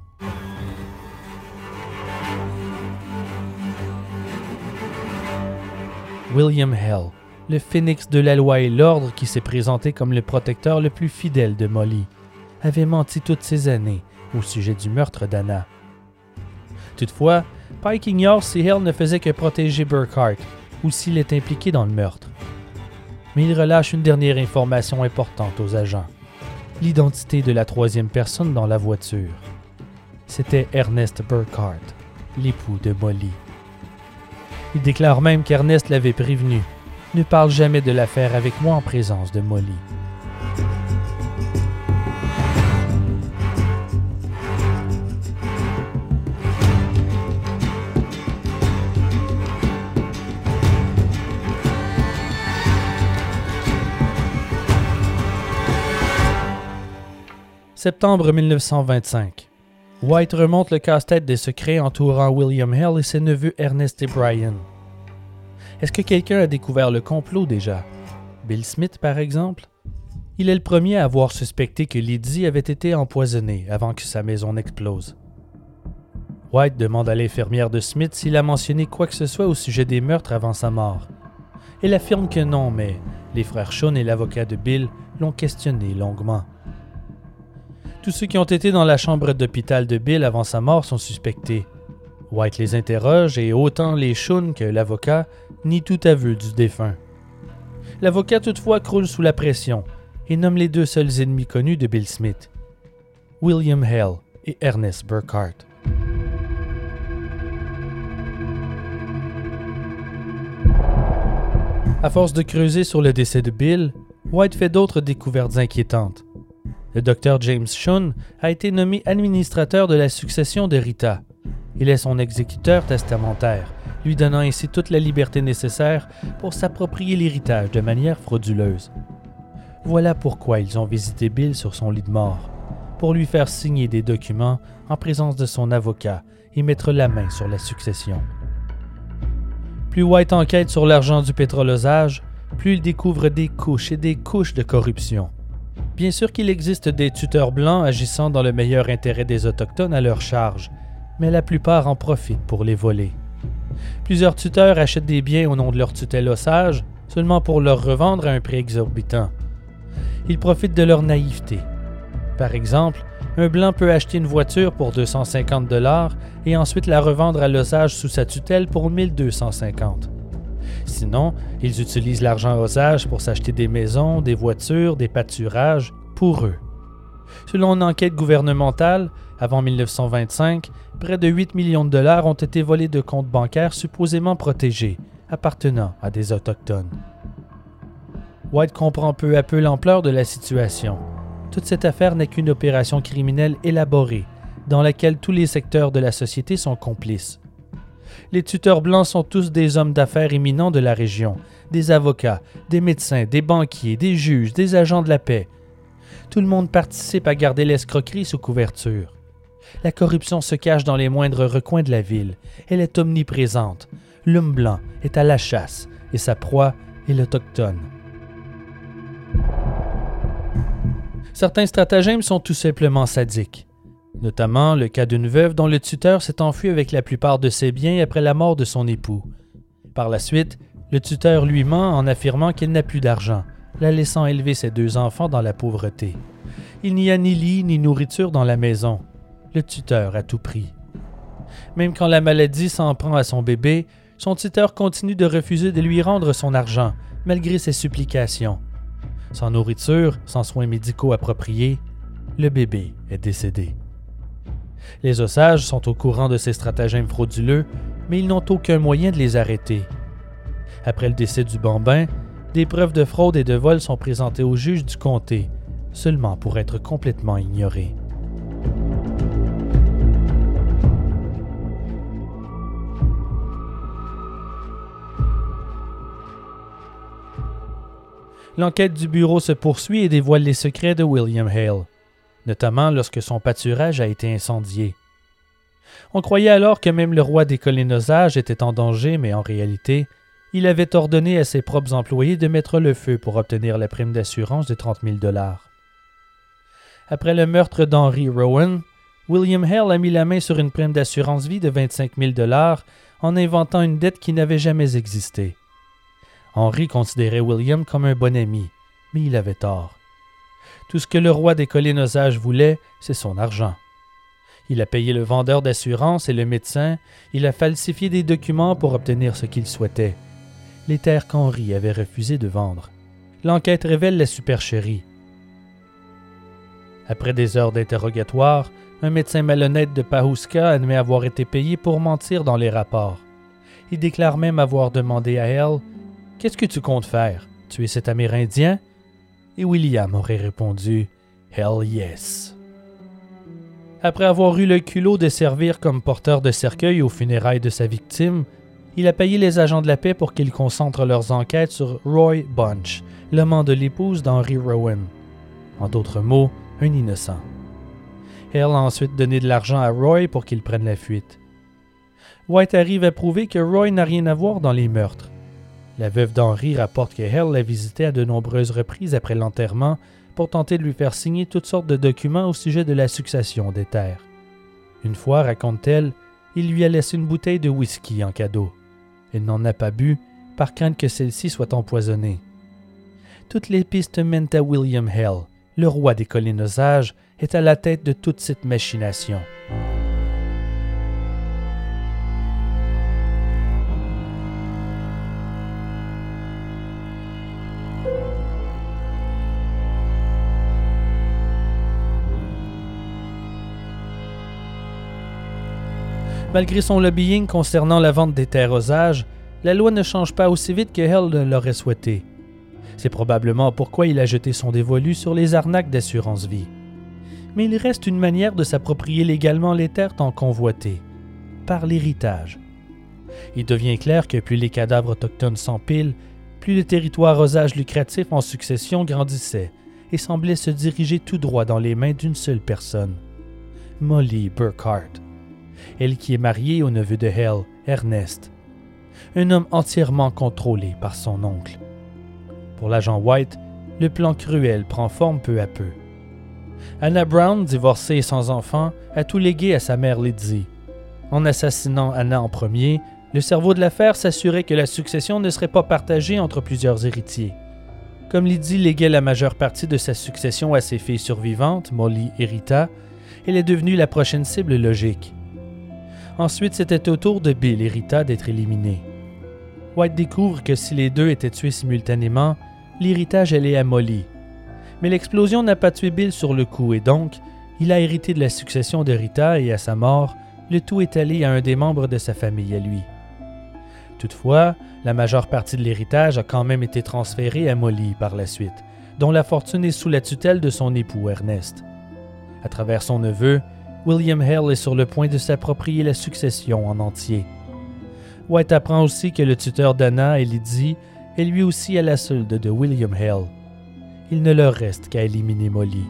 William Hale, le phénix de la loi et l'ordre qui s'est présenté comme le protecteur le plus fidèle de Molly, avait menti toutes ces années au sujet du meurtre d'Anna. Toutefois, Pike ignore si Hale ne faisait que protéger Burkhart ou s'il est impliqué dans le meurtre. Mais il relâche une dernière information importante aux agents. L'identité de la troisième personne dans la voiture. C'était Ernest Burkhart, l'époux de Molly. Il déclare même qu'Ernest l'avait prévenu. Ne parle jamais de l'affaire avec moi en présence de Molly. Septembre mille neuf cent vingt-cinq. White remonte le casse-tête des secrets entourant William Hale et ses neveux Ernest et Brian. Est-ce que quelqu'un a découvert le complot déjà? Bill Smith, par exemple? Il est le premier à avoir suspecté que Lydie avait été empoisonnée avant que sa maison n'explose. White demande à l'infirmière de Smith s'il a mentionné quoi que ce soit au sujet des meurtres avant sa mort. Elle affirme que non, mais les frères Sean et l'avocat de Bill l'ont questionné longuement. Tous ceux qui ont été dans la chambre d'hôpital de Bill avant sa mort sont suspectés. White les interroge et autant les Sean que l'avocat nient tout aveu du défunt. L'avocat toutefois croule sous la pression et nomme les deux seuls ennemis connus de Bill Smith, William Hale et Ernest Burkhart. À force de creuser sur le décès de Bill, White fait d'autres découvertes inquiétantes. Le docteur James Sean a été nommé administrateur de la succession de Rita. Il est son exécuteur testamentaire, lui donnant ainsi toute la liberté nécessaire pour s'approprier l'héritage de manière frauduleuse. Voilà pourquoi ils ont visité Bill sur son lit de mort, pour lui faire signer des documents en présence de son avocat et mettre la main sur la succession. Plus White enquête sur l'argent du pétrolosage, plus il découvre des couches et des couches de corruption. Bien sûr qu'il existe des tuteurs blancs agissant dans le meilleur intérêt des Autochtones à leur charge, mais la plupart en profitent pour les voler. Plusieurs tuteurs achètent des biens au nom de leur tutelle osage seulement pour leur revendre à un prix exorbitant. Ils profitent de leur naïveté. Par exemple, un blanc peut acheter une voiture pour deux cent cinquante dollars et ensuite la revendre à l'osage sous sa tutelle pour mille deux cent cinquante. Sinon, ils utilisent l'argent osage pour s'acheter des maisons, des voitures, des pâturages, pour eux. Selon une enquête gouvernementale, avant mille neuf cent vingt-cinq, près de huit millions de dollars ont été volés de comptes bancaires supposément protégés, appartenant à des Autochtones. White comprend peu à peu l'ampleur de la situation. Toute cette affaire n'est qu'une opération criminelle élaborée, dans laquelle tous les secteurs de la société sont complices. Les tuteurs blancs sont tous des hommes d'affaires éminents de la région, des avocats, des médecins, des banquiers, des juges, des agents de la paix. Tout le monde participe à garder l'escroquerie sous couverture. La corruption se cache dans les moindres recoins de la ville. Elle est omniprésente. L'homme blanc est à la chasse et sa proie est l'autochtone. Certains stratagèmes sont tout simplement sadiques. Notamment le cas d'une veuve dont le tuteur s'est enfui avec la plupart de ses biens après la mort de son époux. Par la suite, le tuteur lui ment en affirmant qu'il n'a plus d'argent, la laissant élever ses deux enfants dans la pauvreté. Il n'y a ni lit ni nourriture dans la maison. Le tuteur a tout pris. Même quand la maladie s'en prend à son bébé, son tuteur continue de refuser de lui rendre son argent, malgré ses supplications. Sans nourriture, sans soins médicaux appropriés, le bébé est décédé. Les Osages sont au courant de ces stratagèmes frauduleux, mais ils n'ont aucun moyen de les arrêter. Après le décès du bambin, des preuves de fraude et de vol sont présentées au juge du comté, seulement pour être complètement ignorées. L'enquête du bureau se poursuit et dévoile les secrets de William Hale, notamment lorsque son pâturage a été incendié. On croyait alors que même le roi des collines Osages était en danger, mais en réalité, il avait ordonné à ses propres employés de mettre le feu pour obtenir la prime d'assurance de trente mille dollars. Après le meurtre d'Henry Rowan, William Hale a mis la main sur une prime d'assurance vie de vingt-cinq mille dollars en inventant une dette qui n'avait jamais existé. Henry considérait William comme un bon ami, mais il avait tort. Tout ce que le roi des collines Osages voulait, c'est son argent. Il a payé le vendeur d'assurance et le médecin, il a falsifié des documents pour obtenir ce qu'il souhaitait, les terres qu'Henry avait refusé de vendre. L'enquête révèle la supercherie. Après des heures d'interrogatoire, un médecin malhonnête de Pawhuska admet avoir été payé pour mentir dans les rapports. Il déclare même avoir demandé à Hale « Qu'est-ce que tu comptes faire? Tuer cet Amérindien? » Et William aurait répondu « Hell yes ». Après avoir eu le culot de servir comme porteur de cercueil aux funérailles de sa victime, il a payé les agents de la paix pour qu'ils concentrent leurs enquêtes sur Roy Bunch, l'amant de l'épouse d'Henry Rowan. En d'autres mots, un innocent. Hale a ensuite donné de l'argent à Roy pour qu'il prenne la fuite. White arrive à prouver que Roy n'a rien à voir dans les meurtres. La veuve d'Henry rapporte que Hale l'a visité à de nombreuses reprises après l'enterrement pour tenter de lui faire signer toutes sortes de documents au sujet de la succession des terres. Une fois, raconte-t-elle, il lui a laissé une bouteille de whisky en cadeau. Elle n'en a pas bu, par crainte que celle-ci soit empoisonnée. Toutes les pistes mènent à William Hale, le roi des collines Osages, est à la tête de toute cette machination. Malgré son lobbying concernant la vente des terres Osages, la loi ne change pas aussi vite que Hale l'aurait souhaité. C'est probablement pourquoi il a jeté son dévolu sur les arnaques d'assurance-vie. Mais il reste une manière de s'approprier légalement les terres tant convoitées, par l'héritage. Il devient clair que plus les cadavres autochtones s'empilent, plus le territoire Osage lucratif en succession grandissait et semblait se diriger tout droit dans les mains d'une seule personne, Molly Burkhart. Elle qui est mariée au neveu de Hale, Ernest, un homme entièrement contrôlé par son oncle. Pour l'agent White, le plan cruel prend forme peu à peu. Anna Brown, divorcée et sans enfant, a tout légué à sa mère Lydie. En assassinant Anna en premier, le cerveau de l'affaire s'assurait que la succession ne serait pas partagée entre plusieurs héritiers. Comme Lydie léguait la majeure partie de sa succession à ses filles survivantes, Molly et Rita, elle est devenue la prochaine cible logique. Ensuite, c'était au tour de Bill et Rita d'être éliminés. White découvre que si les deux étaient tués simultanément, l'héritage allait à Molly. Mais l'explosion n'a pas tué Bill sur le coup et donc, il a hérité de la succession de Rita et à sa mort, le tout est allé à un des membres de sa famille à lui. Toutefois, la majeure partie de l'héritage a quand même été transférée à Molly par la suite, dont la fortune est sous la tutelle de son époux Ernest. À travers son neveu, William Hale est sur le point de s'approprier la succession en entier. White apprend aussi que le tuteur d'Anna et Lydie est lui aussi à la solde de William Hale. Il ne leur reste qu'à éliminer Molly.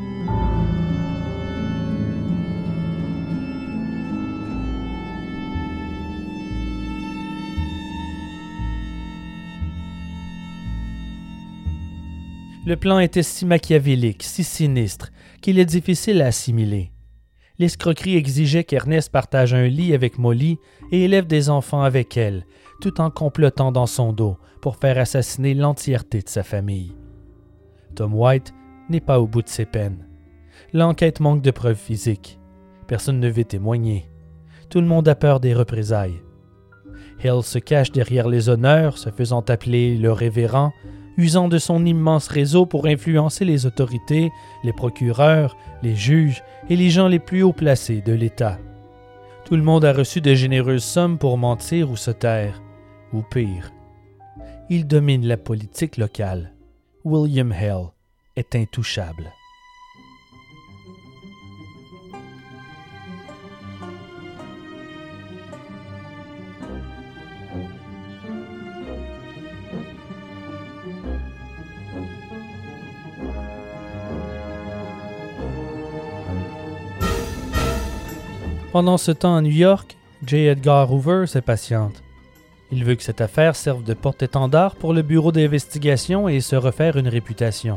Le plan était si machiavélique, si sinistre, qu'il est difficile à assimiler. L'escroquerie exigeait qu'Ernest partage un lit avec Molly et élève des enfants avec elle, tout en complotant dans son dos pour faire assassiner l'entièreté de sa famille. Tom White n'est pas au bout de ses peines. L'enquête manque de preuves physiques. Personne ne veut témoigner. Tout le monde a peur des représailles. Hale se cache derrière les honneurs, se faisant appeler le révérend, usant de son immense réseau pour influencer les autorités, les procureurs, les juges et les gens les plus haut placés de l'État. Tout le monde a reçu de généreuses sommes pour mentir ou se taire, ou pire. Il domine la politique locale. William Hale est intouchable. Pendant ce temps à New York, J. Edgar Hoover s'impatiente. Il veut que cette affaire serve de porte-étendard pour le bureau d'investigation et se refaire une réputation.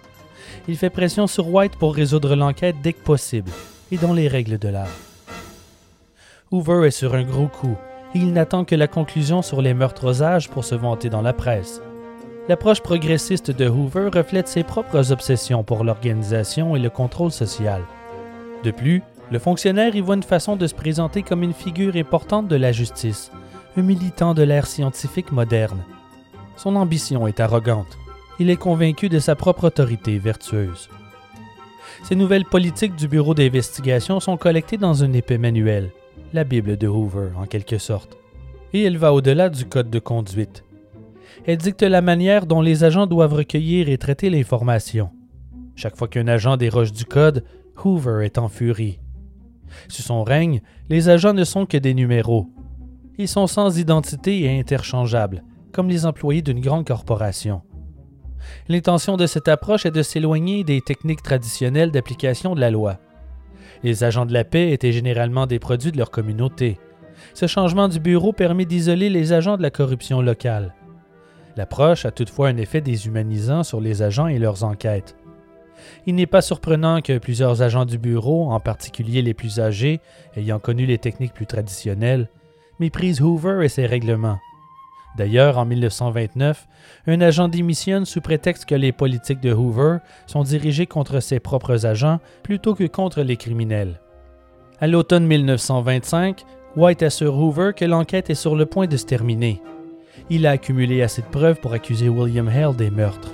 Il fait pression sur White pour résoudre l'enquête dès que possible et dans les règles de l'art. Hoover est sur un gros coup et il n'attend que la conclusion sur les meurtres aux âges pour se vanter dans la presse. L'approche progressiste de Hoover reflète ses propres obsessions pour l'organisation et le contrôle social. De plus, le fonctionnaire y voit une façon de se présenter comme une figure importante de la justice, un militant de l'ère scientifique moderne. Son ambition est arrogante. Il est convaincu de sa propre autorité vertueuse. Ces nouvelles politiques du bureau d'investigation sont collectées dans un épais manuel, la Bible de Hoover en quelque sorte. Et elle va au-delà du code de conduite. Elle dicte la manière dont les agents doivent recueillir et traiter l'information. Chaque fois qu'un agent déroge du code, Hoover est en furie. Sous son règne, les agents ne sont que des numéros. Ils sont sans identité et interchangeables, comme les employés d'une grande corporation. L'intention de cette approche est de s'éloigner des techniques traditionnelles d'application de la loi. Les agents de la paix étaient généralement des produits de leur communauté. Ce changement du bureau permet d'isoler les agents de la corruption locale. L'approche a toutefois un effet déshumanisant sur les agents et leurs enquêtes. Il n'est pas surprenant que plusieurs agents du bureau, en particulier les plus âgés, ayant connu les techniques plus traditionnelles, méprisent Hoover et ses règlements. D'ailleurs, en mille neuf cent vingt-neuf, un agent démissionne sous prétexte que les politiques de Hoover sont dirigées contre ses propres agents plutôt que contre les criminels. À l'automne mille neuf cent vingt-cinq, White assure Hoover que l'enquête est sur le point de se terminer. Il a accumulé assez de preuves pour accuser William Hale des meurtres.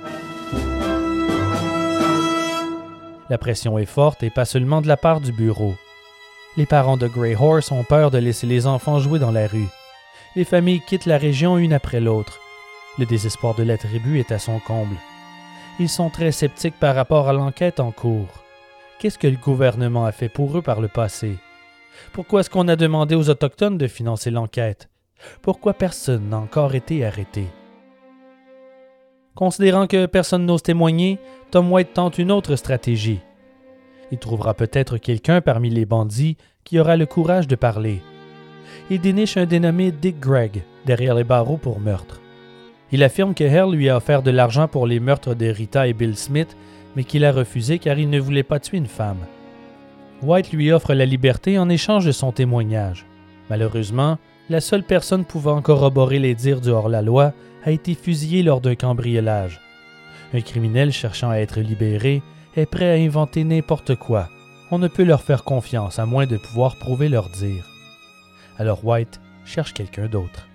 La pression est forte et pas seulement de la part du bureau. Les parents de Grey Horse ont peur de laisser les enfants jouer dans la rue. Les familles quittent la région une après l'autre. Le désespoir de la tribu est à son comble. Ils sont très sceptiques par rapport à l'enquête en cours. Qu'est-ce que le gouvernement a fait pour eux par le passé? Pourquoi est-ce qu'on a demandé aux Autochtones de financer l'enquête? Pourquoi personne n'a encore été arrêté? Considérant que personne n'ose témoigner, Tom White tente une autre stratégie. Il trouvera peut-être quelqu'un parmi les bandits qui aura le courage de parler. Il déniche un dénommé Dick Gregg derrière les barreaux pour meurtre. Il affirme que Hale lui a offert de l'argent pour les meurtres de Rita et Bill Smith, mais qu'il a refusé car il ne voulait pas tuer une femme. White lui offre la liberté en échange de son témoignage. Malheureusement, la seule personne pouvant corroborer les dires du hors-la-loi a été fusillé lors d'un cambriolage. Un criminel cherchant à être libéré est prêt à inventer n'importe quoi. On ne peut leur faire confiance à moins de pouvoir prouver leur dire. Alors White cherche quelqu'un d'autre.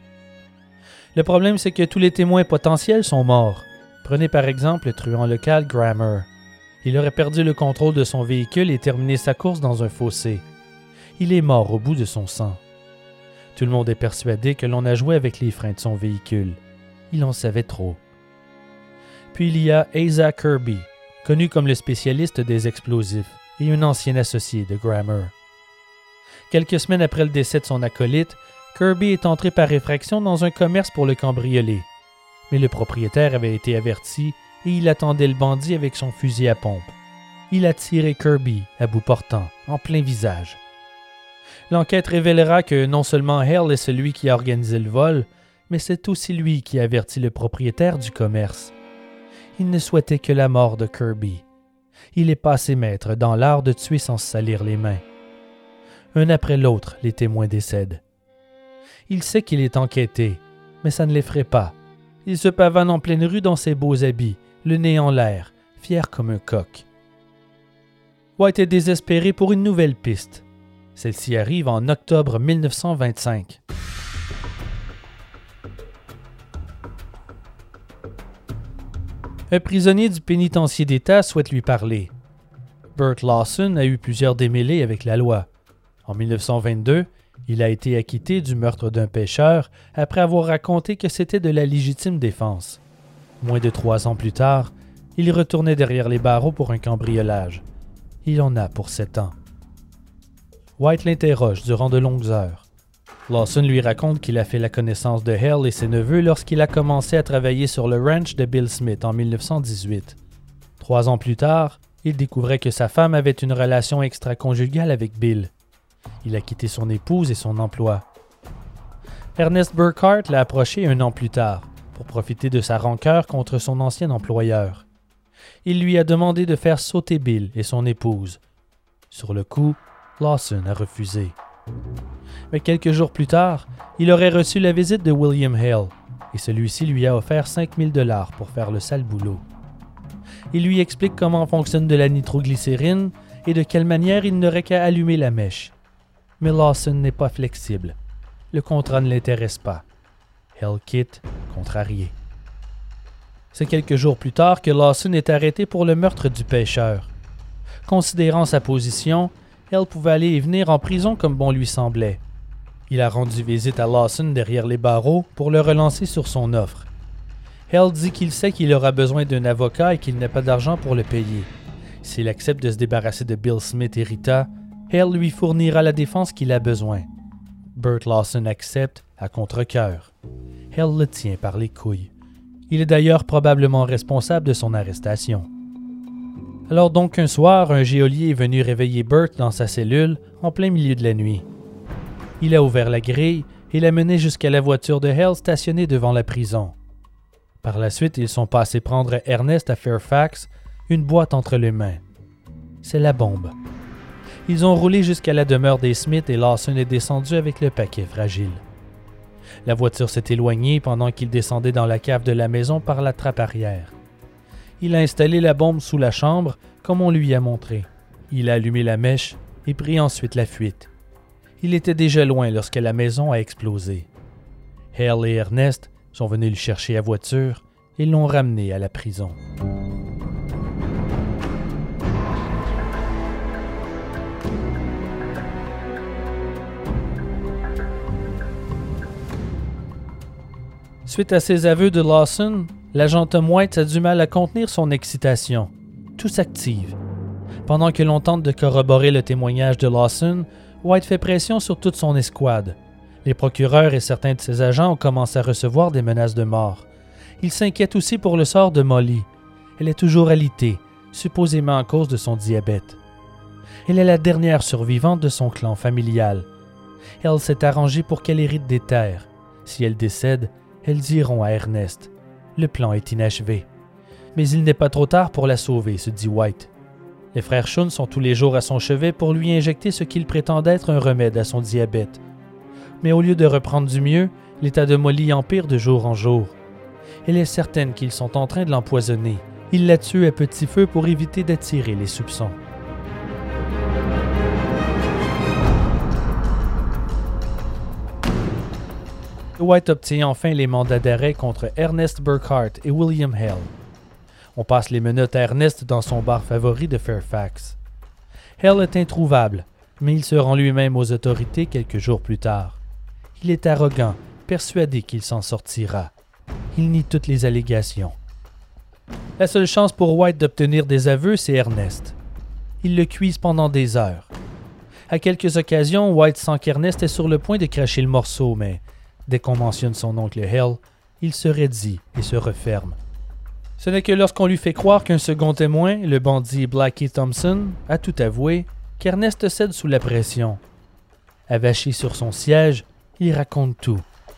Le problème, c'est que tous les témoins potentiels sont morts. Prenez par exemple le truand local Grammer. Il aurait perdu le contrôle de son véhicule et terminé sa course dans un fossé. Il est mort au bout de son sang. Tout le monde est persuadé que l'on a joué avec les freins de son véhicule. Il en savait trop. Puis il y a Asa Kirby, connu comme le spécialiste des explosifs et un ancien associé de Grammer. Quelques semaines après le décès de son acolyte, Kirby est entré par effraction dans un commerce pour le cambrioler. Mais le propriétaire avait été averti et il attendait le bandit avec son fusil à pompe. Il a tiré Kirby à bout portant, en plein visage. L'enquête révélera que non seulement Hale est celui qui a organisé le vol, mais c'est aussi lui qui a averti le propriétaire du commerce. Il ne souhaitait que la mort de Kirby. Il est passé maître dans l'art de tuer sans se salir les mains. Un après l'autre, les témoins décèdent. Il sait qu'il est enquêté, mais ça ne l'effraie pas. Il se pavane en pleine rue dans ses beaux habits, le nez en l'air, fier comme un coq. White est désespéré pour une nouvelle piste. Celle-ci arrive en octobre mille neuf cent vingt-cinq. Un prisonnier du pénitencier d'État souhaite lui parler. Burt Lawson a eu plusieurs démêlés avec la loi. En mille neuf cent vingt-deux, il a été acquitté du meurtre d'un pêcheur après avoir raconté que c'était de la légitime défense. Moins de trois ans plus tard, il retournait derrière les barreaux pour un cambriolage. Il en a pour sept ans. White l'interroge durant de longues heures. Lawson lui raconte qu'il a fait la connaissance de Hale et ses neveux lorsqu'il a commencé à travailler sur le ranch de Bill Smith en mille neuf cent dix-huit. Trois ans plus tard, il découvrait que sa femme avait une relation extra-conjugale avec Bill. Il a quitté son épouse et son emploi. Ernest Burkhart l'a approché un an plus tard pour profiter de sa rancœur contre son ancien employeur. Il lui a demandé de faire sauter Bill et son épouse. Sur le coup, Lawson a refusé. Mais quelques jours plus tard, il aurait reçu la visite de William Hale et celui-ci lui a offert cinq mille dollars pour faire le sale boulot. Il lui explique comment fonctionne de la nitroglycérine et de quelle manière il n'aurait qu'à allumer la mèche. Mais Lawson n'est pas flexible. Le contrat ne l'intéresse pas. Hale quitte, contrarié. C'est quelques jours plus tard que Lawson est arrêté pour le meurtre du pêcheur. Considérant sa position, Hale pouvait aller et venir en prison comme bon lui semblait. Il a rendu visite à Lawson derrière les barreaux pour le relancer sur son offre. Hale dit qu'il sait qu'il aura besoin d'un avocat et qu'il n'a pas d'argent pour le payer. S'il accepte de se débarrasser de Bill Smith et Rita, Hale lui fournira la défense qu'il a besoin. Burt Lawson accepte à contre-cœur. Hale le tient par les couilles. Il est d'ailleurs probablement responsable de son arrestation. Alors donc un soir, un geôlier est venu réveiller Burt dans sa cellule en plein milieu de la nuit. Il a ouvert la grille et l'a mené jusqu'à la voiture de Hale stationnée devant la prison. Par la suite, ils sont passés prendre Ernest à Fairfax, une boîte entre les mains. C'est la bombe. Ils ont roulé jusqu'à la demeure des Smith et Lawson est descendu avec le paquet fragile. La voiture s'est éloignée pendant qu'il descendait dans la cave de la maison par la trappe arrière. Il a installé la bombe sous la chambre, comme on lui a montré. Il a allumé la mèche et pris ensuite la fuite. Il était déjà loin lorsque la maison a explosé. Hale et Ernest sont venus le chercher à voiture et l'ont ramené à la prison. Suite à ces aveux de Lawson, l'agent Tom White a du mal à contenir son excitation. Tout s'active. Pendant que l'on tente de corroborer le témoignage de Lawson, White fait pression sur toute son escouade. Les procureurs et certains de ses agents ont commencé à recevoir des menaces de mort. Ils s'inquiètent aussi pour le sort de Molly. Elle est toujours alitée, supposément à cause de son diabète. Elle est la dernière survivante de son clan familial. Elle s'est arrangée pour qu'elle hérite des terres. Si elle décède, elles iront à Ernest. Le plan est inachevé. Mais il n'est pas trop tard pour la sauver, se dit White. Les frères Shun sont tous les jours à son chevet pour lui injecter ce qu'il prétend être un remède à son diabète. Mais au lieu de reprendre du mieux, l'état de Molly empire de jour en jour. Elle est certaine qu'ils sont en train de l'empoisonner. Il la tue à petit feu pour éviter d'attirer les soupçons. White obtient enfin les mandats d'arrêt contre Ernest Burkhart et William Hale. On passe les menottes à Ernest dans son bar favori de Fairfax. Hale est introuvable, mais il se rend lui-même aux autorités quelques jours plus tard. Il est arrogant, persuadé qu'il s'en sortira. Il nie toutes les allégations. La seule chance pour White d'obtenir des aveux, c'est Ernest. Il le cuise pendant des heures. À quelques occasions, White sent qu'Ernest est sur le point de cracher le morceau, mais dès qu'on mentionne son oncle Hale, il se raidit et se referme. Ce n'est que lorsqu'on lui fait croire qu'un second témoin, le bandit Blackie Thompson, a tout avoué, qu'Ernest cède sous la pression. Avachi sur son siège, il raconte tout.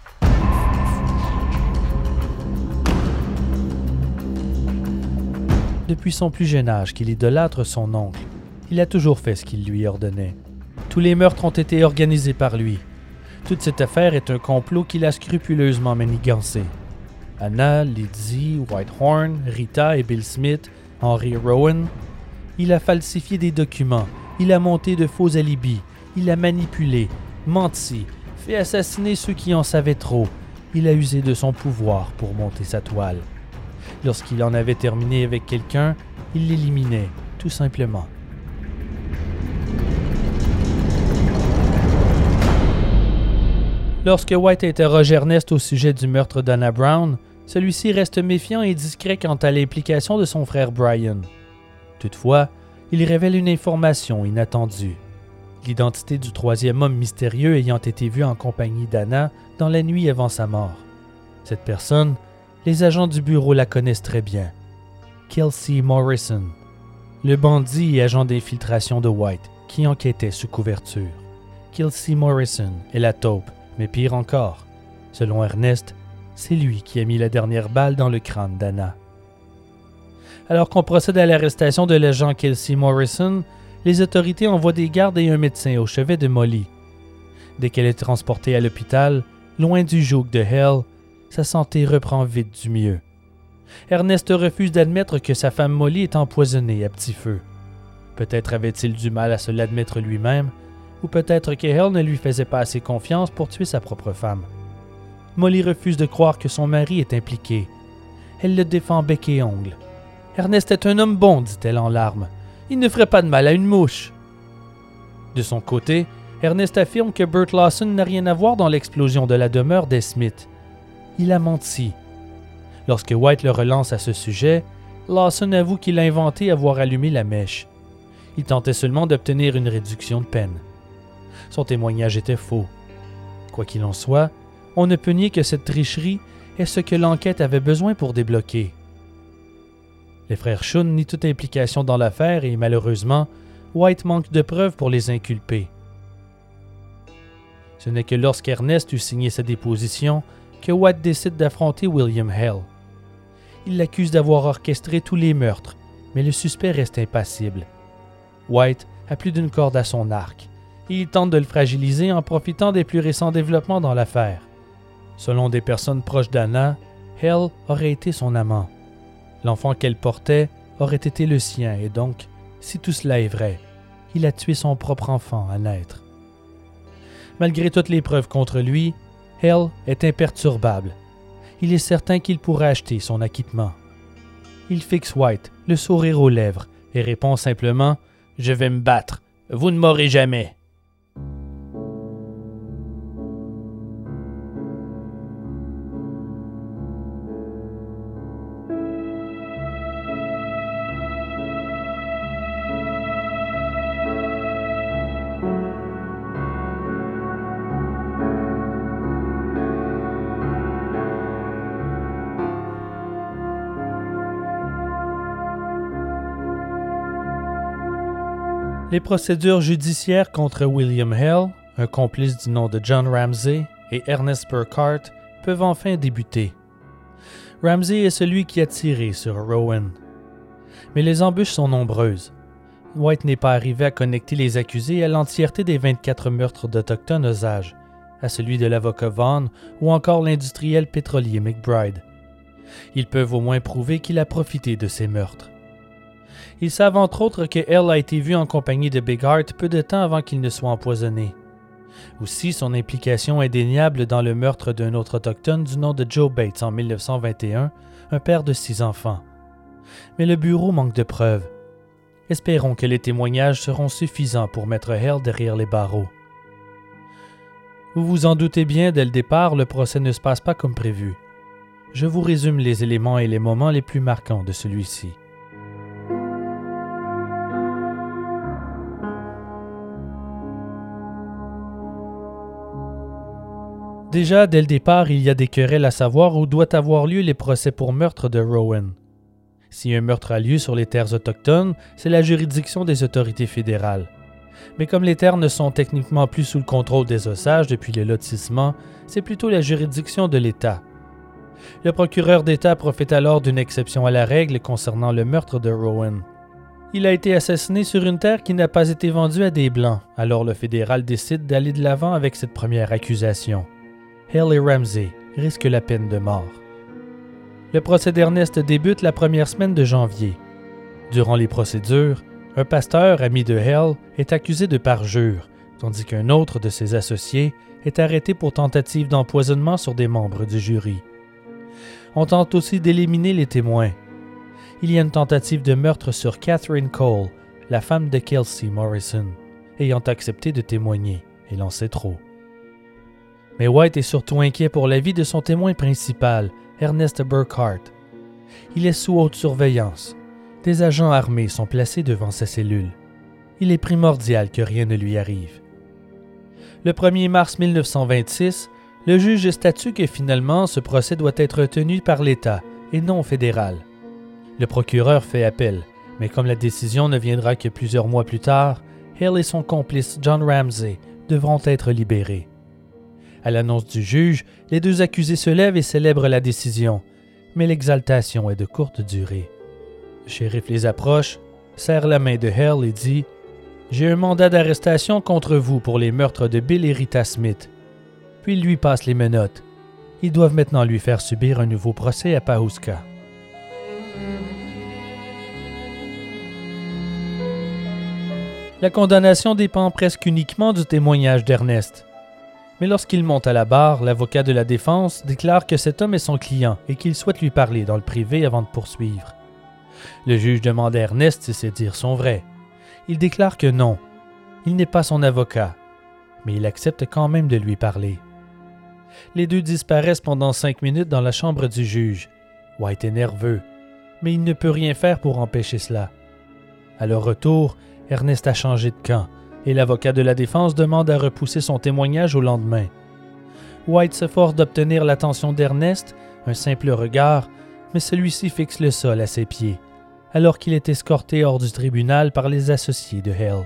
Depuis son plus jeune âge qu'il idolâtre son oncle, il a toujours fait ce qu'il lui ordonnait. Tous les meurtres ont été organisés par lui. Toute cette affaire est un complot qu'il a scrupuleusement manigancé. Anna, Lizzie, Whitehorn, Rita et Bill Smith, Henry Rowan. Il a falsifié des documents, il a monté de faux alibis, il a manipulé, menti, fait assassiner ceux qui en savaient trop. Il a usé de son pouvoir pour monter sa toile. Lorsqu'il en avait terminé avec quelqu'un, il l'éliminait, tout simplement. Lorsque White interroge Ernest au sujet du meurtre d'Anna Brown, celui-ci reste méfiant et discret quant à l'implication de son frère Brian. Toutefois, il révèle une information inattendue. L'identité du troisième homme mystérieux ayant été vu en compagnie d'Anna dans la nuit avant sa mort. Cette personne, les agents du bureau la connaissent très bien. Kelsey Morrison, le bandit et agent d'infiltration de White, qui enquêtait sous couverture. Kelsey Morrison est la taupe, mais pire encore, selon Ernest, c'est lui qui a mis la dernière balle dans le crâne d'Anna. Alors qu'on procède à l'arrestation de l'agent Kelsey Morrison, les autorités envoient des gardes et un médecin au chevet de Molly. Dès qu'elle est transportée à l'hôpital, loin du joug de Hell, sa santé reprend vite du mieux. Ernest refuse d'admettre que sa femme Molly est empoisonnée à petit feu. Peut-être avait-il du mal à se l'admettre lui-même, ou peut-être que Hell ne lui faisait pas assez confiance pour tuer sa propre femme. Molly refuse de croire que son mari est impliqué. Elle le défend bec et ongle. « Ernest est un homme bon, dit-elle en larmes. Il ne ferait pas de mal à une mouche. » De son côté, Ernest affirme que Burt Lawson n'a rien à voir dans l'explosion de la demeure des Smith. Il a menti. Lorsque White le relance à ce sujet, Lawson avoue qu'il a inventé avoir allumé la mèche. Il tentait seulement d'obtenir une réduction de peine. Son témoignage était faux. Quoi qu'il en soit, on ne peut nier que cette tricherie est ce que l'enquête avait besoin pour débloquer. Les frères Shun nient toute implication dans l'affaire et malheureusement, White manque de preuves pour les inculper. Ce n'est que lorsqu'Ernest eut signé sa déposition que White décide d'affronter William Hell. Il l'accuse d'avoir orchestré tous les meurtres, mais le suspect reste impassible. White a plus d'une corde à son arc, et il tente de le fragiliser en profitant des plus récents développements dans l'affaire. Selon des personnes proches d'Anna, Hell aurait été son amant. L'enfant qu'elle portait aurait été le sien et donc, si tout cela est vrai, il a tué son propre enfant à naître. Malgré toutes les preuves contre lui, Hell est imperturbable. Il est certain qu'il pourra acheter son acquittement. Il fixe White, le sourire aux lèvres, et répond simplement « Je vais me battre. Vous ne m'aurez jamais. » Les procédures judiciaires contre William Hell, un complice du nom de John Ramsey, et Ernest Burkhart peuvent enfin débuter. Ramsey est celui qui a tiré sur Rowan. Mais les embûches sont nombreuses. White n'est pas arrivé à connecter les accusés à l'entièreté des vingt-quatre meurtres d'Autochtones Osage, à celui de l'avocat Vaughn ou encore l'industriel pétrolier McBride. Ils peuvent au moins prouver qu'il a profité de ces meurtres. Ils savent entre autres que Hell a été vu en compagnie de Big Heart peu de temps avant qu'il ne soit empoisonné. Aussi son implication indéniable dans le meurtre d'un autre autochtone du nom de Joe Bates en mille neuf cent vingt et un, un père de six enfants. Mais le bureau manque de preuves. Espérons que les témoignages seront suffisants pour mettre Hell derrière les barreaux. Vous vous en doutez bien, dès le départ, le procès ne se passe pas comme prévu. Je vous résume les éléments et les moments les plus marquants de celui-ci. Déjà, dès le départ, il y a des querelles à savoir où doit avoir lieu les procès pour meurtre de Rowan. Si un meurtre a lieu sur les terres autochtones, c'est la juridiction des autorités fédérales. Mais comme les terres ne sont techniquement plus sous le contrôle des Osages depuis le lotissement, c'est plutôt la juridiction de l'État. Le procureur d'État profite alors d'une exception à la règle concernant le meurtre de Rowan. Il a été assassiné sur une terre qui n'a pas été vendue à des Blancs, alors le fédéral décide d'aller de l'avant avec cette première accusation. Hell et Ramsey risquent la peine de mort. Le procès d'Ernest débute la première semaine de janvier. Durant les procédures, un pasteur, ami de Hell, est accusé de parjure, tandis qu'un autre de ses associés est arrêté pour tentative d'empoisonnement sur des membres du jury. On tente aussi d'éliminer les témoins. Il y a une tentative de meurtre sur Catherine Cole, la femme de Kelsey Morrison, ayant accepté de témoigner, et l'en sait trop. Mais White est surtout inquiet pour la vie de son témoin principal, Ernest Burkhart. Il est sous haute surveillance. Des agents armés sont placés devant sa cellule. Il est primordial que rien ne lui arrive. Le premier mars mille neuf cent vingt-six, le juge statue que finalement ce procès doit être tenu par l'État et non fédéral. Le procureur fait appel, mais comme la décision ne viendra que plusieurs mois plus tard, Hale et son complice John Ramsey devront être libérés. À l'annonce du juge, les deux accusés se lèvent et célèbrent la décision, mais l'exaltation est de courte durée. Le shérif les approche, serre la main de Hale et dit « J'ai un mandat d'arrestation contre vous pour les meurtres de Bill et Rita Smith. » Puis il lui passe les menottes. Ils doivent maintenant lui faire subir un nouveau procès à Pawhuska. La condamnation dépend presque uniquement du témoignage d'Ernest. Mais lorsqu'il monte à la barre, l'avocat de la défense déclare que cet homme est son client et qu'il souhaite lui parler dans le privé avant de poursuivre. Le juge demande à Ernest si ses dires sont vrais. Il déclare que non, il n'est pas son avocat, mais il accepte quand même de lui parler. Les deux disparaissent pendant cinq minutes dans la chambre du juge. White est nerveux, mais il ne peut rien faire pour empêcher cela. À leur retour, Ernest a changé de camp et l'avocat de la défense demande à repousser son témoignage au lendemain. White s'efforce d'obtenir l'attention d'Ernest, un simple regard, mais celui-ci fixe le sol à ses pieds, alors qu'il est escorté hors du tribunal par les associés de Hale.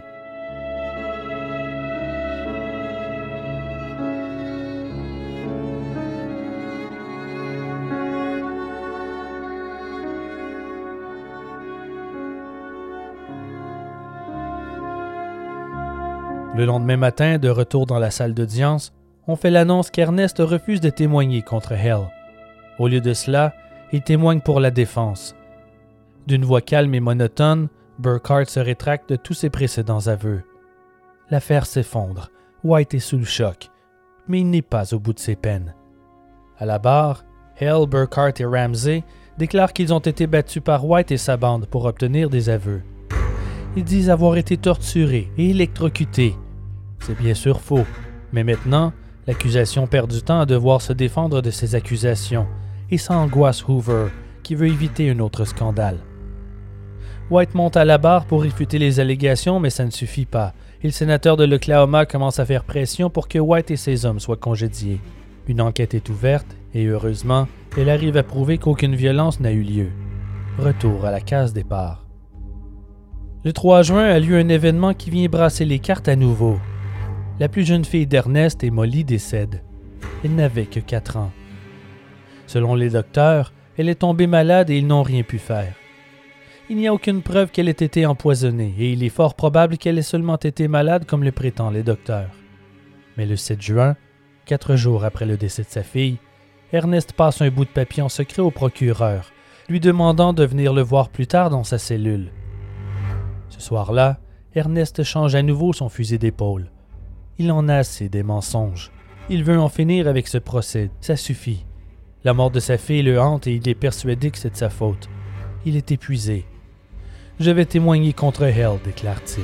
Le lendemain matin, de retour dans la salle d'audience, on fait l'annonce qu'Ernest refuse de témoigner contre Hale. Au lieu de cela, il témoigne pour la défense. D'une voix calme et monotone, Burkhart se rétracte de tous ses précédents aveux. L'affaire s'effondre. White est sous le choc, mais il n'est pas au bout de ses peines. À la barre, Hale, Burkhart et Ramsey déclarent qu'ils ont été battus par White et sa bande pour obtenir des aveux. Ils disent avoir été torturés et électrocutés. C'est bien sûr faux, mais maintenant, l'accusation perd du temps à devoir se défendre de ces accusations, et ça angoisse Hoover, qui veut éviter un autre scandale. White monte à la barre pour réfuter les allégations, mais ça ne suffit pas, et le sénateur de l'Oklahoma commence à faire pression pour que White et ses hommes soient congédiés. Une enquête est ouverte, et heureusement, elle arrive à prouver qu'aucune violence n'a eu lieu. Retour à la case départ. Le trois juin a lieu un événement qui vient brasser les cartes à nouveau. La plus jeune fille d'Ernest et Molly décède. Elle n'avait que quatre ans. Selon les docteurs, elle est tombée malade et ils n'ont rien pu faire. Il n'y a aucune preuve qu'elle ait été empoisonnée et il est fort probable qu'elle ait seulement été malade comme le prétendent les docteurs. Mais le sept juin, quatre jours après le décès de sa fille, Ernest passe un bout de papier en secret au procureur, lui demandant de venir le voir plus tard dans sa cellule. Ce soir-là, Ernest change à nouveau son fusil d'épaule. Il en a assez des mensonges. Il veut en finir avec ce procès, ça suffit. La mort de sa fille le hante et il est persuadé que c'est de sa faute. Il est épuisé. « Je vais témoigner contre Hale », déclare-t-il.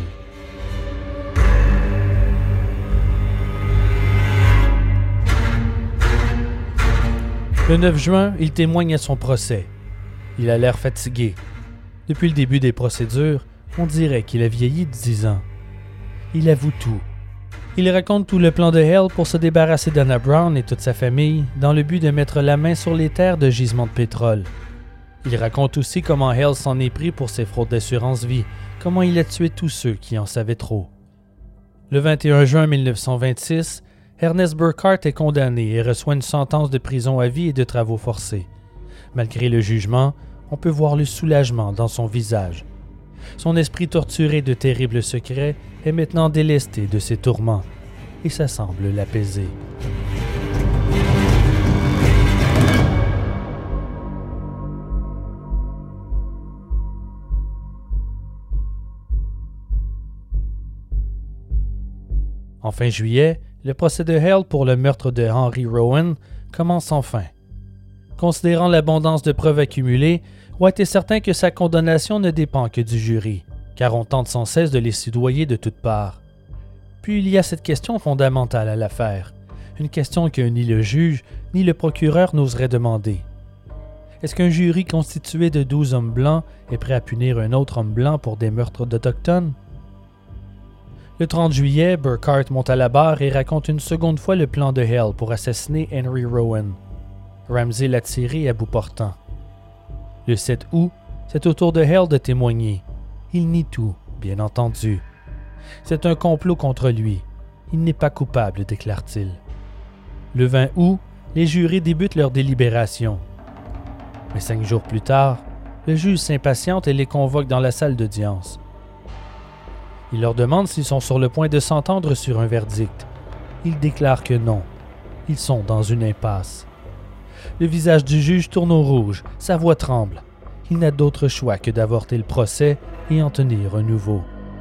Le neuf juin, il témoigne à son procès. Il a l'air fatigué. Depuis le début des procédures, on dirait qu'il a vieilli de dix ans. Il avoue tout. Il raconte tout le plan de Hale pour se débarrasser d'Anna Brown et toute sa famille dans le but de mettre la main sur les terres de gisements de pétrole. Il raconte aussi comment Hale s'en est pris pour ses fraudes d'assurance-vie, comment il a tué tous ceux qui en savaient trop. Le vingt et un juin mille neuf cent vingt-six, Ernest Burkhart est condamné et reçoit une sentence de prison à vie et de travaux forcés. Malgré le jugement, on peut voir le soulagement dans son visage. Son esprit torturé de terribles secrets est maintenant délesté de ses tourments, et ça semble l'apaiser. En fin juillet, le procès de Hale pour le meurtre de Henry Rowan commence enfin. Considérant l'abondance de preuves accumulées, White est certain que sa condamnation ne dépend que du jury, car on tente sans cesse de les soudoyer de toutes parts. Puis il y a cette question fondamentale à l'affaire, une question que ni le juge ni le procureur n'oseraient demander. Est-ce qu'un jury constitué de douze hommes blancs est prêt à punir un autre homme blanc pour des meurtres d'Autochtones? Le trente juillet, Burkhart monte à la barre et raconte une seconde fois le plan de Hale pour assassiner Henry Rowan. Ramsey l'a tiré à bout portant. Le sept août, c'est au tour de Hale de témoigner. Il nie tout, bien entendu. C'est un complot contre lui. Il n'est pas coupable, déclare-t-il. Le vingt août, les jurés débutent leur délibération. Mais cinq jours plus tard, le juge s'impatiente et les convoque dans la salle d'audience. Il leur demande s'ils sont sur le point de s'entendre sur un verdict. Ils déclarent que non. Ils sont dans une impasse. Le visage du juge tourne au rouge, sa voix tremble. Il n'a d'autre choix que d'avorter le procès et en tenir un nouveau.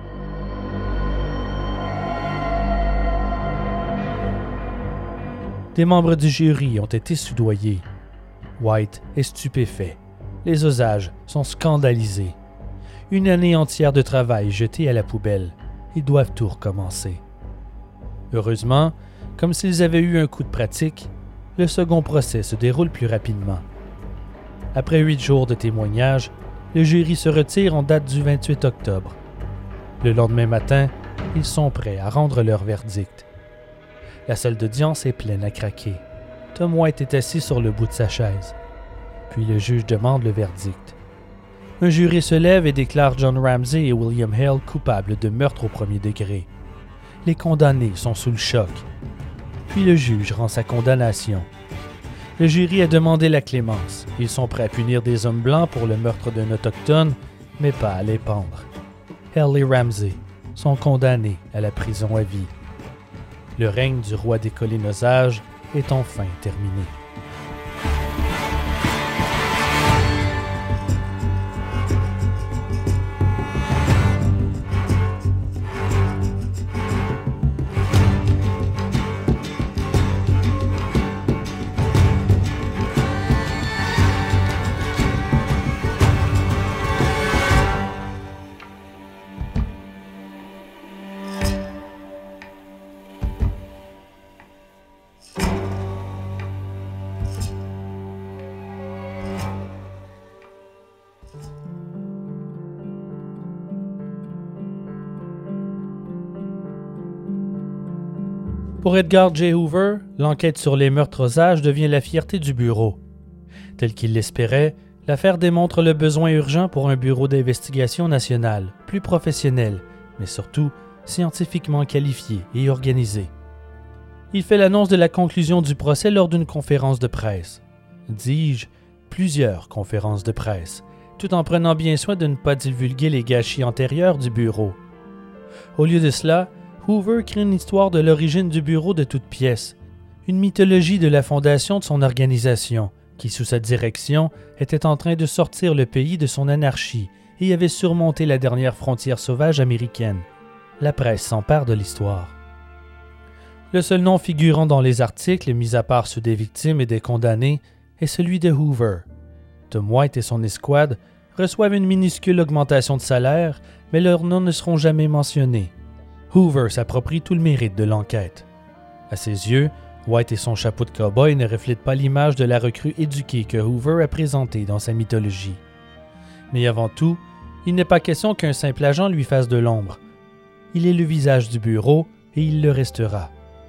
Des membres du jury ont été soudoyés. White est stupéfait. Les Osages sont scandalisés. Une année entière de travail jetée à la poubelle. Ils doivent tout recommencer. Heureusement, comme s'ils avaient eu un coup de pratique, le second procès se déroule plus rapidement. Après huit jours de témoignages, le jury se retire en date du vingt-huit octobre. Le lendemain matin, ils sont prêts à rendre leur verdict. La salle d'audience est pleine à craquer. Tom White est assis sur le bout de sa chaise. Puis le juge demande le verdict. Un jury se lève et déclare John Ramsey et William Hale coupables de meurtre au premier degré. Les condamnés sont sous le choc. Puis le juge rend sa condamnation. Le jury a demandé la clémence. Ils sont prêts à punir des hommes blancs pour le meurtre d'un autochtone, mais pas à les pendre. Hale et Ramsey sont condamnés à la prison à vie. Le règne du roi des collines Osages est enfin terminé. Pour Edgar J. Hoover, l'enquête sur les meurtres Osages devient la fierté du bureau. Tel qu'il l'espérait, l'affaire démontre le besoin urgent pour un bureau d'investigation national, plus professionnel, mais surtout scientifiquement qualifié et organisé. Il fait l'annonce de la conclusion du procès lors d'une conférence de presse. Dis-je, plusieurs conférences de presse, tout en prenant bien soin de ne pas divulguer les gâchis antérieurs du bureau. Au lieu de cela, Hoover crée une histoire de l'origine du bureau de toutes pièces, une mythologie de la fondation de son organisation, qui sous sa direction était en train de sortir le pays de son anarchie et avait surmonté la dernière frontière sauvage américaine. La presse s'empare de l'histoire. Le seul nom figurant dans les articles, mis à part ceux des victimes et des condamnés, est celui de Hoover. Tom White et son escouade reçoivent une minuscule augmentation de salaire, mais leurs noms ne seront jamais mentionnés. Hoover s'approprie tout le mérite de l'enquête. À ses yeux, White et son chapeau de cow-boy ne reflètent pas l'image de la recrue éduquée que Hoover a présentée dans sa mythologie. Mais avant tout, il n'est pas question qu'un simple agent lui fasse de l'ombre. Il est le visage du bureau et il le restera.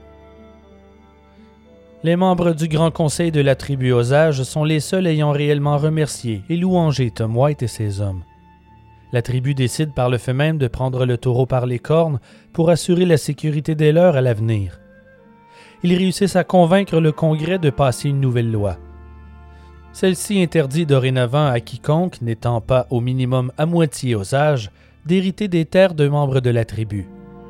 Les membres du Grand Conseil de la tribu Osage sont les seuls ayant réellement remercié et louangé Tom White et ses hommes. La tribu décide par le fait même de prendre le taureau par les cornes pour assurer la sécurité des leurs à l'avenir. Ils réussissent à convaincre le Congrès de passer une nouvelle loi. Celle-ci interdit dorénavant à quiconque, n'étant pas au minimum à moitié Osage, d'hériter des terres de membres de la tribu.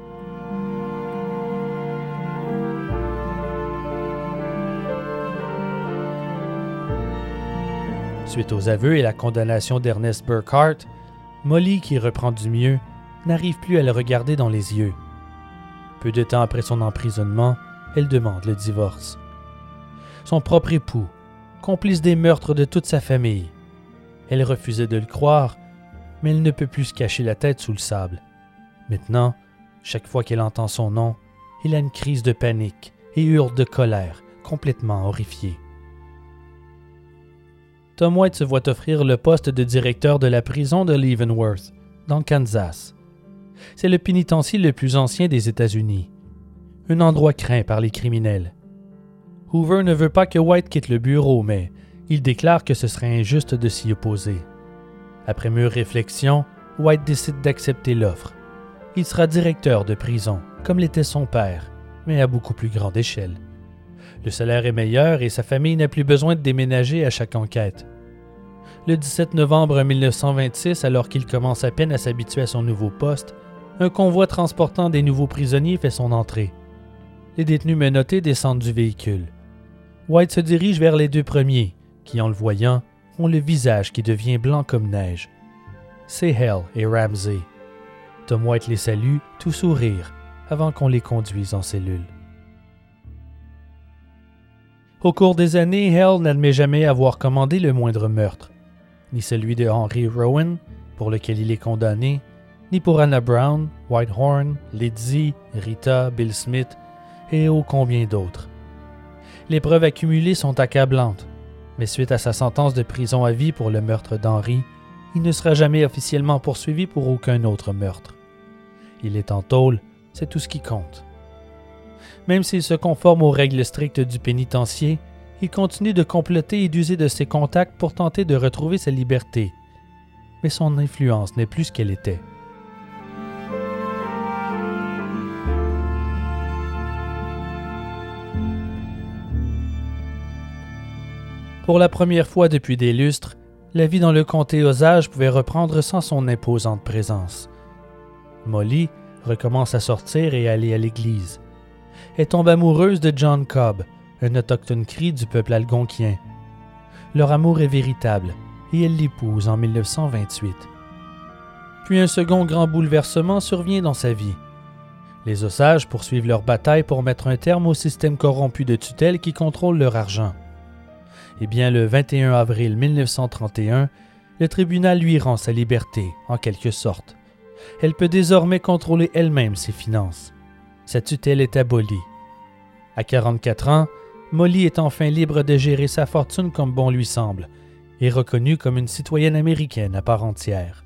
Suite aux aveux et la condamnation d'Ernest Burkhart, Molly, qui reprend du mieux, n'arrive plus à le regarder dans les yeux. Peu de temps après son emprisonnement, elle demande le divorce. Son propre époux, complice des meurtres de toute sa famille. Elle refusait de le croire, mais elle ne peut plus se cacher la tête sous le sable. Maintenant, chaque fois qu'elle entend son nom, elle a une crise de panique et hurle de colère, complètement horrifiée. Tom White se voit offrir le poste de directeur de la prison de Leavenworth, dans le Kansas. C'est le pénitencier le plus ancien des États-Unis, un endroit craint par les criminels. Hoover ne veut pas que White quitte le bureau, mais il déclare que ce serait injuste de s'y opposer. Après mûre réflexion, White décide d'accepter l'offre. Il sera directeur de prison, comme l'était son père, mais à beaucoup plus grande échelle. Le salaire est meilleur et sa famille n'a plus besoin de déménager à chaque enquête. Le dix-sept novembre mille neuf cent vingt-six, alors qu'il commence à peine à s'habituer à son nouveau poste, un convoi transportant des nouveaux prisonniers fait son entrée. Les détenus menottés descendent du véhicule. White se dirige vers les deux premiers, qui, en le voyant, ont le visage qui devient blanc comme neige. C'est Hale et Ramsey. Tom White les salue, tout sourire, avant qu'on les conduise en cellule. Au cours des années, Hale n'admet jamais avoir commandé le moindre meurtre, ni celui de Henry Rowan, pour lequel il est condamné, ni pour Anna Brown, Whitehorn, Lizzie, Rita, Bill Smith et ô combien d'autres. Les preuves accumulées sont accablantes, mais suite à sa sentence de prison à vie pour le meurtre d'Henry, il ne sera jamais officiellement poursuivi pour aucun autre meurtre. Il est en tôle, c'est tout ce qui compte. Même s'il se conforme aux règles strictes du pénitencier, il continue de comploter et d'user de ses contacts pour tenter de retrouver sa liberté. Mais son influence n'est plus ce qu'elle était. Pour la première fois depuis des lustres, la vie dans le comté Osage pouvait reprendre sans son imposante présence. Molly recommence à sortir et à aller à l'église. Elle tombe amoureuse de John Cobb, un autochtone cri du peuple algonquien. Leur amour est véritable et elle l'épouse en mille neuf cent vingt-huit. Puis un second grand bouleversement survient dans sa vie. Les Osages poursuivent leur bataille pour mettre un terme au système corrompu de tutelle qui contrôle leur argent. Eh bien, le vingt et un avril mille neuf cent trente et un, le tribunal lui rend sa liberté, en quelque sorte. Elle peut désormais contrôler elle-même ses finances. Sa tutelle est abolie. À quarante-quatre ans, Molly est enfin libre de gérer sa fortune comme bon lui semble et reconnue comme une citoyenne américaine à part entière.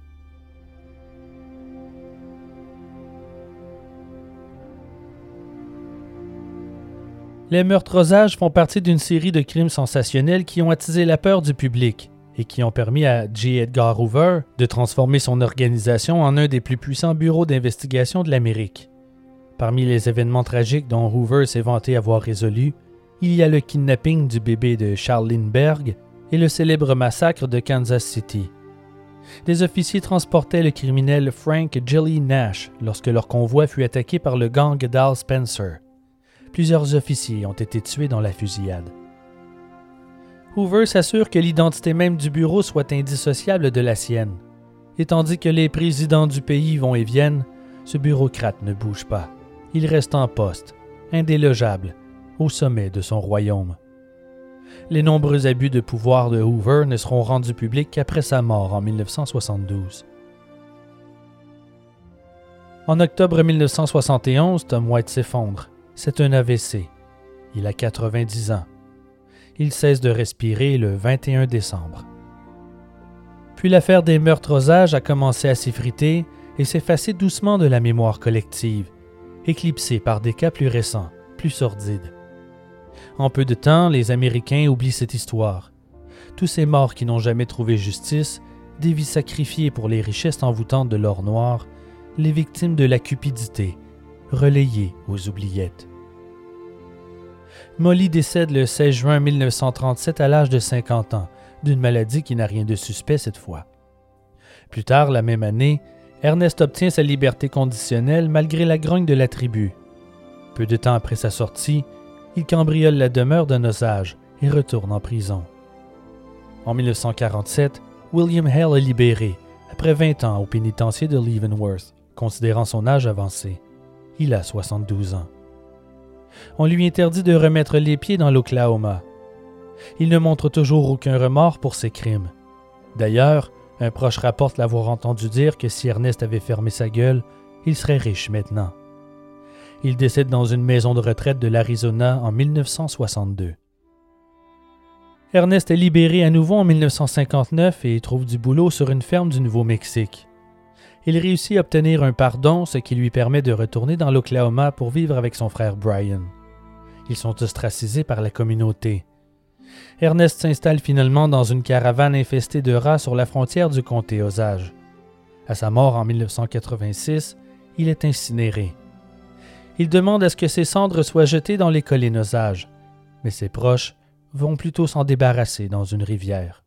Les meurtres Osage font partie d'une série de crimes sensationnels qui ont attisé la peur du public et qui ont permis à J. Edgar Hoover de transformer son organisation en un des plus puissants bureaux d'investigation de l'Amérique. Parmi les événements tragiques dont Hoover s'est vanté avoir résolu, il y a le kidnapping du bébé de Charlene Berg et le célèbre massacre de Kansas City. Des officiers transportaient le criminel Frank Jelly Nash lorsque leur convoi fut attaqué par le gang d'Al Spencer. Plusieurs officiers ont été tués dans la fusillade. Hoover s'assure que l'identité même du bureau soit indissociable de la sienne. Et tandis que les présidents du pays vont et viennent, ce bureaucrate ne bouge pas. Il reste en poste, indélogeable, au sommet de son royaume. Les nombreux abus de pouvoir de Hoover ne seront rendus publics qu'après sa mort en mille neuf cent soixante-douze. En octobre mille neuf cent soixante et onze, Tom White s'effondre. C'est un A V C. Il a quatre-vingt-dix ans. Il cesse de respirer le vingt et un décembre. Puis l'affaire des meurtres Osage a commencé à s'effriter et s'effacer doucement de la mémoire collective, éclipsée par des cas plus récents, plus sordides. En peu de temps, les Américains oublient cette histoire. Tous ces morts qui n'ont jamais trouvé justice, des vies sacrifiées pour les richesses envoûtantes de l'or noir, les victimes de la cupidité, relayées aux oubliettes. Molly décède le seize juin mille neuf cent trente-sept à l'âge de cinquante ans, d'une maladie qui n'a rien de suspect cette fois. Plus tard, la même année, Ernest obtient sa liberté conditionnelle malgré la grogne de la tribu. Peu de temps après sa sortie, il cambriole la demeure d'un Osage et retourne en prison. En mille neuf cent quarante-sept, William Hale est libéré, après vingt ans au pénitencier de Leavenworth, considérant son âge avancé. Il a soixante-douze ans. On lui interdit de remettre les pieds dans l'Oklahoma. Il ne montre toujours aucun remords pour ses crimes. D'ailleurs, un proche rapporte l'avoir entendu dire que si Ernest avait fermé sa gueule, il serait riche maintenant. Il décède dans une maison de retraite de l'Arizona en mille neuf cent soixante-deux. Ernest est libéré à nouveau en mille neuf cent cinquante-neuf et trouve du boulot sur une ferme du Nouveau-Mexique. Il réussit à obtenir un pardon, ce qui lui permet de retourner dans l'Oklahoma pour vivre avec son frère Brian. Ils sont ostracisés par la communauté. Ernest s'installe finalement dans une caravane infestée de rats sur la frontière du comté Osage. À sa mort en mille neuf cent quatre-vingt-six, il est incinéré. Il demande à ce que ses cendres soient jetées dans les collines Osage, mais ses proches vont plutôt s'en débarrasser dans une rivière.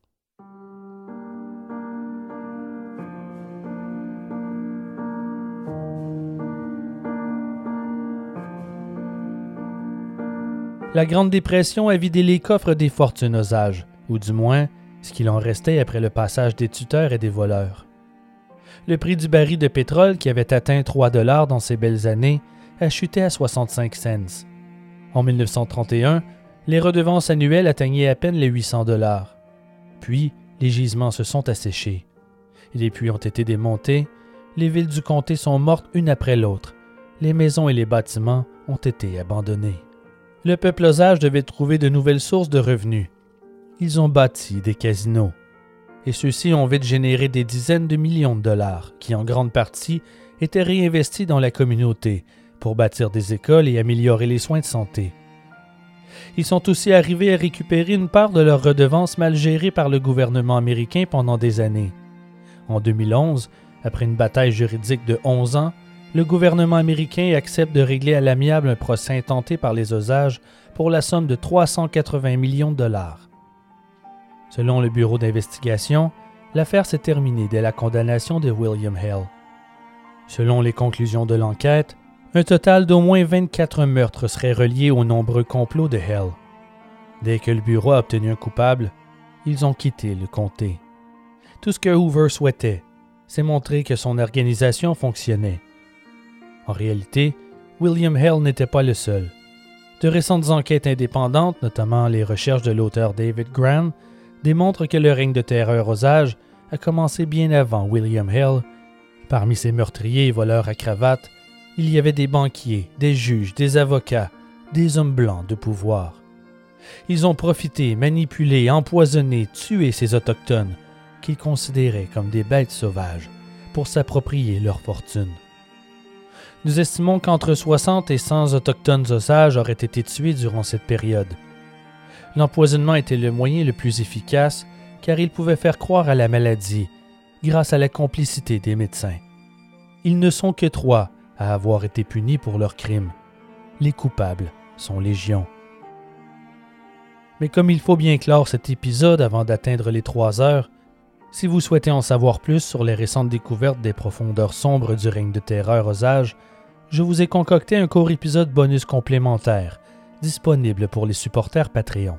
La Grande Dépression a vidé les coffres des fortunes Osage, ou du moins, ce qu'il en restait après le passage des tuteurs et des voleurs. Le prix du baril de pétrole, qui avait atteint trois dollars dans ces belles années, a chuté à soixante-cinq cents. En mille neuf cent trente et un, les redevances annuelles atteignaient à peine les huit cents dollars. Puis, les gisements se sont asséchés. Les puits ont été démontés, les villes du comté sont mortes une après l'autre, les maisons et les bâtiments ont été abandonnés. Le peuple Osage devait trouver de nouvelles sources de revenus. Ils ont bâti des casinos. Et ceux-ci ont vite généré des dizaines de millions de dollars, qui en grande partie étaient réinvestis dans la communauté pour bâtir des écoles et améliorer les soins de santé. Ils sont aussi arrivés à récupérer une part de leurs redevances mal gérées par le gouvernement américain pendant des années. En deux mille onze, après une bataille juridique de onze ans, le gouvernement américain accepte de régler à l'amiable un procès intenté par les Osages pour la somme de trois cent quatre-vingts millions de dollars. Selon le bureau d'investigation, l'affaire s'est terminée dès la condamnation de William Hale. Selon les conclusions de l'enquête, un total d'au moins vingt-quatre meurtres serait relié aux nombreux complots de Hale. Dès que le bureau a obtenu un coupable, ils ont quitté le comté. Tout ce que Hoover souhaitait, c'est montrer que son organisation fonctionnait. En réalité, William Hale n'était pas le seul. De récentes enquêtes indépendantes, notamment les recherches de l'auteur David Grann, démontrent que le règne de terreur Osage a commencé bien avant William Hale. Parmi ces meurtriers et voleurs à cravate, il y avait des banquiers, des juges, des avocats, des hommes blancs de pouvoir. Ils ont profité, manipulé, empoisonné, tué ces Autochtones, qu'ils considéraient comme des bêtes sauvages, pour s'approprier leur fortune. Nous estimons qu'entre soixante et cent Autochtones Osages auraient été tués durant cette période. L'empoisonnement était le moyen le plus efficace car il pouvait faire croire à la maladie grâce à la complicité des médecins. Ils ne sont que trois à avoir été punis pour leurs crimes. Les coupables sont légion. Mais comme il faut bien clore cet épisode avant d'atteindre les trois heures, si vous souhaitez en savoir plus sur les récentes découvertes des profondeurs sombres du règne de terreur Osage, je vous ai concocté un court épisode bonus complémentaire, disponible pour les supporters Patreon.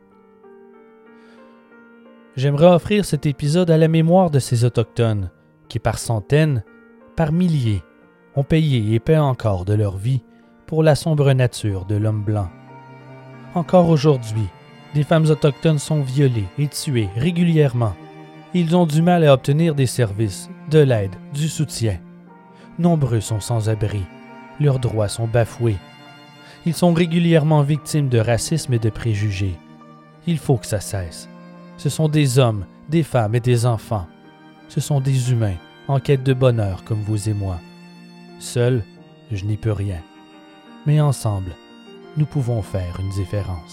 J'aimerais offrir cet épisode à la mémoire de ces Autochtones, qui par centaines, par milliers, ont payé et paient encore de leur vie pour la sombre nature de l'homme blanc. Encore aujourd'hui, des femmes autochtones sont violées et tuées régulièrement. Ils ont du mal à obtenir des services, de l'aide, du soutien. Nombreux sont sans abri. Leurs droits sont bafoués. Ils sont régulièrement victimes de racisme et de préjugés. Il faut que ça cesse. Ce sont des hommes, des femmes et des enfants. Ce sont des humains en quête de bonheur comme vous et moi. Seul, je n'y peux rien. Mais ensemble, nous pouvons faire une différence.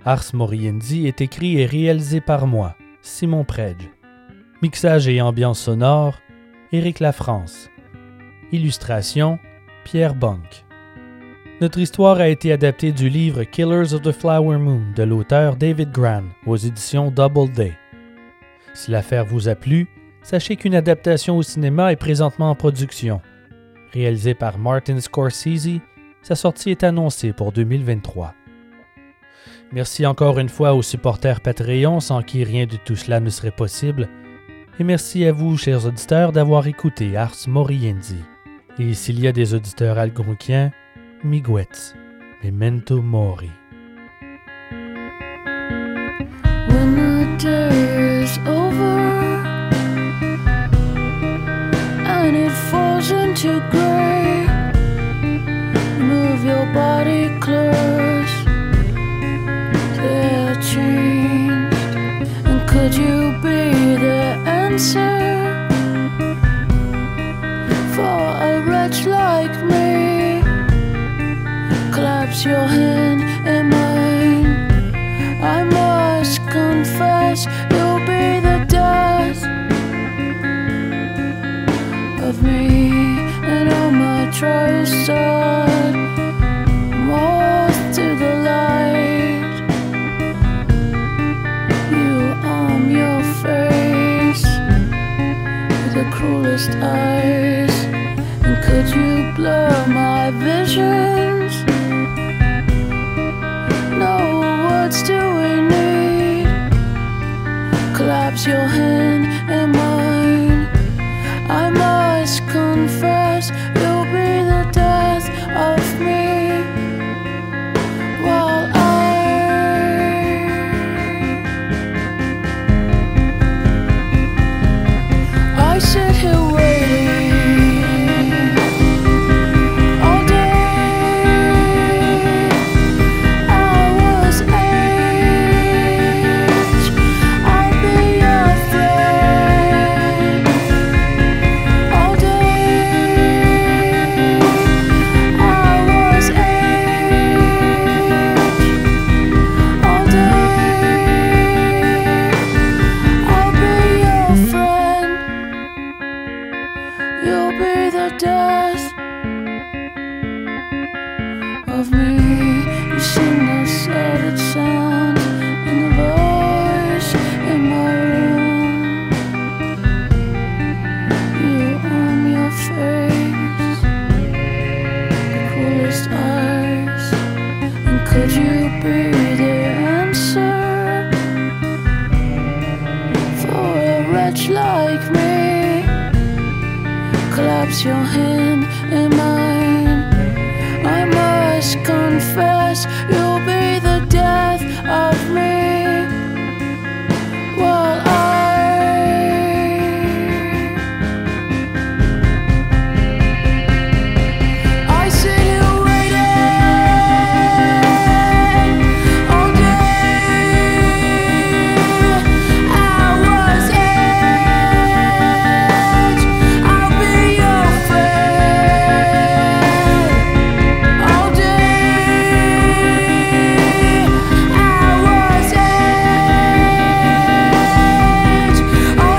Ars Moriendi est écrit et réalisé par moi, Simon Predge. Mixage et ambiance sonore, Éric Lafrance. Illustration, Pierre Bonk. Notre histoire a été adaptée du livre Killers of the Flower Moon de l'auteur David Grann aux éditions Doubleday. Si l'affaire vous a plu, sachez qu'une adaptation au cinéma est présentement en production. Réalisée par Martin Scorsese, sa sortie est annoncée pour deux mille vingt-trois. Merci encore une fois aux supporters Patreon sans qui rien de tout cela ne serait possible. Et merci à vous, chers auditeurs, d'avoir écouté Ars Moriendi. Et s'il y a des auditeurs algonquiens, miigwetz, memento mori. When the day is over and it falls into gray, move your body close. They're changed, and could you be the answer for a wretch like me? Collapse your hand in mine. I must confess, you'll be the death of me, and all my trials start. Moth to the light, you arm your face with the cruelest eyes. And could you blur my visions? No words do we need. Collapse your hand in mine. I must confess, you'll be the death of me, while I I sit here waiting all day. I was age, I'll be your friend all day. I was age all day. I'll be your friend. You'll be the death of me. You sing the sad sound in the voice in my room. You arm your face, the coolest eyes. And could you be the answer for a wretch like me? Collapse your hand in mine. I must confess, you'll be the death of me, while I I sit here waiting all day. I was age, I'll be your friend all day. I was age all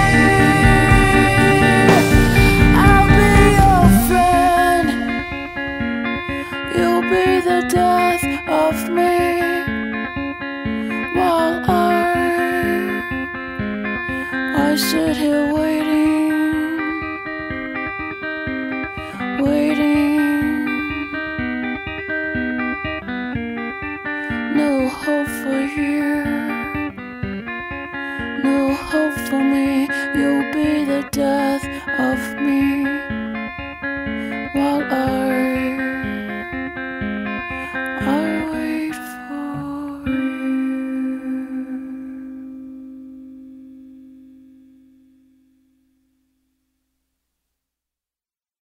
day. I'll be your friend. You'll be the death of me, while I I sit here waiting.